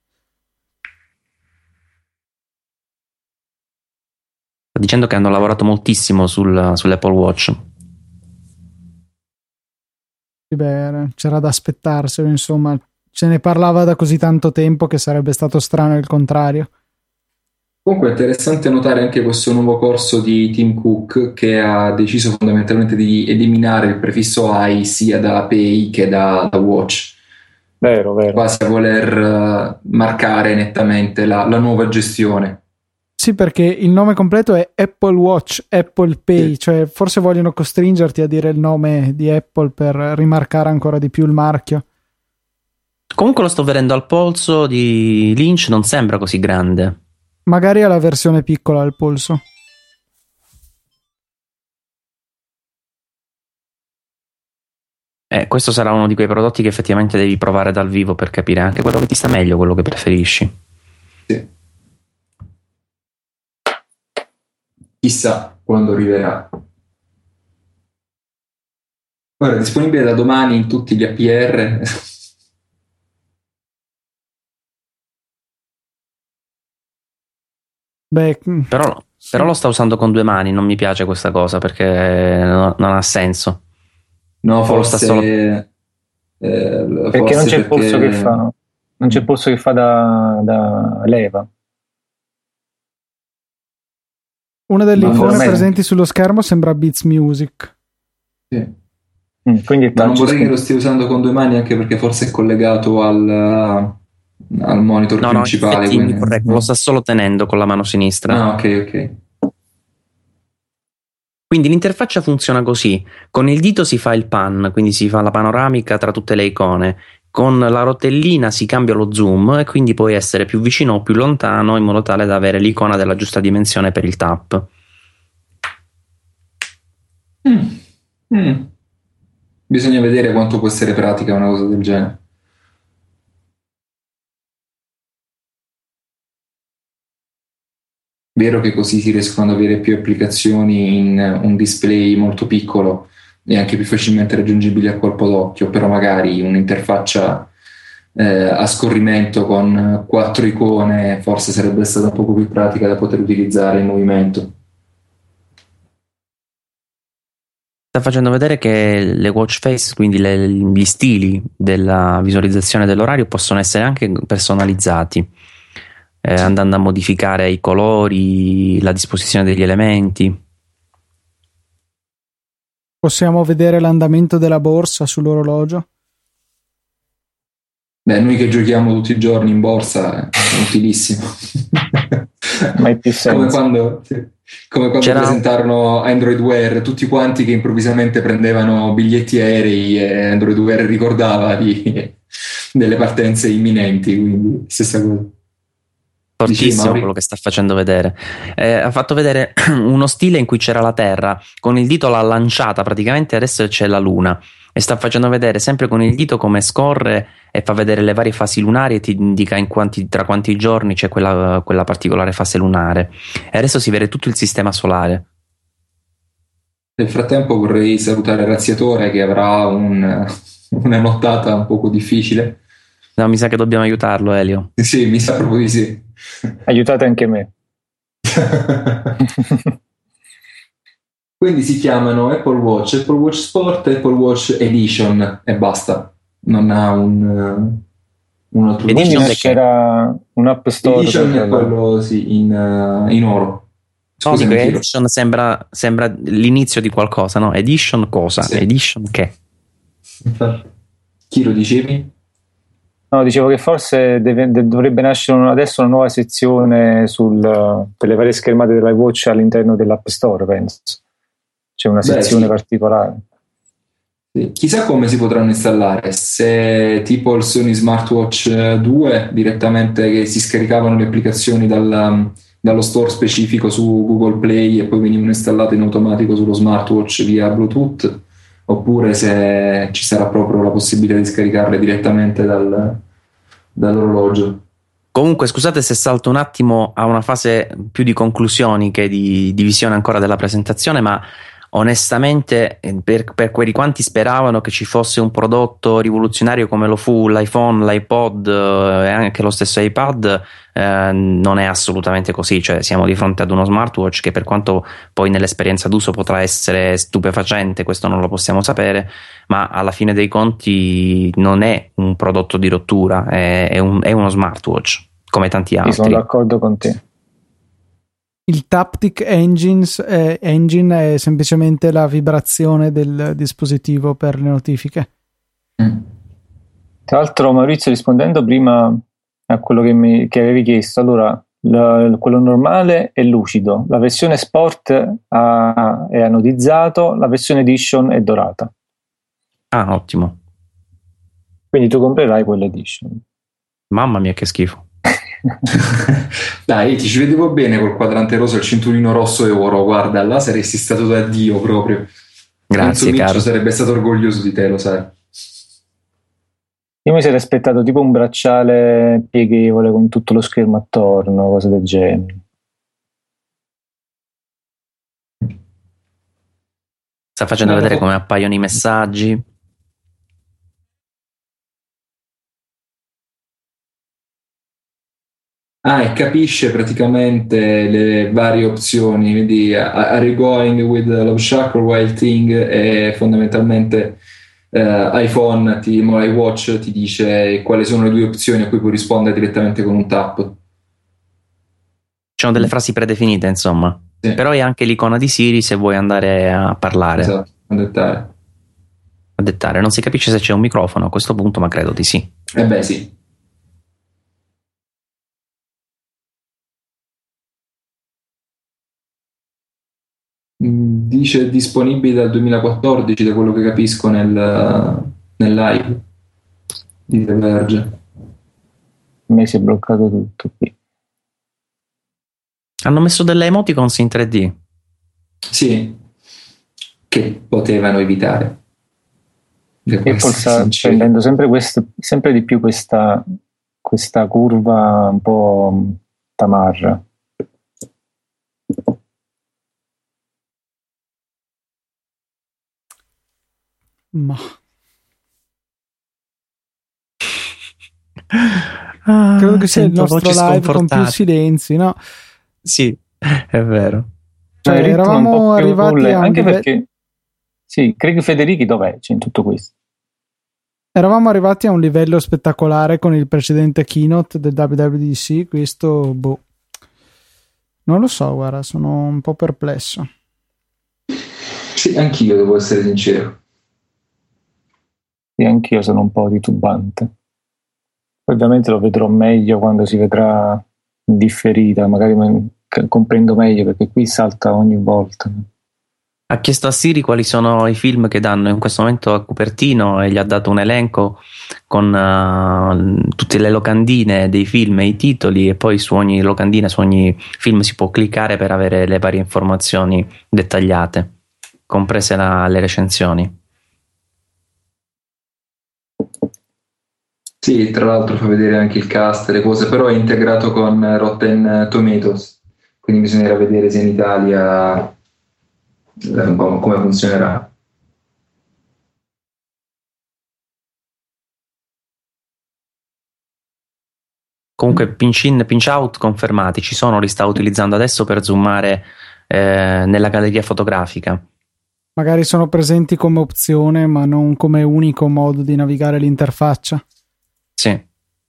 A: Sta dicendo che hanno lavorato moltissimo sul, sull'Apple Watch.
C: Sì, beh, c'era da aspettarselo, insomma, se ne parlava da così tanto tempo che sarebbe stato strano il contrario.
B: Comunque è interessante notare anche questo nuovo corso di Tim Cook, che ha deciso fondamentalmente di eliminare il prefisso I sia da Pay che da, da Watch,
D: Vero, vero.
B: quasi a voler eh, marcare nettamente la, la nuova gestione.
C: Sì, perché il nome completo è Apple Watch, Apple Pay,
B: Sì.
C: cioè forse vogliono costringerti a dire il nome di Apple per rimarcare ancora di più il marchio.
A: Comunque lo sto vedendo al polso di Lynch, non sembra così grande.
C: Magari è la versione piccola al polso.
A: Eh, questo sarà uno di quei prodotti che effettivamente devi provare dal vivo per capire anche quello che ti sta meglio, quello che preferisci.
B: Sì. Chissà quando arriverà. Guarda, è disponibile da domani in tutti gli A P R.
C: Beh, mm,
A: Però,
C: sì.
A: però lo sta usando con due mani, non mi piace questa cosa perché non, non ha senso.
B: No,
A: O lo sta
B: forse,
A: solo-
B: eh,
D: Perché
B: forse
D: non c'è il polso
B: perché-
D: che fa. Non c'è il polso che fa da, da leva.
C: Una delle
B: Ma
C: icone
B: forse-
C: presenti sullo schermo sembra Beats Music.
B: Sì.
D: Mm, quindi è
B: Ma non
D: touch
B: vorrei che lo
D: screen.
B: stia usando con due mani, anche perché forse è collegato al, al monitor
A: No, no, in
B: principale.
A: effetti
B: quindi-
A: mi correggo, lo sta solo tenendo con la mano sinistra.
B: Ah, ok, ok.
A: Quindi l'interfaccia funziona così: con il dito si fa il pan, quindi si fa la panoramica tra tutte le icone, con la rotellina si cambia lo zoom e quindi puoi essere più vicino o più lontano in modo tale da avere l'icona della giusta dimensione per il tap.
B: Mm. Mm. Bisogna vedere quanto può essere pratica una cosa del genere. Vero che così si riescono ad avere più applicazioni in un display molto piccolo e anche più facilmente raggiungibili a colpo d'occhio, però magari un'interfaccia eh, a scorrimento con quattro icone forse sarebbe stata un poco più pratica da poter utilizzare in movimento.
A: Sta facendo vedere che le watch face, quindi le, gli stili della visualizzazione dell'orario, possono essere anche personalizzati, eh, andando a modificare i colori, la disposizione degli elementi.
C: Possiamo vedere l'andamento della borsa sull'orologio?
B: Beh, noi che giochiamo tutti i giorni in borsa è utilissimo.
D: Ma più senso.
B: Come quando, come quando
A: C'era...
B: presentarono Android Wear, tutti quanti che improvvisamente prendevano biglietti aerei e Android Wear ricordava di, delle partenze imminenti, quindi stessa cosa.
A: Fortissimo quello che sta facendo vedere. Eh, ha fatto vedere uno stile in cui c'era la Terra, con il dito l'ha lanciata, praticamente adesso c'è la Luna, e sta facendo vedere sempre con il dito come scorre e fa vedere le varie fasi lunari e ti indica in quanti, tra quanti giorni c'è quella, quella particolare fase lunare, e adesso si vede tutto il sistema solare.
B: Nel frattempo vorrei salutare Razziatore che avrà un, una nottata un poco difficile.
A: No, mi sa che dobbiamo aiutarlo, Elio.
B: Sì, mi sa proprio di sì.
D: Aiutate anche me.
B: Quindi si chiamano Apple Watch, Apple Watch Sport, Apple Watch Edition e basta. Non ha un, un altro
A: Edition
B: nome.
D: C'era un App Store.
B: Edition è quello sì, in, uh, in oro.
A: Scusa, no, Edition sembra, sembra l'inizio di qualcosa, no? Edition cosa? Sì. Edition che?
B: Infatti. Chi lo dicevi?
D: No, dicevo che forse deve, dovrebbe nascere una, adesso una nuova sezione sul, per le varie schermate dell'iWatch all'interno dell'App Store, penso. C'è una sezione Beh, sì. particolare.
B: Sì. Chissà come si potranno installare, se tipo il Sony Smartwatch due direttamente che si scaricavano le applicazioni dal, dallo store specifico su Google Play e poi venivano installate in automatico sullo smartwatch via Bluetooth, oppure se ci sarà proprio la possibilità di scaricarle direttamente dal, dall'orologio.
A: Comunque scusate se salto un attimo a una fase più di conclusioni che di, di visione ancora della presentazione, ma onestamente per, per quelli quanti speravano che ci fosse un prodotto rivoluzionario come lo fu l'iPhone, l'iPod e anche lo stesso iPad, eh, non è assolutamente così. Cioè siamo di fronte ad uno smartwatch che, per quanto poi nell'esperienza d'uso potrà essere stupefacente, questo non lo possiamo sapere, ma alla fine dei conti non è un prodotto di rottura, è, è, un, è uno smartwatch come tanti altri.
D: Sì, sono d'accordo con te.
C: Il Taptic Engines, eh, Engine è semplicemente la vibrazione del dispositivo per le notifiche.
D: Mm. Tra l'altro, Maurizio, rispondendo prima a quello che, mi, che avevi chiesto, allora la, quello normale è lucido, la versione Sport ha, è anodizzato, la versione Edition è dorata.
A: Ah, ottimo.
D: Quindi tu comprerai quella Edition.
A: Mamma mia, che schifo.
B: Dai, ti ci vedevo bene col quadrante rosa, il cinturino rosso e oro. Guarda, là saresti stato da Dio proprio.
A: Grazie, caro.
B: Sarebbe stato orgoglioso di te, lo sai.
D: Io mi sarei aspettato tipo un bracciale pieghevole con tutto lo schermo attorno, cose del genere.
A: Sta facendo vedere come appaiono i messaggi.
B: Ah, e capisce praticamente le varie opzioni, quindi are you going with the Love Shack or Wild Thing, e fondamentalmente eh, iPhone, ti, iWatch ti dice quali sono le due opzioni a cui puoi rispondere direttamente con un tap.
A: Ci sono delle frasi predefinite, insomma. Sì. Però è anche l'icona di Siri se vuoi andare a parlare.
B: Esatto, a dettare.
A: A dettare. Non si capisce se c'è un microfono a questo punto, ma credo di sì.
B: Eh beh, sì. dice disponibili dal duemilaquattordici, da quello che capisco nel, nel live di The Verge.
D: A me si è bloccato tutto qui.
A: Hanno messo delle emoticons in tre D.
B: Sì, che potevano evitare.
D: Apple sta prendendo sempre, questo, sempre di più questa, questa curva un po' tamarra.
C: Ma
A: ah,
C: credo che sia il nostro live con più silenzi, no?
A: Sì, è vero.
C: Cioè, eravamo arrivati a
D: anche
C: live...
D: perché sì, Craig Federighi dov'è? C'è in tutto questo.
C: Eravamo arrivati a un livello spettacolare con il precedente keynote del W W D C. Questo, boh, non lo so, guarda, sono un po' perplesso.
B: Sì, anch'io devo essere sincero.
D: Sì, anch'io sono un po' titubante. Ovviamente lo vedrò meglio quando si vedrà in differita, magari comprendo meglio, perché qui salta ogni volta.
A: Ha chiesto a Siri quali sono i film che danno in questo momento a Cupertino e gli ha dato un elenco con uh, tutte le locandine dei film e i titoli, e poi su ogni locandina, su ogni film si può cliccare per avere le varie informazioni dettagliate, comprese la, le recensioni.
B: Sì, tra l'altro fa vedere anche il cast e le cose, però è integrato con Rotten Tomatoes, quindi bisognerà vedere se in Italia un po' come funzionerà.
A: Comunque pinch in, pinch out confermati, ci sono, li sta utilizzando adesso per zoomare eh, nella galleria fotografica.
C: Magari sono presenti come opzione ma non come unico modo di navigare l'interfaccia.
A: Sì.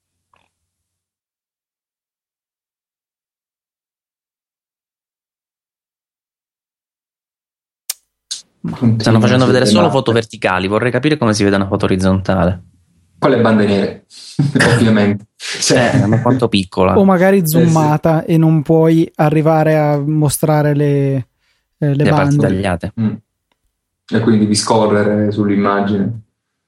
A: Stanno facendo vedere solo mappe. Foto verticali, vorrei capire come si vede una foto orizzontale.
B: Con le bande nere, ovviamente.
A: Cioè, eh, ma quanto piccola.
C: O magari zoomata, eh sì, e non puoi arrivare a mostrare le, eh, le,
A: le
C: bande.
A: parti tagliate.
B: Mm. E quindi devi scorrere sull'immagine.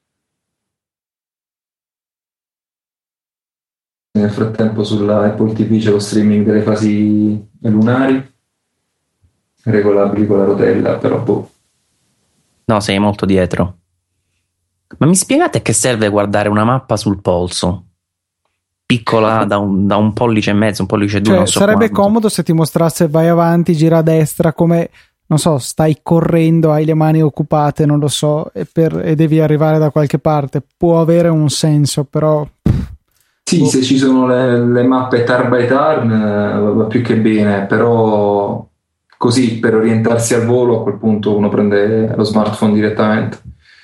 B: Nel frattempo sulla Apple T V c'è lo streaming delle fasi lunari, regolabili con la rotella, però boh.
A: No, sei molto dietro. Ma mi spiegate che serve guardare una mappa sul polso? Piccola da un, da un pollice e mezzo, un pollice e due,
C: cioè,
A: non so
C: sarebbe
A: quanto.
C: comodo se ti mostrasse vai avanti, gira a destra, come, non so, stai correndo, hai le mani occupate, non lo so, e, per, e devi arrivare da qualche parte. Può avere un senso, però...
B: Sì, boh. Se ci sono le, le mappe turn by turn va più che bene, però... Così, per orientarsi al volo, a quel punto uno prende lo smartphone direttamente.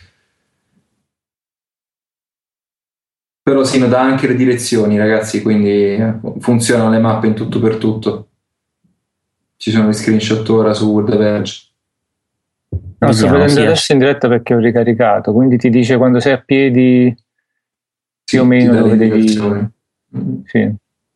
B: Però sì, dà anche le direzioni, ragazzi, quindi funzionano le mappe in tutto per tutto. Ci sono gli screenshot ora su The Verge.
D: No, sto vedendo adesso in diretta perché ho ricaricato, quindi ti dice quando sei a piedi più sì, o meno dove devi... Mm. Sì.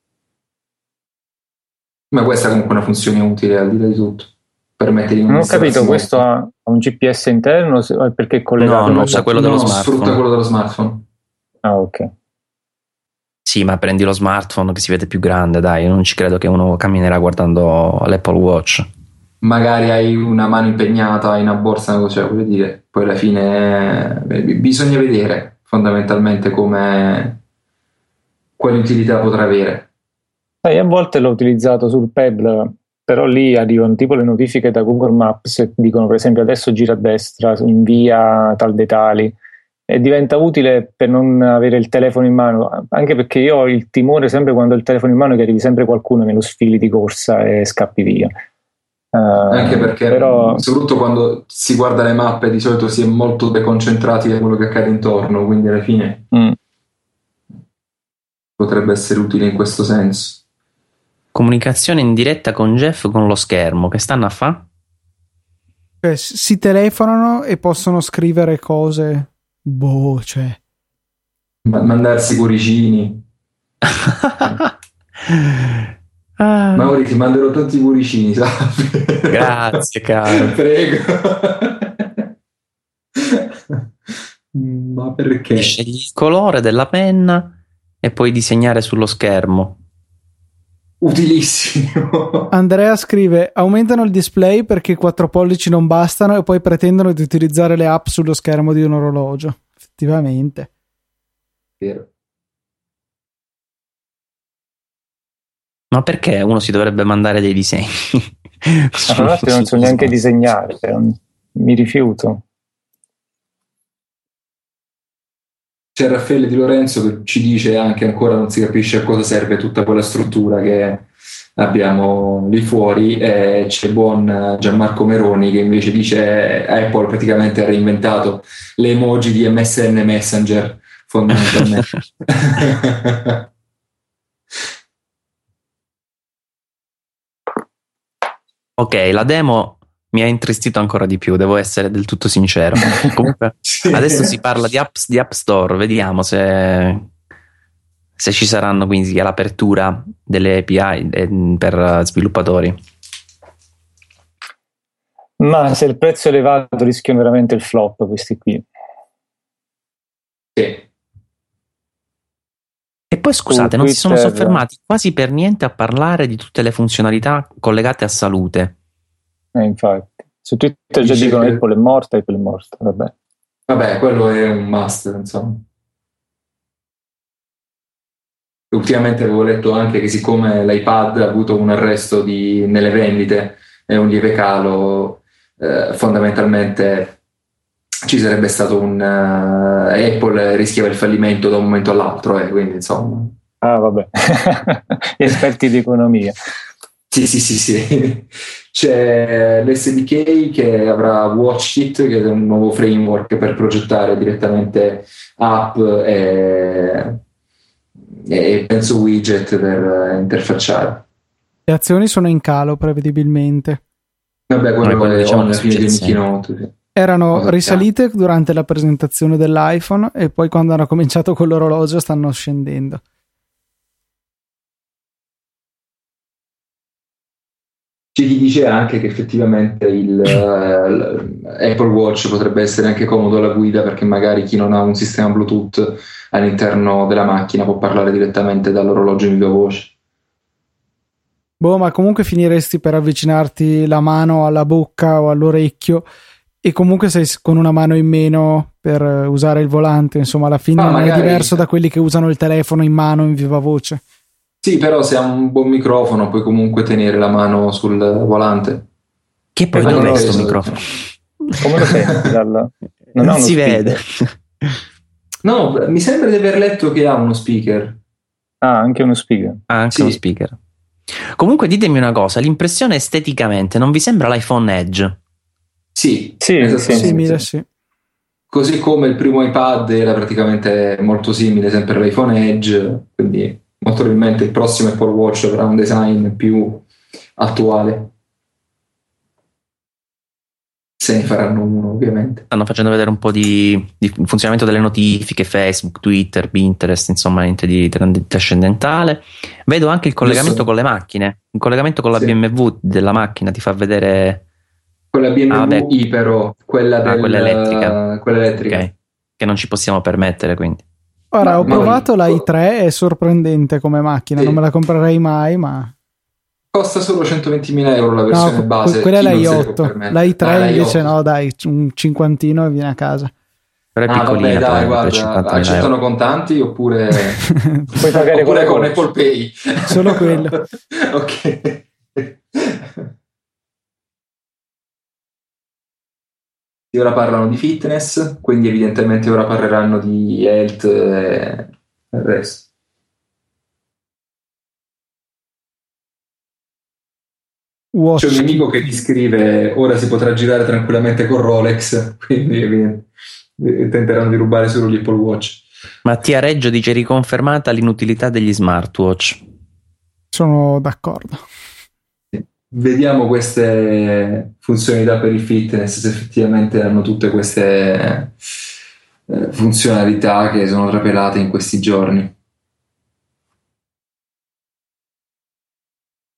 B: Ma questa è comunque una funzione utile al di là di tutto. Permette di non
D: non ho capito, questo ha un G P S interno o perché è collegato?
A: No, non usa quello dello
B: no,
A: smartphone.
B: Sfrutta quello dello smartphone.
D: Ah, ok.
A: Sì, ma prendi lo smartphone che si vede più grande, dai, non ci credo che uno camminerà guardando l'Apple Watch.
B: Magari hai una mano impegnata, hai una borsa, cioè, voglio dire, poi alla fine bisogna vedere fondamentalmente come quale utilità potrà avere.
D: Eh, a volte l'ho utilizzato sul Pebble, però lì arrivano tipo le notifiche da Google Maps e dicono per esempio adesso gira a destra, invia tal dei tali, e diventa utile per non avere il telefono in mano, anche perché io ho il timore sempre quando ho il telefono in mano che arrivi sempre qualcuno e me lo sfili di corsa e scappi via. Uh,
B: anche perché però... soprattutto quando si guarda le mappe di solito si è molto deconcentrati da quello che accade intorno, quindi alla fine mm. potrebbe essere utile in questo senso.
A: Comunicazione in diretta con Jeff con lo schermo, che stanno a fa?
C: Cioè, si telefonano e possono scrivere cose, boh, cioè
B: Ma- mandarsi cuoricini.
A: Ah,
B: Mauri, ti manderò tanti cuoricini, sappi.
A: grazie, caro.
B: Prego. Ma perché?
A: Scegli il colore della penna e puoi disegnare sullo schermo.
B: Utilissimo.
C: Andrea scrive: aumentano il display perché i quattro pollici non bastano e poi pretendono di utilizzare le app sullo schermo di un orologio. Effettivamente.
B: Vero.
A: Ma perché uno si dovrebbe mandare dei disegni?
D: Ma tra l'altro non so neanche disegnare, mi rifiuto.
B: C'è Raffaele Di Lorenzo che ci dice anche ancora non si capisce a cosa serve tutta quella struttura che abbiamo lì fuori, e c'è buon Gianmarco Meroni che invece dice Apple praticamente ha reinventato le emoji di M S N Messenger fondamentalmente.
A: Ok, la demo mi ha intristito ancora di più, devo essere del tutto sincero. Comunque,
B: Sì.
A: adesso si parla di apps di App Store, vediamo se, se ci saranno quindi l'apertura delle A P I eh, per sviluppatori.
D: Ma se il prezzo è elevato rischiano veramente il flop questi qui.
B: Sì.
A: E poi scusate, non si sono soffermati quasi per niente a parlare di tutte le funzionalità collegate a salute.
D: Eh, infatti, su Twitter già dicono che Apple è morta, Apple è morta, vabbè.
B: Vabbè, quello è un must, insomma. Ultimamente avevo letto anche che siccome l'iPad ha avuto un arresto di, nelle vendite e un lieve calo, eh, fondamentalmente ci sarebbe stato un uh, Apple rischiava il fallimento da un momento all'altro, eh, quindi insomma.
D: Ah, vabbè, esperti di economia.
B: Sì, sì, sì, sì. C'è l'S D K che avrà WatchKit, che è un nuovo framework per progettare direttamente app e, e penso widget per interfacciare.
C: Le azioni sono in calo prevedibilmente.
B: Vabbè, quello,
A: quello
B: è
A: diciamo
B: alla fine di ogni keynote. Sì.
C: Erano risalite durante la presentazione dell'iPhone e poi quando hanno cominciato con l'orologio stanno scendendo.
B: C'è chi dice anche che effettivamente il, uh, Apple Watch potrebbe essere anche comodo alla guida, perché magari chi non ha un sistema Bluetooth all'interno della macchina può parlare direttamente dall'orologio in viva voce.
C: Boh, ma comunque finiresti per avvicinarti la mano alla bocca o all'orecchio e comunque sei con una mano in meno per usare il volante, insomma alla fine ah, non magari... è diverso da quelli che usano il telefono in mano in viva voce.
B: Sì, però se ha un buon microfono puoi comunque tenere la mano sul volante.
A: Che poi dov'è questo microfono?
D: Come lo senti? Dal...
A: Non, non si speaker. Vede.
B: No, mi sembra di aver letto che ha uno speaker.
D: Ah, anche uno speaker.
A: Ah, anche sì. uno speaker. Comunque ditemi una cosa, l'impressione esteticamente non vi sembra l'iPhone Edge?
B: Sì,
C: sì, sì, simile, sì.
B: Così come il primo iPad era praticamente molto simile sempre all'iPhone Edge, quindi molto probabilmente il prossimo Apple Watch avrà un design più attuale, se ne faranno uno ovviamente.
A: Stanno facendo vedere un po' di, di funzionamento delle notifiche, Facebook, Twitter, Pinterest, insomma niente di trascendentale. Vedo anche il collegamento so. con le macchine, il collegamento con la sì. B M W della macchina ti fa vedere
B: quella B M W ah, I però quella, del,
A: ah, quella elettrica,
B: quella elettrica.
A: Okay. Che non ci possiamo permettere, quindi.
C: Ora, ho provato la i tre, è sorprendente come macchina, sì. non me la comprerei mai, ma...
B: Costa solo centoventimila euro la versione
C: no,
B: base.
C: Quella è la i otto, la i tre ah, invece no, dai, un cinquantino e viene a casa.
A: Però è
B: ah,
A: piccolina.
B: Vabbè, dai, guarda, accettano contanti oppure,
D: puoi pagare
B: oppure con Apple Pay?
C: Solo quello.
B: Ok. Ora parlano di fitness, quindi evidentemente ora parleranno di health e il resto. Watch. C'è un mio amico che ti scrive ora si potrà girare tranquillamente con Rolex, quindi tenteranno di rubare solo gli Apple Watch.
A: Mattia Reggio dice riconfermata l'inutilità degli smartwatch.
C: Sono d'accordo.
B: Vediamo queste funzionalità per il fitness, se effettivamente hanno tutte queste eh, funzionalità che sono trapelate in questi giorni.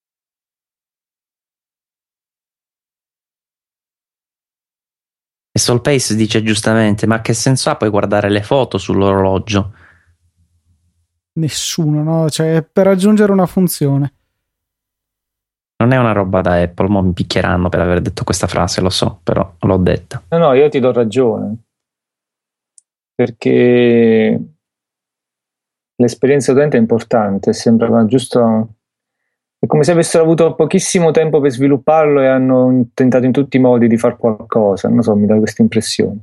A: E Solpace dice giustamente: ma che senso ha poi guardare le foto sull'orologio?
C: Nessuno, no? Cioè, per aggiungere una funzione.
A: Non è una roba da Apple, mo mi picchieranno per aver detto questa frase, lo so, però l'ho detta.
D: No, no, io ti do ragione, perché l'esperienza utente è importante, sembra giusto. È come se avessero avuto pochissimo tempo per svilupparlo e hanno tentato in tutti i modi di far qualcosa. Non so, mi dà questa impressione.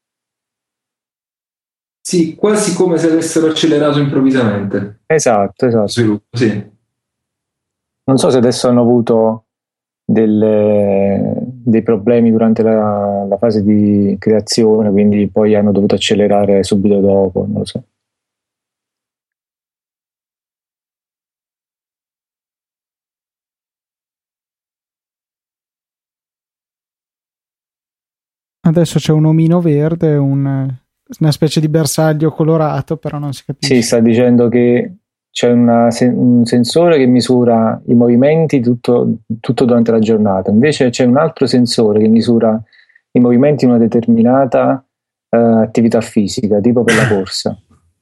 B: Sì, quasi come se avessero accelerato improvvisamente.
D: Esatto, esatto.
B: Sviluppo, sì.
D: Non so se adesso hanno avuto delle, dei problemi durante la, la fase di creazione, quindi poi hanno dovuto accelerare subito dopo, non lo so.
C: Adesso c'è un omino verde, un, una specie di bersaglio colorato, però non si capisce.
D: Sì, sta dicendo che c'è una, un sensore che misura i movimenti tutto, tutto durante la giornata, invece c'è un altro sensore che misura i movimenti in una determinata uh, attività fisica, tipo per la corsa.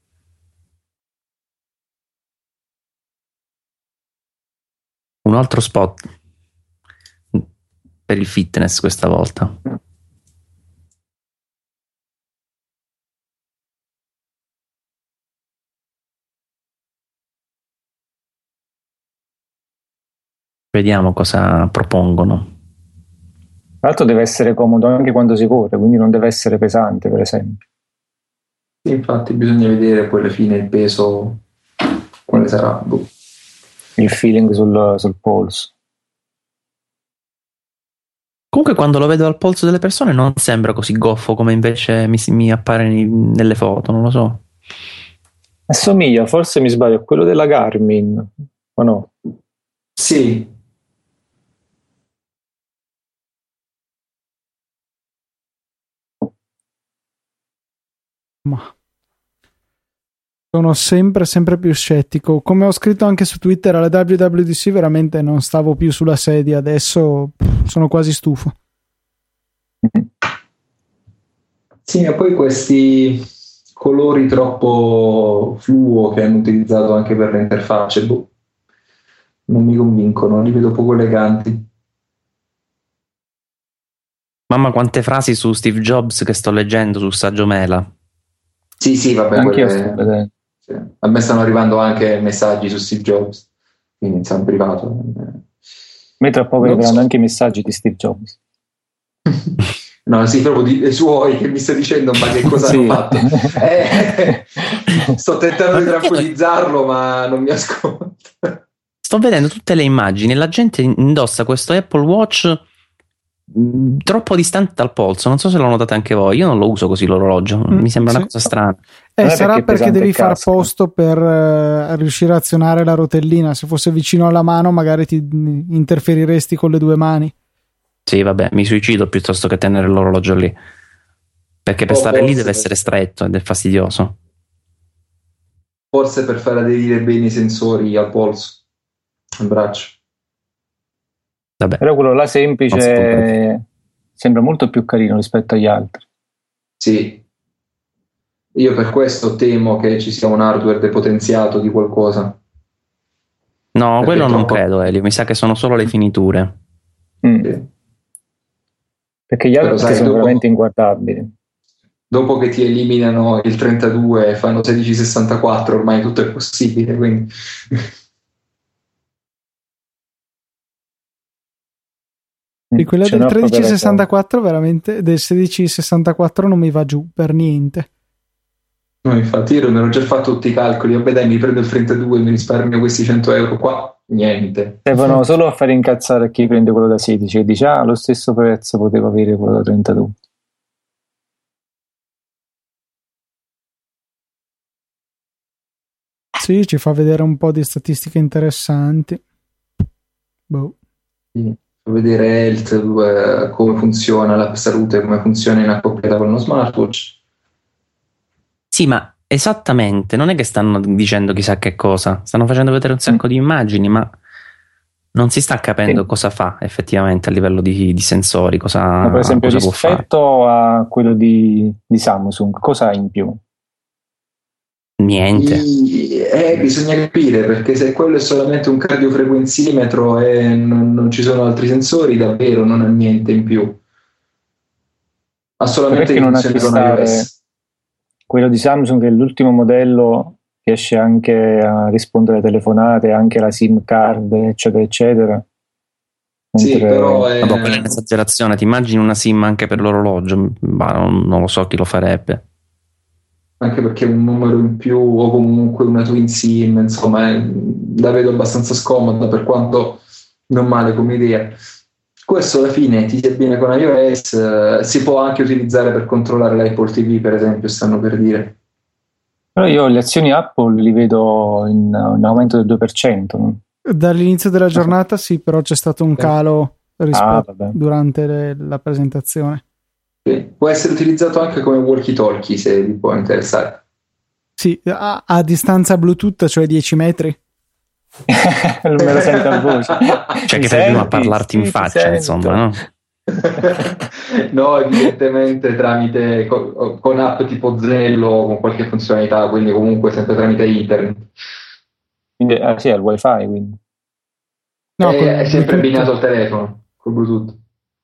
A: Un altro spot per il fitness questa volta. Vediamo cosa propongono.
D: Tra l'altro deve essere comodo anche quando si corre, quindi non deve essere pesante, per esempio.
B: Infatti bisogna vedere poi alla fine il peso quale sarà. Boh.
D: Il feeling sul, sul polso.
A: Comunque quando lo vedo al polso delle persone non sembra così goffo come invece mi, mi appare nelle foto, non lo so.
D: Assomiglia, forse mi sbaglio, a quello della Garmin, o no?
B: Sì.
C: Ma sono sempre sempre più scettico. Come ho scritto anche su Twitter, alla W W D C veramente non stavo più sulla sedia, adesso pff, sono quasi stufo.
B: Sì, e poi questi colori troppo fluo che hanno utilizzato anche per le interfacce, boh, non mi convincono, li vedo poco eleganti.
A: Mamma, quante frasi su Steve Jobs che sto leggendo su Saggio Mela.
B: Sì, sì, vabbè,
D: anche io
B: quelle,
D: sto vedendo.
B: Sì. A me stanno arrivando anche messaggi su Steve Jobs, quindi in San privato.
D: A me tra poco arriveranno
B: so.
D: anche i messaggi di Steve Jobs.
B: No, sì, proprio di, dei suoi che mi sta dicendo ma che cosa
D: Sì.
B: hanno fatto. Eh, sto tentando di tranquillizzarlo, ma non mi ascolta.
A: Sto vedendo tutte le immagini e la gente indossa questo Apple Watch mh, troppo distante dal polso. Non so se lo notate anche voi. Io non lo uso così l'orologio,
C: Mm,
A: mi sembra
C: sì.
A: una cosa strana.
C: Eh,
D: Non è
C: sarà
D: perché è
C: perché
D: pesante
C: devi
D: e
C: far
D: casca.
C: posto per eh, riuscire a azionare la rotellina. Se fosse vicino alla mano magari ti interferiresti con le due mani.
A: Sì, vabbè, mi suicido piuttosto che tenere l'orologio lì. Perché per
B: Oh,
A: stare lì
B: forse
A: deve
B: per-
A: essere stretto ed è fastidioso.
B: Forse per far aderire bene i sensori al polso, al braccio.
A: Vabbè.
D: Però quello là
A: Non si può
D: semplice sembra molto più carino rispetto agli altri.
B: Sì. Io per questo temo che ci sia un hardware depotenziato di qualcosa.
A: No,
B: Perché
A: quello
B: è
A: non
B: troppo-
A: credo, Elio. Mi sa che sono solo le finiture.
D: Mm.
B: Sì.
D: Perché gli
B: Però
D: altri
B: sai,
D: sono
B: dopo-
D: veramente inguardabili.
B: Dopo che ti eliminano il trentadue e fanno sedici sessantaquattro, ormai tutto è possibile, quindi
C: E quella
D: C'è
C: del
D: troppo
C: tredici
D: per
C: sessantaquattro veramente, del sedici sessantaquattro non mi va giù per niente.
B: no, infatti io mi ero già fatto tutti i calcoli, vabbè dai mi prendo il trentadue e mi risparmio questi cento euro qua, niente.
D: Servono solo a fare incazzare a chi prende quello da sedici e dice ah, lo stesso prezzo potevo avere quello da trentadue.
C: Sì, ci fa vedere un po' di statistiche interessanti. Boh.
B: Sì. Vedere Health, eh, come funziona la salute, come funziona in accoppiata con uno smartwatch.
A: Sì, ma esattamente, non è che stanno dicendo chissà che cosa. Stanno facendo vedere un sacco
D: Mm.
A: di immagini, ma Non si sta capendo sì. cosa fa effettivamente a livello di, di sensori, cosa,
D: ma per esempio
A: cosa
D: rispetto a quello di, di Samsung, cosa ha in più?
A: Niente.
B: Eh, bisogna capire, perché se quello è solamente un cardiofrequenzimetro e non, non ci sono altri sensori, davvero non ha niente in più. Ha solamente
D: non
B: funzione con iOS.
D: Quello di Samsung è l'ultimo modello, riesce anche a rispondere alle telefonate, anche la SIM card, eccetera, eccetera.
B: Mentre... Sì, però è...
A: Vabbè, quella è un'esagerazione. Ti immagini una SIM anche per l'orologio? Ma non, non lo so chi lo farebbe.
B: Anche perché un numero in più o comunque una twin SIM, insomma, è, la vedo abbastanza scomoda, per quanto non male come idea. Questo alla fine ti si abbina con iOS, eh, si può anche utilizzare per controllare l'Apple T V, per esempio, stanno per dire.
D: Però io le azioni Apple li vedo in, in aumento del due per cento. No?
C: Dall'inizio della giornata sì, però c'è stato un calo rispetto, ah, durante le, la presentazione.
B: Sì. Può essere utilizzato anche come walkie-talkie, se vi può interessare.
C: Sì, a, a distanza Bluetooth, cioè dieci metri.
D: Non me lo sento a voce.
A: Cioè che fai prima a parlarti in faccia, insomma, no?
B: No, evidentemente tramite con, con app tipo Zello o con qualche funzionalità, quindi comunque sempre tramite internet.
D: Quindi, ah, sì, è il wifi, quindi.
B: No, è, è sempre abbinato al telefono col Bluetooth.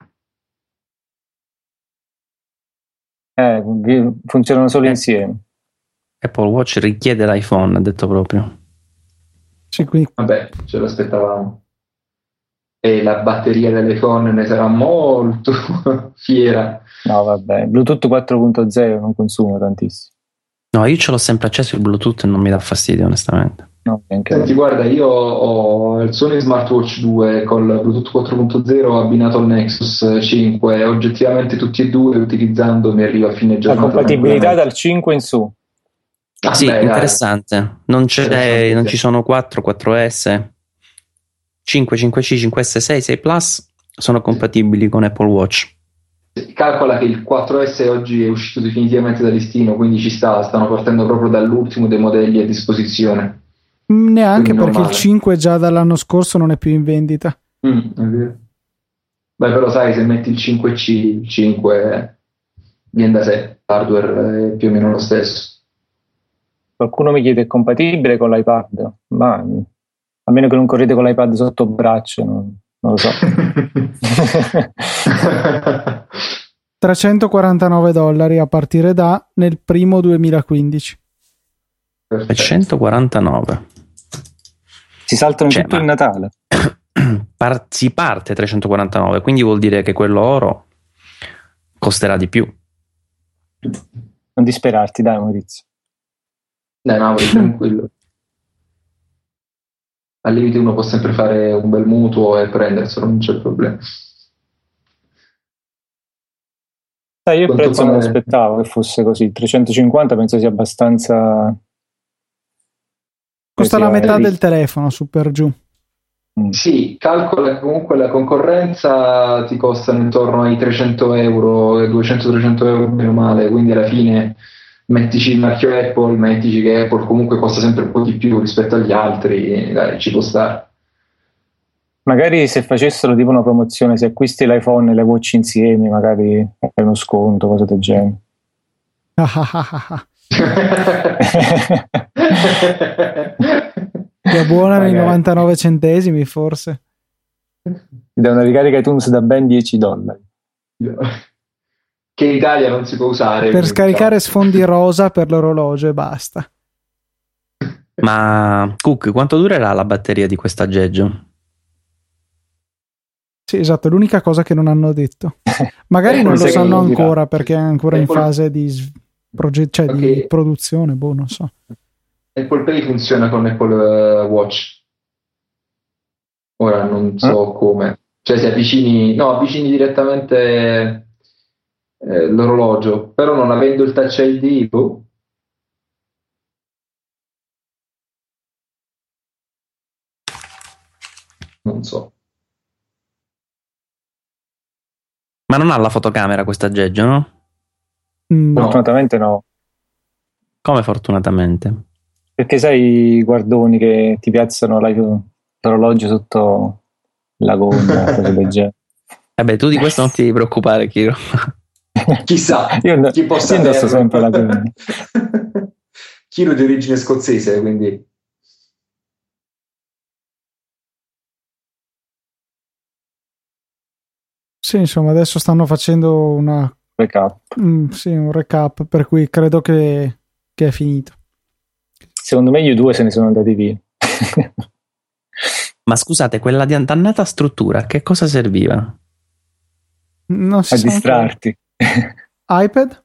D: Eh, funzionano solo insieme.
A: Apple Watch richiede l'iPhone, ha detto proprio.
C: Sì, quindi...
B: Vabbè, ce lo aspettavamo. E la batteria dell'iPhone ne sarà molto fiera.
D: No, vabbè, Bluetooth quattro punto zero non consuma tantissimo.
A: No, io ce l'ho sempre acceso il Bluetooth e non mi dà fastidio, onestamente.
D: No, neanche
B: Senti, guarda, io ho il Sony Smartwatch due con Bluetooth quattro punto zero abbinato al Nexus cinque, oggettivamente tutti e due utilizzando mi arriva a fine giornata.
D: La compatibilità dal cinque in su.
A: Ah, sì, beh, interessante. Non, c'è, non ci sono quattro, quattro S, cinque, cinque C, cinque S, sei, sei Plus sono compatibili sì. con Apple Watch.
B: Calcola che il quattro S oggi è uscito definitivamente da listino, quindi ci sta, stanno partendo proprio dall'ultimo dei modelli a disposizione.
C: Neanche quindi perché il cinque già dall'anno scorso non è più in vendita.
B: Mm, è vero. Beh, però sai, se metti il cinque C, il cinque viene da sé, l'hardware è più o meno lo stesso.
D: Qualcuno mi chiede è compatibile con l'iPad, ma a meno che non correte con l'iPad sotto braccio, non, non lo so.
C: trecentoquarantanove dollari a partire da nel primo duemilaquindici.
A: trecentoquarantanove.
D: Si saltano cioè, tutto il Natale.
A: Par- si parte trecentoquarantanove, quindi vuol dire che quello oro costerà di più.
D: Non disperarti, dai Maurizio.
B: Dai Mauri, tranquillo. Al limite uno può sempre fare un bel mutuo e prenderselo, non c'è problema.
D: Sai, io il prezzo non aspettavo che fosse così. trecentocinquanta penso sia abbastanza...
C: Costa la metà del telefono, su per giù.
B: Mm. Sì, calcola che comunque la concorrenza ti costano intorno ai trecento euro, duecento trecento euro meno male, quindi alla fine mettici il marchio Apple, mettici che Apple comunque costa sempre un po' di più rispetto agli altri, dai, ci può stare.
D: Magari se facessero tipo una promozione, se acquisti l'iPhone e le watch insieme, magari è uno sconto, cosa del genere.
C: È buona nei novantanove centesimi forse.
D: Ti dà una ricarica iTunes da ben dieci dollari.
B: Che in Italia non si può usare.
C: Per scaricare no. Sfondi rosa per l'orologio e basta.
A: Ma Cook, quanto durerà la batteria di questo aggeggio?
C: Sì, esatto, l'unica cosa che non hanno detto. Magari non lo sanno ancora perché è ancora in fase di, proge- cioè okay. di produzione, boh, non so.
B: Apple Pay funziona con Apple Watch. Ora non so eh? come. Cioè se avvicini, no, avvicini direttamente eh, l'orologio, però non avendo il Touch I D, boh. Non so.
A: Ma non ha la fotocamera questo aggeggio, no?
D: No. Fortunatamente no.
A: Come fortunatamente?
D: Perché sai i guardoni che ti piazzano l'orologio sotto la gonna, cose del genere.
A: Vabbè, tu di questo non ti devi preoccupare, Kiro.
B: Chissà,
D: io,
B: chi possa
D: io indosso sempre la gonna.
B: Kiro di origine scozzese, quindi
C: Sì, insomma, adesso stanno facendo una
D: recap.
C: Mm, sì, un recap, per cui credo che, che è finito.
D: Secondo me gli U due se ne sono andati via.
A: Ma scusate, quella di dannata struttura, che cosa serviva?
C: Non si
D: A
C: sa
D: distrarti.
C: ancora. iPad?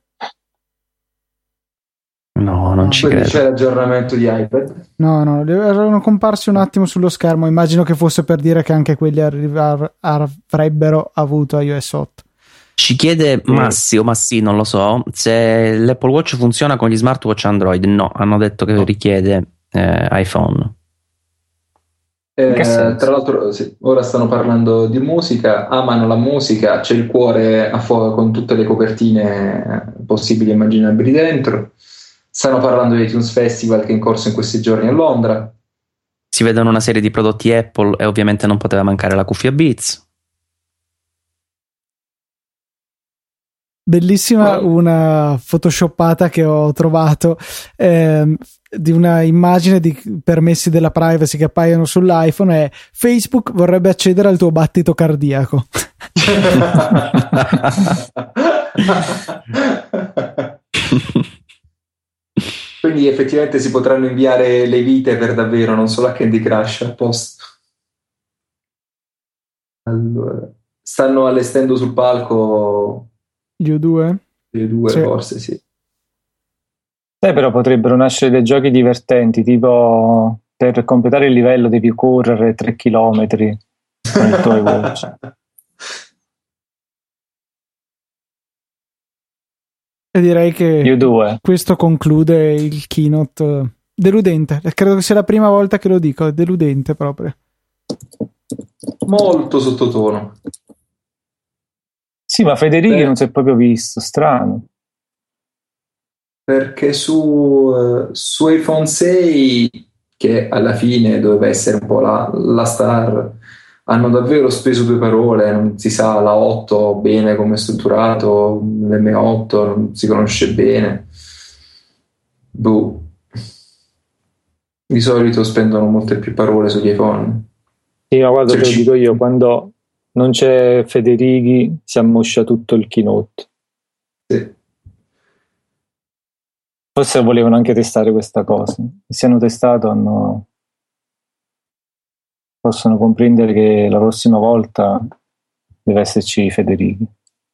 A: No, non
C: No,
A: ci
B: quindi
A: credo.
B: c'è l'aggiornamento di iPad.
C: No, no, erano comparsi un attimo sullo schermo. Immagino che fosse per dire che anche quelli arrivar- avrebbero avuto iOS otto.
A: Ci chiede Massi o Massi, non lo so, se l'Apple Watch funziona con gli smartwatch Android. No, hanno detto che richiede eh, iPhone.
B: Eh,
D: che senso?
B: tra l'altro, sì, ora stanno parlando di musica, amano la musica, c'è il cuore a fuoco con tutte le copertine possibili e immaginabili dentro. Stanno parlando di iTunes Festival che è in corso in questi giorni a Londra.
A: Si vedono una serie di prodotti Apple e ovviamente non poteva mancare la cuffia Beats.
C: Bellissima una photoshoppata che ho trovato ehm, di una immagine di permessi della privacy che appaiono sull'iPhone. È: Facebook vorrebbe accedere al tuo battito cardiaco.
B: Quindi effettivamente si potranno inviare le vite per davvero, non solo a Candy Crush apposta. Allora, stanno allestendo sul palco
C: Gli U due?
B: le due,
C: Sì.
B: forse sì.
D: Eh, però potrebbero nascere dei giochi divertenti, tipo per completare il livello devi correre tre chilometri con il tuo iWatch.
C: E direi che
D: U due.
C: questo conclude il keynote. Deludente, credo che sia la prima volta che lo dico, è deludente proprio.
B: Molto sottotono.
D: Sì, ma Federighi
B: Beh.
D: non si è proprio visto, strano.
B: Perché su, eh, su iPhone sei, che alla fine doveva essere un po' la, la star, hanno davvero speso due parole. Non si sa la otto bene come è strutturato, l'M otto non si conosce bene. Boh. Di solito spendono molte più parole sugli iPhone.
D: Sì, ma guarda,
B: C'è
D: te lo
B: il
D: dico
B: C-
D: io, quando non c'è Federighi si ammoscia tutto il keynote.
B: Sì.
D: Forse volevano anche testare questa cosa. Se hanno testato, hanno... possono comprendere che la prossima volta deve esserci Federighi.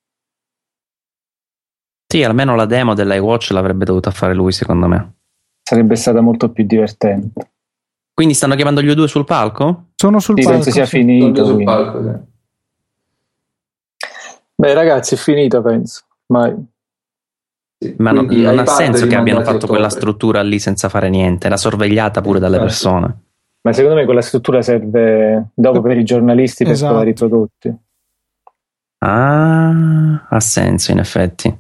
A: Sì, almeno la demo dell'iWatch l'avrebbe dovuta fare lui, secondo me.
D: Sarebbe stata molto più divertente.
A: Quindi stanno chiamando gli U due sul palco?
C: Sono sul
D: Sì,
C: palco.
D: penso sia
C: sì.
D: finito.
B: Sul
D: quindi.
B: palco, sì.
D: Beh, ragazzi, è finita, penso. Ma
B: Sì.
A: Ma no-
B: Quindi
A: non ha
B: iPad
A: senso che abbiano
B: rimandati
A: fatto quella
B: ottobre.
A: struttura lì senza fare niente, era sorvegliata pure dalle
B: Infatti.
A: persone.
D: Ma secondo me quella struttura serve dopo per i giornalisti per
C: Esatto.
D: provare i prodotti.
A: Ah, ha senso in effetti.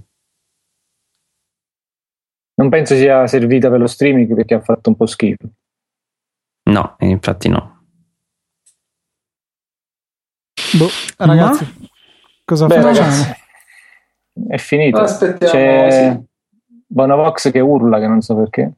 D: Non penso sia servita per lo streaming perché ha fatto un po' schifo.
A: No, infatti no.
C: Boh, ragazzi, cosa
D: Beh,
C: facciamo?
D: ragazzi, è finito.
B: Aspettiamo,
D: C'è
B: sì.
D: Bonavox che urla, che non so perché.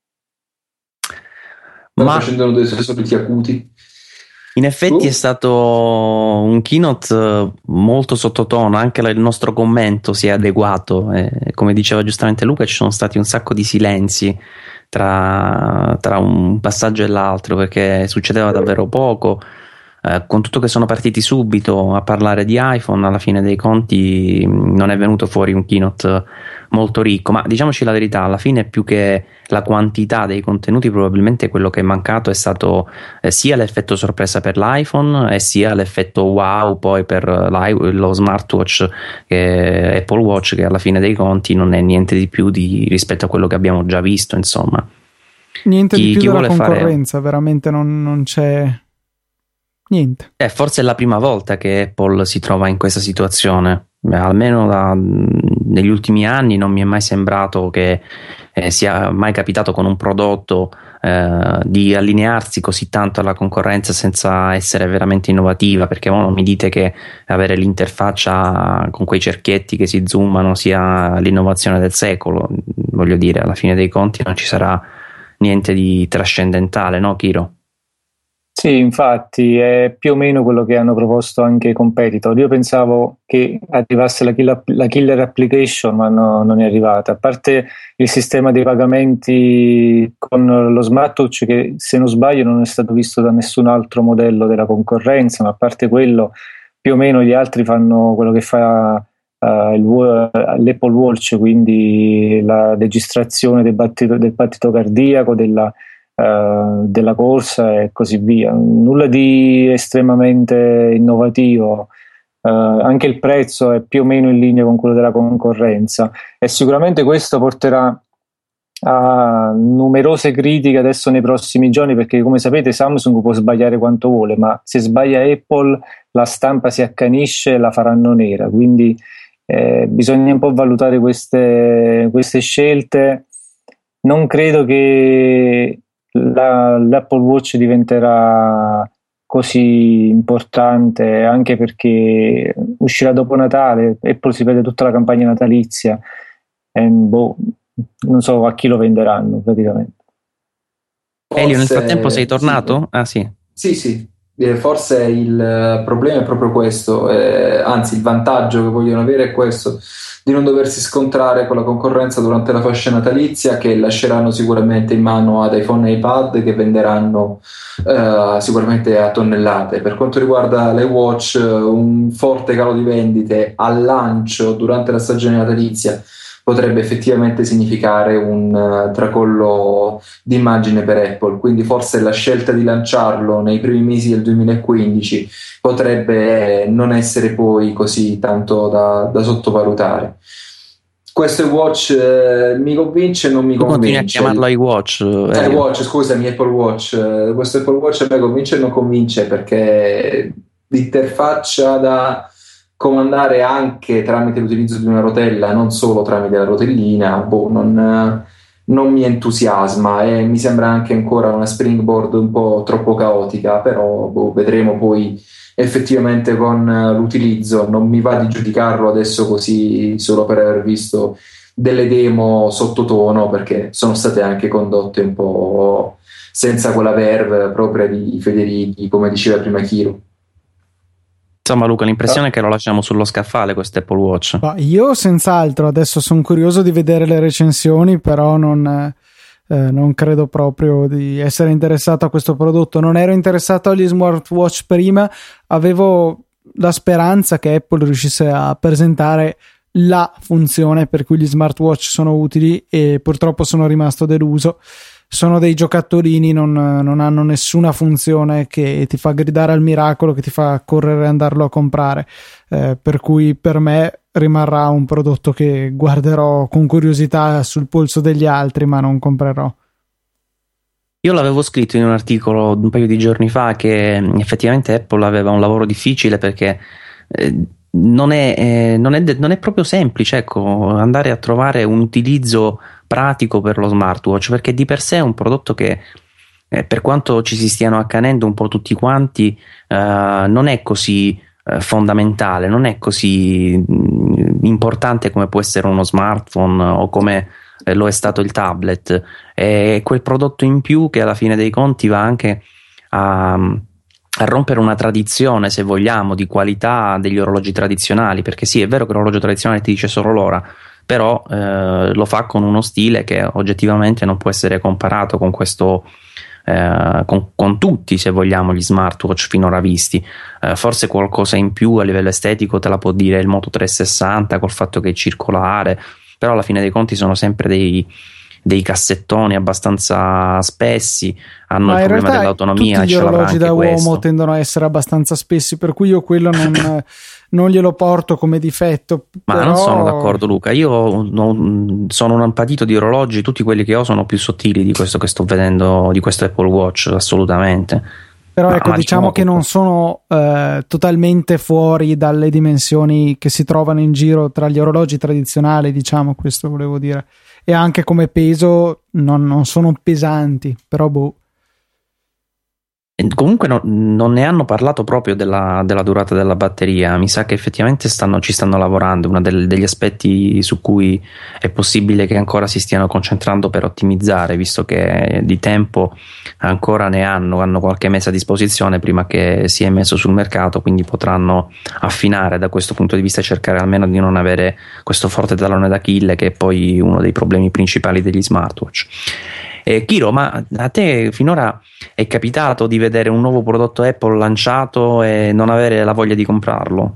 B: Sta
A: Ma
B: facendo dei suoi soliti acuti.
A: in effetti
B: Uh.
A: è stato un keynote eh, molto sottotono, anche il nostro commento si è adeguato. Eh, come diceva giustamente Luca, ci sono stati un sacco di silenzi tra, tra un passaggio e l'altro perché succedeva davvero poco. Eh, con tutto che sono partiti subito a parlare di iPhone, alla fine dei conti mh, non è venuto fuori un keynote molto ricco, ma diciamoci la verità, alla fine più che la quantità dei contenuti probabilmente quello che è mancato è stato eh, sia l'effetto sorpresa per l'iPhone e sia l'effetto wow poi per lo smartwatch eh, Apple Watch, che alla fine dei conti non è niente di più di, rispetto a quello che abbiamo già visto, insomma.
C: Niente
A: Chi-
C: di più
A: chi
C: della
A: vuole fare-
C: concorrenza, veramente non, non c'è niente.
A: Eh, forse è la prima volta che Apple si trova in questa situazione. Beh, almeno da, negli ultimi anni non mi è mai sembrato che eh, sia mai capitato con un prodotto eh, di allinearsi così tanto alla concorrenza senza essere veramente innovativa, perché oh, non mi dite che avere l'interfaccia con quei cerchietti che si zoomano sia l'innovazione del secolo. Voglio dire, alla fine dei conti non ci sarà niente di trascendentale, no Kiro?
D: Sì, infatti è più o meno quello che hanno proposto anche i competitor. Io pensavo che arrivasse la killer, la killer application, ma no, non è arrivata. A parte il sistema dei pagamenti con lo smartwatch, che se non sbaglio non è stato visto da nessun altro modello della concorrenza, ma a parte quello più o meno gli altri fanno quello che fa uh, il, l'Apple Watch, quindi la registrazione del battito, del battito cardiaco, della Uh, della corsa e così via. Nulla di estremamente innovativo. Uh, anche il prezzo è più o meno in linea con quello della concorrenza e sicuramente questo porterà a numerose critiche adesso nei prossimi giorni, perché come sapete Samsung può sbagliare quanto vuole, ma se sbaglia Apple la stampa si accanisce e la faranno nera, quindi eh, bisogna un po' valutare queste, queste scelte. Non credo che La, l'Apple Watch diventerà così importante, anche perché uscirà dopo Natale, Apple si vede tutta la campagna natalizia e boh, non so a chi lo venderanno praticamente.
A: Forse... Elio, nel frattempo sei tornato?
B: Sì.
A: Ah sì.
B: Sì, sì. Forse il problema è proprio questo, eh, anzi il vantaggio che vogliono avere è questo, di non doversi scontrare con la concorrenza durante la fascia natalizia, che lasceranno sicuramente in mano ad iPhone e iPad, che venderanno eh, sicuramente a tonnellate. Per quanto riguarda le watch, un forte calo di vendite al lancio durante la stagione natalizia potrebbe effettivamente significare un uh, tracollo d'immagine per Apple, quindi forse la scelta di lanciarlo nei primi mesi del duemilaquindici potrebbe non essere poi così tanto da, da sottovalutare. Questo iWatch eh, mi convince e non mi
A: tu
B: convince.
A: Continui a chiamarlo iWatch.
B: Eh, iWatch, scusami, Apple Watch. Eh, questo Apple Watch a me convince e non convince, perché l'interfaccia da comandare anche tramite l'utilizzo di una rotella, non solo tramite la rotellina, boh, non, non mi entusiasma e mi sembra anche ancora una springboard un po' troppo caotica, però boh, vedremo poi effettivamente con l'utilizzo. Non mi va di giudicarlo adesso così solo per aver visto delle demo sottotono, perché sono state anche condotte un po' senza quella verve propria di Federici, come diceva prima Kiro.
A: Insomma Luca, l'impressione è che lo lasciamo sullo scaffale questo Apple Watch.
C: Ma io senz'altro, adesso sono curioso di vedere le recensioni, però non, eh, non credo proprio di essere interessato a questo prodotto. Non ero interessato agli smartwatch prima, avevo la speranza che Apple riuscisse a presentare la funzione per cui gli smartwatch sono utili, e purtroppo sono rimasto deluso. Sono dei giocattolini, non, non hanno nessuna funzione che ti fa gridare al miracolo, che ti fa correre e andarlo a comprare, eh, per cui per me rimarrà un prodotto che guarderò con curiosità sul polso degli altri, ma non comprerò.
A: Io l'avevo scritto in un articolo un paio di giorni fa che effettivamente Apple aveva un lavoro difficile, perché eh, non è, eh, non, è de- non è proprio semplice, ecco, andare a trovare un utilizzo pratico per lo smartwatch, perché di per sé è un prodotto che eh, per quanto ci si stiano accanendo un po' tutti quanti, eh, non è così eh, fondamentale, non è così mh, importante come può essere uno smartphone o come eh, lo è stato il tablet. È quel prodotto in più che alla fine dei conti va anche a, a rompere una tradizione, se vogliamo, di qualità degli orologi tradizionali, perché sì, è vero che l'orologio tradizionale ti dice solo l'ora, però eh, lo fa con uno stile che oggettivamente non può essere comparato con questo, eh, con, con tutti, se vogliamo, gli smartwatch finora visti. Eh, forse qualcosa in più a livello estetico te la può dire il Moto trecentosessanta, col fatto che è circolare, però alla fine dei conti sono sempre dei, dei cassettoni abbastanza spessi, hanno
C: Ma
A: il problema dell'autonomia.
C: Tutti gli orologi da
A: questo.
C: uomo tendono a essere abbastanza spessi, per cui io quello non, non glielo porto come difetto.
A: Ma
C: però...
A: non sono d'accordo, Luca. Io non, sono un patito di orologi, tutti quelli che ho sono più sottili di questo che sto vedendo, di questo Apple Watch, assolutamente.
C: Però ecco, diciamo, diciamo che non sono eh, totalmente fuori dalle dimensioni che si trovano in giro tra gli orologi tradizionali, diciamo, questo volevo dire. E anche come peso non, non sono pesanti, però boh.
A: Comunque no, non ne hanno parlato proprio della, della durata della batteria. Mi sa che effettivamente stanno, ci stanno lavorando. Uno del, degli aspetti su cui è possibile che ancora si stiano concentrando per ottimizzare, visto che di tempo ancora ne hanno, hanno qualche mese a disposizione prima che sia messo sul mercato, quindi potranno affinare da questo punto di vista e cercare almeno di non avere questo forte tallone d'Achille, che è poi uno dei problemi principali degli smartwatch. Eh, Kiro, ma a te finora è capitato di vedere un nuovo prodotto Apple lanciato e non avere la voglia di comprarlo?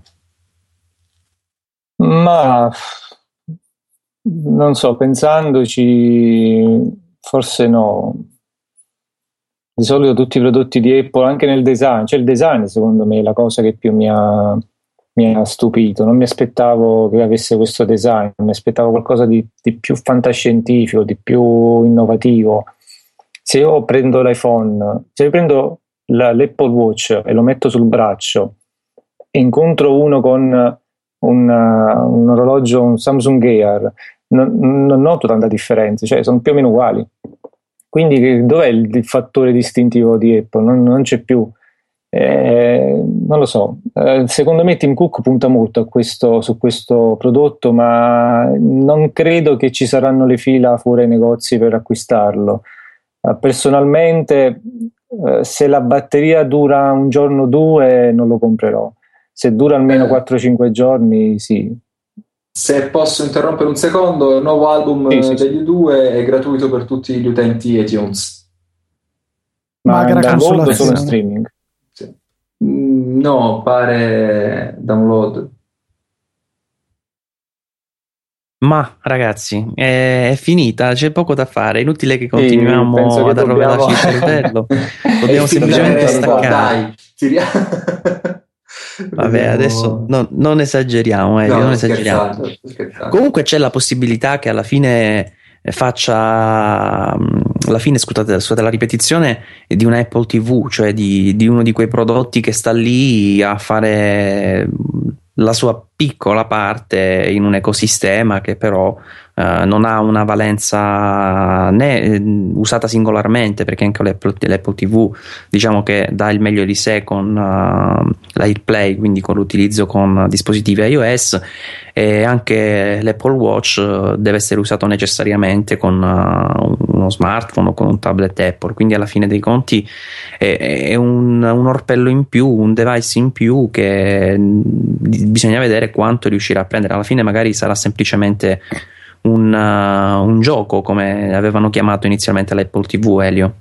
D: Ma non so, pensandoci, forse no. Di solito tutti i prodotti di Apple, anche nel design, cioè il design secondo me è la cosa che più mi ha, mi ha stupito. Non mi aspettavo che avesse questo design, mi aspettavo qualcosa di, di più fantascientifico, di più innovativo. Se io prendo l'iPhone, se io prendo la, l'Apple Watch e lo metto sul braccio e incontro uno con un, un orologio, un Samsung Gear, non, non noto tanta differenza, cioè sono più o meno uguali. Quindi dov'è il, il fattore distintivo di Apple? Non, non c'è più. Eh, non lo so, eh, secondo me Tim Cook punta molto a questo, su questo prodotto, ma non credo che ci saranno le fila fuori ai negozi per acquistarlo. Eh, personalmente eh, se la batteria dura un giorno o due non lo comprerò, se dura almeno quattro cinque giorni sì.
B: Se posso interrompere un secondo, il nuovo album sì, sì, degli U due è gratuito per tutti gli utenti iTunes.
D: Ma, ma download o solo streaming?
B: Sì. No, pare download.
A: Ma ragazzi, è, è finita, c'è poco da fare, è inutile che continuiamo
D: sì,
A: ad arrovellarci il cervello. Dobbiamo semplicemente staccare.
B: Dai,
A: Vabbè, Vediamo... adesso no, non esageriamo, eh,
B: no,
A: non esageriamo.
B: Scherzando, scherzando.
A: Comunque c'è la possibilità che alla fine faccia alla fine, scusate, scusate la ripetizione, di una Apple ti vu, cioè di, di uno di quei prodotti che sta lì a fare la sua piccola parte in un ecosistema che però uh, non ha una valenza né uh, usata singolarmente, perché anche l'Apple, l'Apple ti vu diciamo che dà il meglio di sé con uh, l'AirPlay, quindi con l'utilizzo con dispositivi iOS, e anche l'Apple Watch uh, deve essere usato necessariamente con uh, uno smartphone o con un tablet Apple, quindi alla fine dei conti è, è un, un orpello in più, un device in più che bisogna vedere quanto riuscirà a prendere. Alla fine magari sarà semplicemente un, uh, un gioco, come avevano chiamato inizialmente l'Apple ti vu, Elio.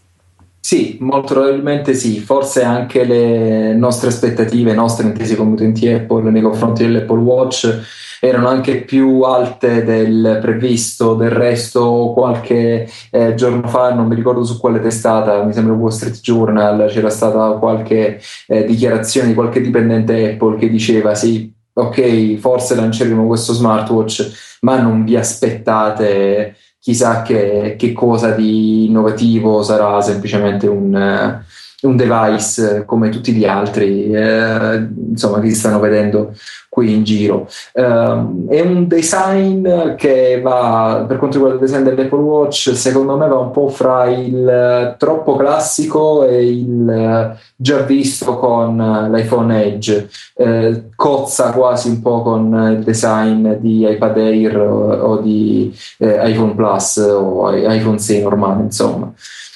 B: Sì, molto probabilmente sì, forse anche le nostre aspettative, nostre intese come utenti Apple nei confronti dell'Apple Watch erano anche più alte del previsto. Del resto qualche eh, giorno fa, non mi ricordo su quale testata, mi sembra Wall Street Journal, c'era stata qualche eh, dichiarazione di qualche dipendente Apple che diceva sì, ok, forse lanceremo questo smartwatch, ma non vi aspettate chissà che, che cosa di innovativo, sarà semplicemente un, uh, un device come tutti gli altri, eh, insomma, che si stanno vedendo qui in giro. Uh, è un design che va, per quanto riguarda il design dell'Apple Watch, secondo me va un po' fra il uh, troppo classico e il uh, già visto con uh, l'iPhone Edge. Uh, cozza quasi un po' con il design di iPad Air o, o di uh, iPhone Plus o iPhone sei normale, insomma.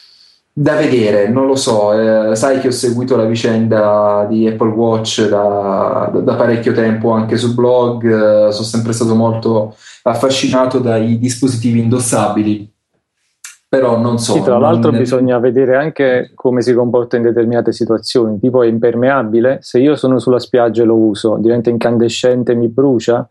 B: Da vedere, non lo so, eh, sai che ho seguito la vicenda di Apple Watch da, da, da parecchio tempo anche su blog, eh, sono sempre stato molto affascinato dai dispositivi indossabili, però non so.
D: Sì, tra l'altro
B: non...
D: bisogna vedere anche come si comporta in determinate situazioni, tipo è impermeabile, se io sono sulla spiaggia e lo uso, diventa incandescente e mi brucia?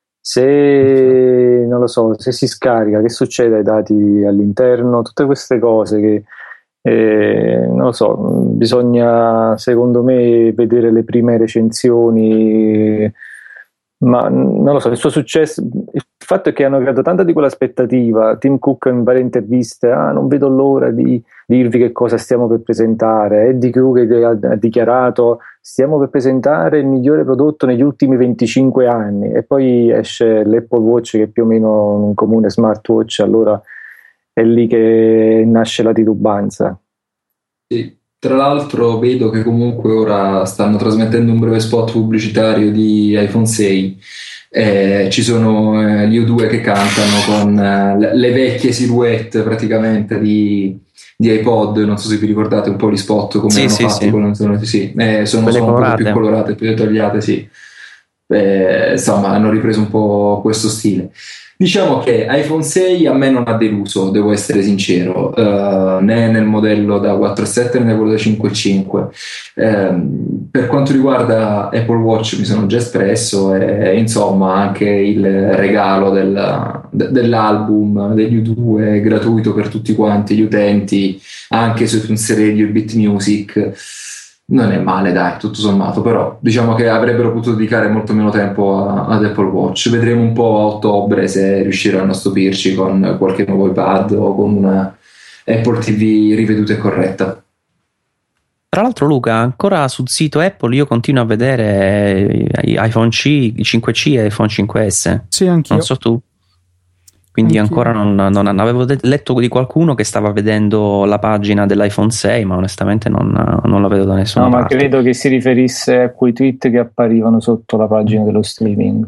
D: Se, non lo so, se si scarica, che succede ai dati all'interno? Tutte queste cose che Eh, non lo so, bisogna secondo me vedere le prime recensioni, ma non lo so, il suo successo, il fatto è che hanno creato tanta di quell'aspettativa. Tim Cook in varie interviste, ah, non vedo l'ora di dirvi che cosa stiamo per presentare. Eddie Krug ha dichiarato, stiamo per presentare il migliore prodotto negli ultimi venticinque anni, e poi esce l'Apple Watch, che è più o meno un comune smartwatch. Allora è lì che nasce la titubanza.
B: Sì. Tra l'altro vedo che comunque ora stanno trasmettendo un breve spot pubblicitario di iPhone sei. Eh, ci sono eh, gli U due che cantano con eh, le vecchie silhouette praticamente di, di iPod. Non so se vi ricordate un po' gli spot come
A: sì,
B: hanno
A: sì,
B: fatti
A: sì.
B: con, sì. Eh, sono, sono un po' più colorate, più dettagliate, sì. Eh, insomma, hanno ripreso un po' questo stile. Diciamo che iPhone sei a me non ha deluso, devo essere sincero, uh, né nel modello da quattro virgola sette né quello da cinque virgola cinque. Um, per quanto riguarda Apple Watch mi sono già espresso, e insomma anche il regalo del, de, dell'album degli U due gratuito per tutti quanti gli utenti, anche su iTunes Radio e Beat Music. Non è male, dai, tutto sommato, però diciamo che avrebbero potuto dedicare molto meno tempo a, ad Apple Watch. Vedremo un po' a ottobre se riusciranno a stupirci con qualche nuovo iPad o con una Apple T V riveduta e corretta.
A: Tra l'altro, Luca, ancora sul sito Apple io continuo a vedere iPhone C, cinque C e iPhone cinque S.
C: Sì, anch'io.
A: Non so tu. Quindi
C: Anch'io.
A: ancora non, non, non avevo de- letto di qualcuno che stava vedendo la pagina dell'iPhone sei, ma onestamente non, non la vedo da nessuna
D: no,
A: parte.
D: Ma credo che si riferisse a quei tweet che apparivano sotto la pagina dello streaming.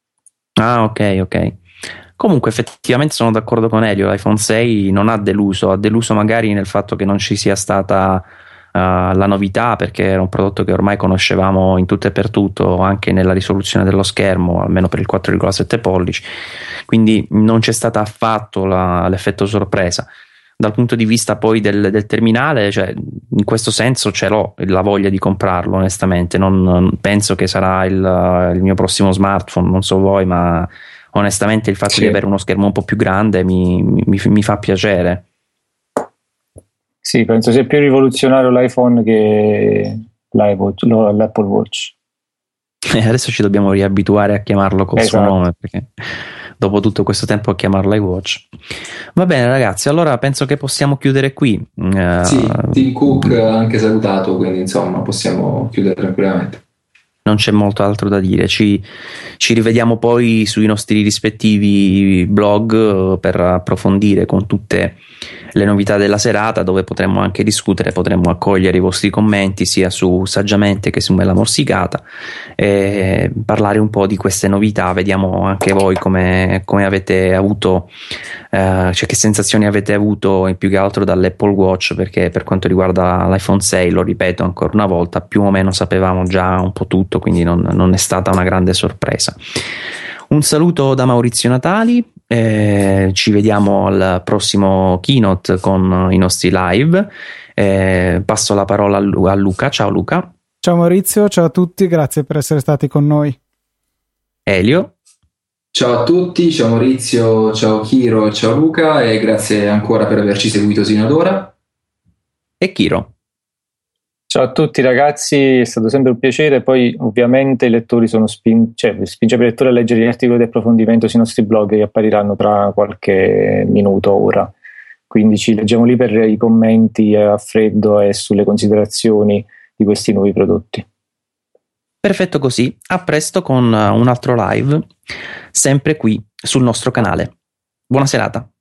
A: Ah, ok, ok. Comunque effettivamente sono d'accordo con Elio, l'iPhone sei non ha deluso, ha deluso magari nel fatto che non ci sia stata uh, la novità, perché era un prodotto che ormai conoscevamo in tutto e per tutto, anche nella risoluzione dello schermo, almeno per il quattro virgola sette pollici, quindi non c'è stata affatto la, l'effetto sorpresa. Dal punto di vista poi del, del terminale, cioè, in questo senso ce l'ho la voglia di comprarlo, onestamente. Non, non penso che sarà il, il mio prossimo smartphone, non so voi, ma onestamente il fatto sì. di avere uno schermo un po' più grande mi, mi, mi fa piacere.
D: Sì, penso sia più rivoluzionario l'iPhone che l'iWatch, l'Apple Watch.
A: E adesso ci dobbiamo riabituare a chiamarlo col esatto. suo nome, perché dopo tutto questo tempo a chiamarlo iWatch. Va bene ragazzi, allora penso che possiamo chiudere qui. Uh,
B: sì, Tim Cook ha anche salutato, quindi insomma possiamo chiudere tranquillamente.
A: Non c'è molto altro da dire, ci, ci rivediamo poi sui nostri rispettivi blog per approfondire con tutte le novità della serata, dove potremmo anche discutere, potremmo accogliere i vostri commenti sia su Saggiamente che su Mela Morsicata, e parlare un po' di queste novità. Vediamo anche voi come, come avete avuto, eh, cioè che sensazioni avete avuto più che altro dall'Apple Watch, perché per quanto riguarda l'iPhone sei, lo ripeto ancora una volta, più o meno sapevamo già un po' tutto, quindi non, non è stata una grande sorpresa. Un saluto da Maurizio Natali, eh, ci vediamo al prossimo keynote con i nostri live. Eh, passo la parola a, Lu- a Luca. Ciao Luca.
C: Ciao Maurizio, ciao a tutti, grazie per essere stati con noi.
A: Elio.
B: Ciao a tutti, ciao Maurizio, ciao Chiro, ciao Luca, e grazie ancora per averci seguito sino ad ora.
A: E Chiro.
D: Ciao a tutti ragazzi, è stato sempre un piacere. Poi ovviamente i lettori sono spin- cioè, spingiamo i lettori a leggere gli articoli di approfondimento sui nostri blog che appariranno tra qualche minuto, ora, quindi ci leggiamo lì per i commenti a freddo e sulle considerazioni di questi nuovi prodotti.
A: Perfetto così, a presto con un altro live sempre qui sul nostro canale. Buona serata.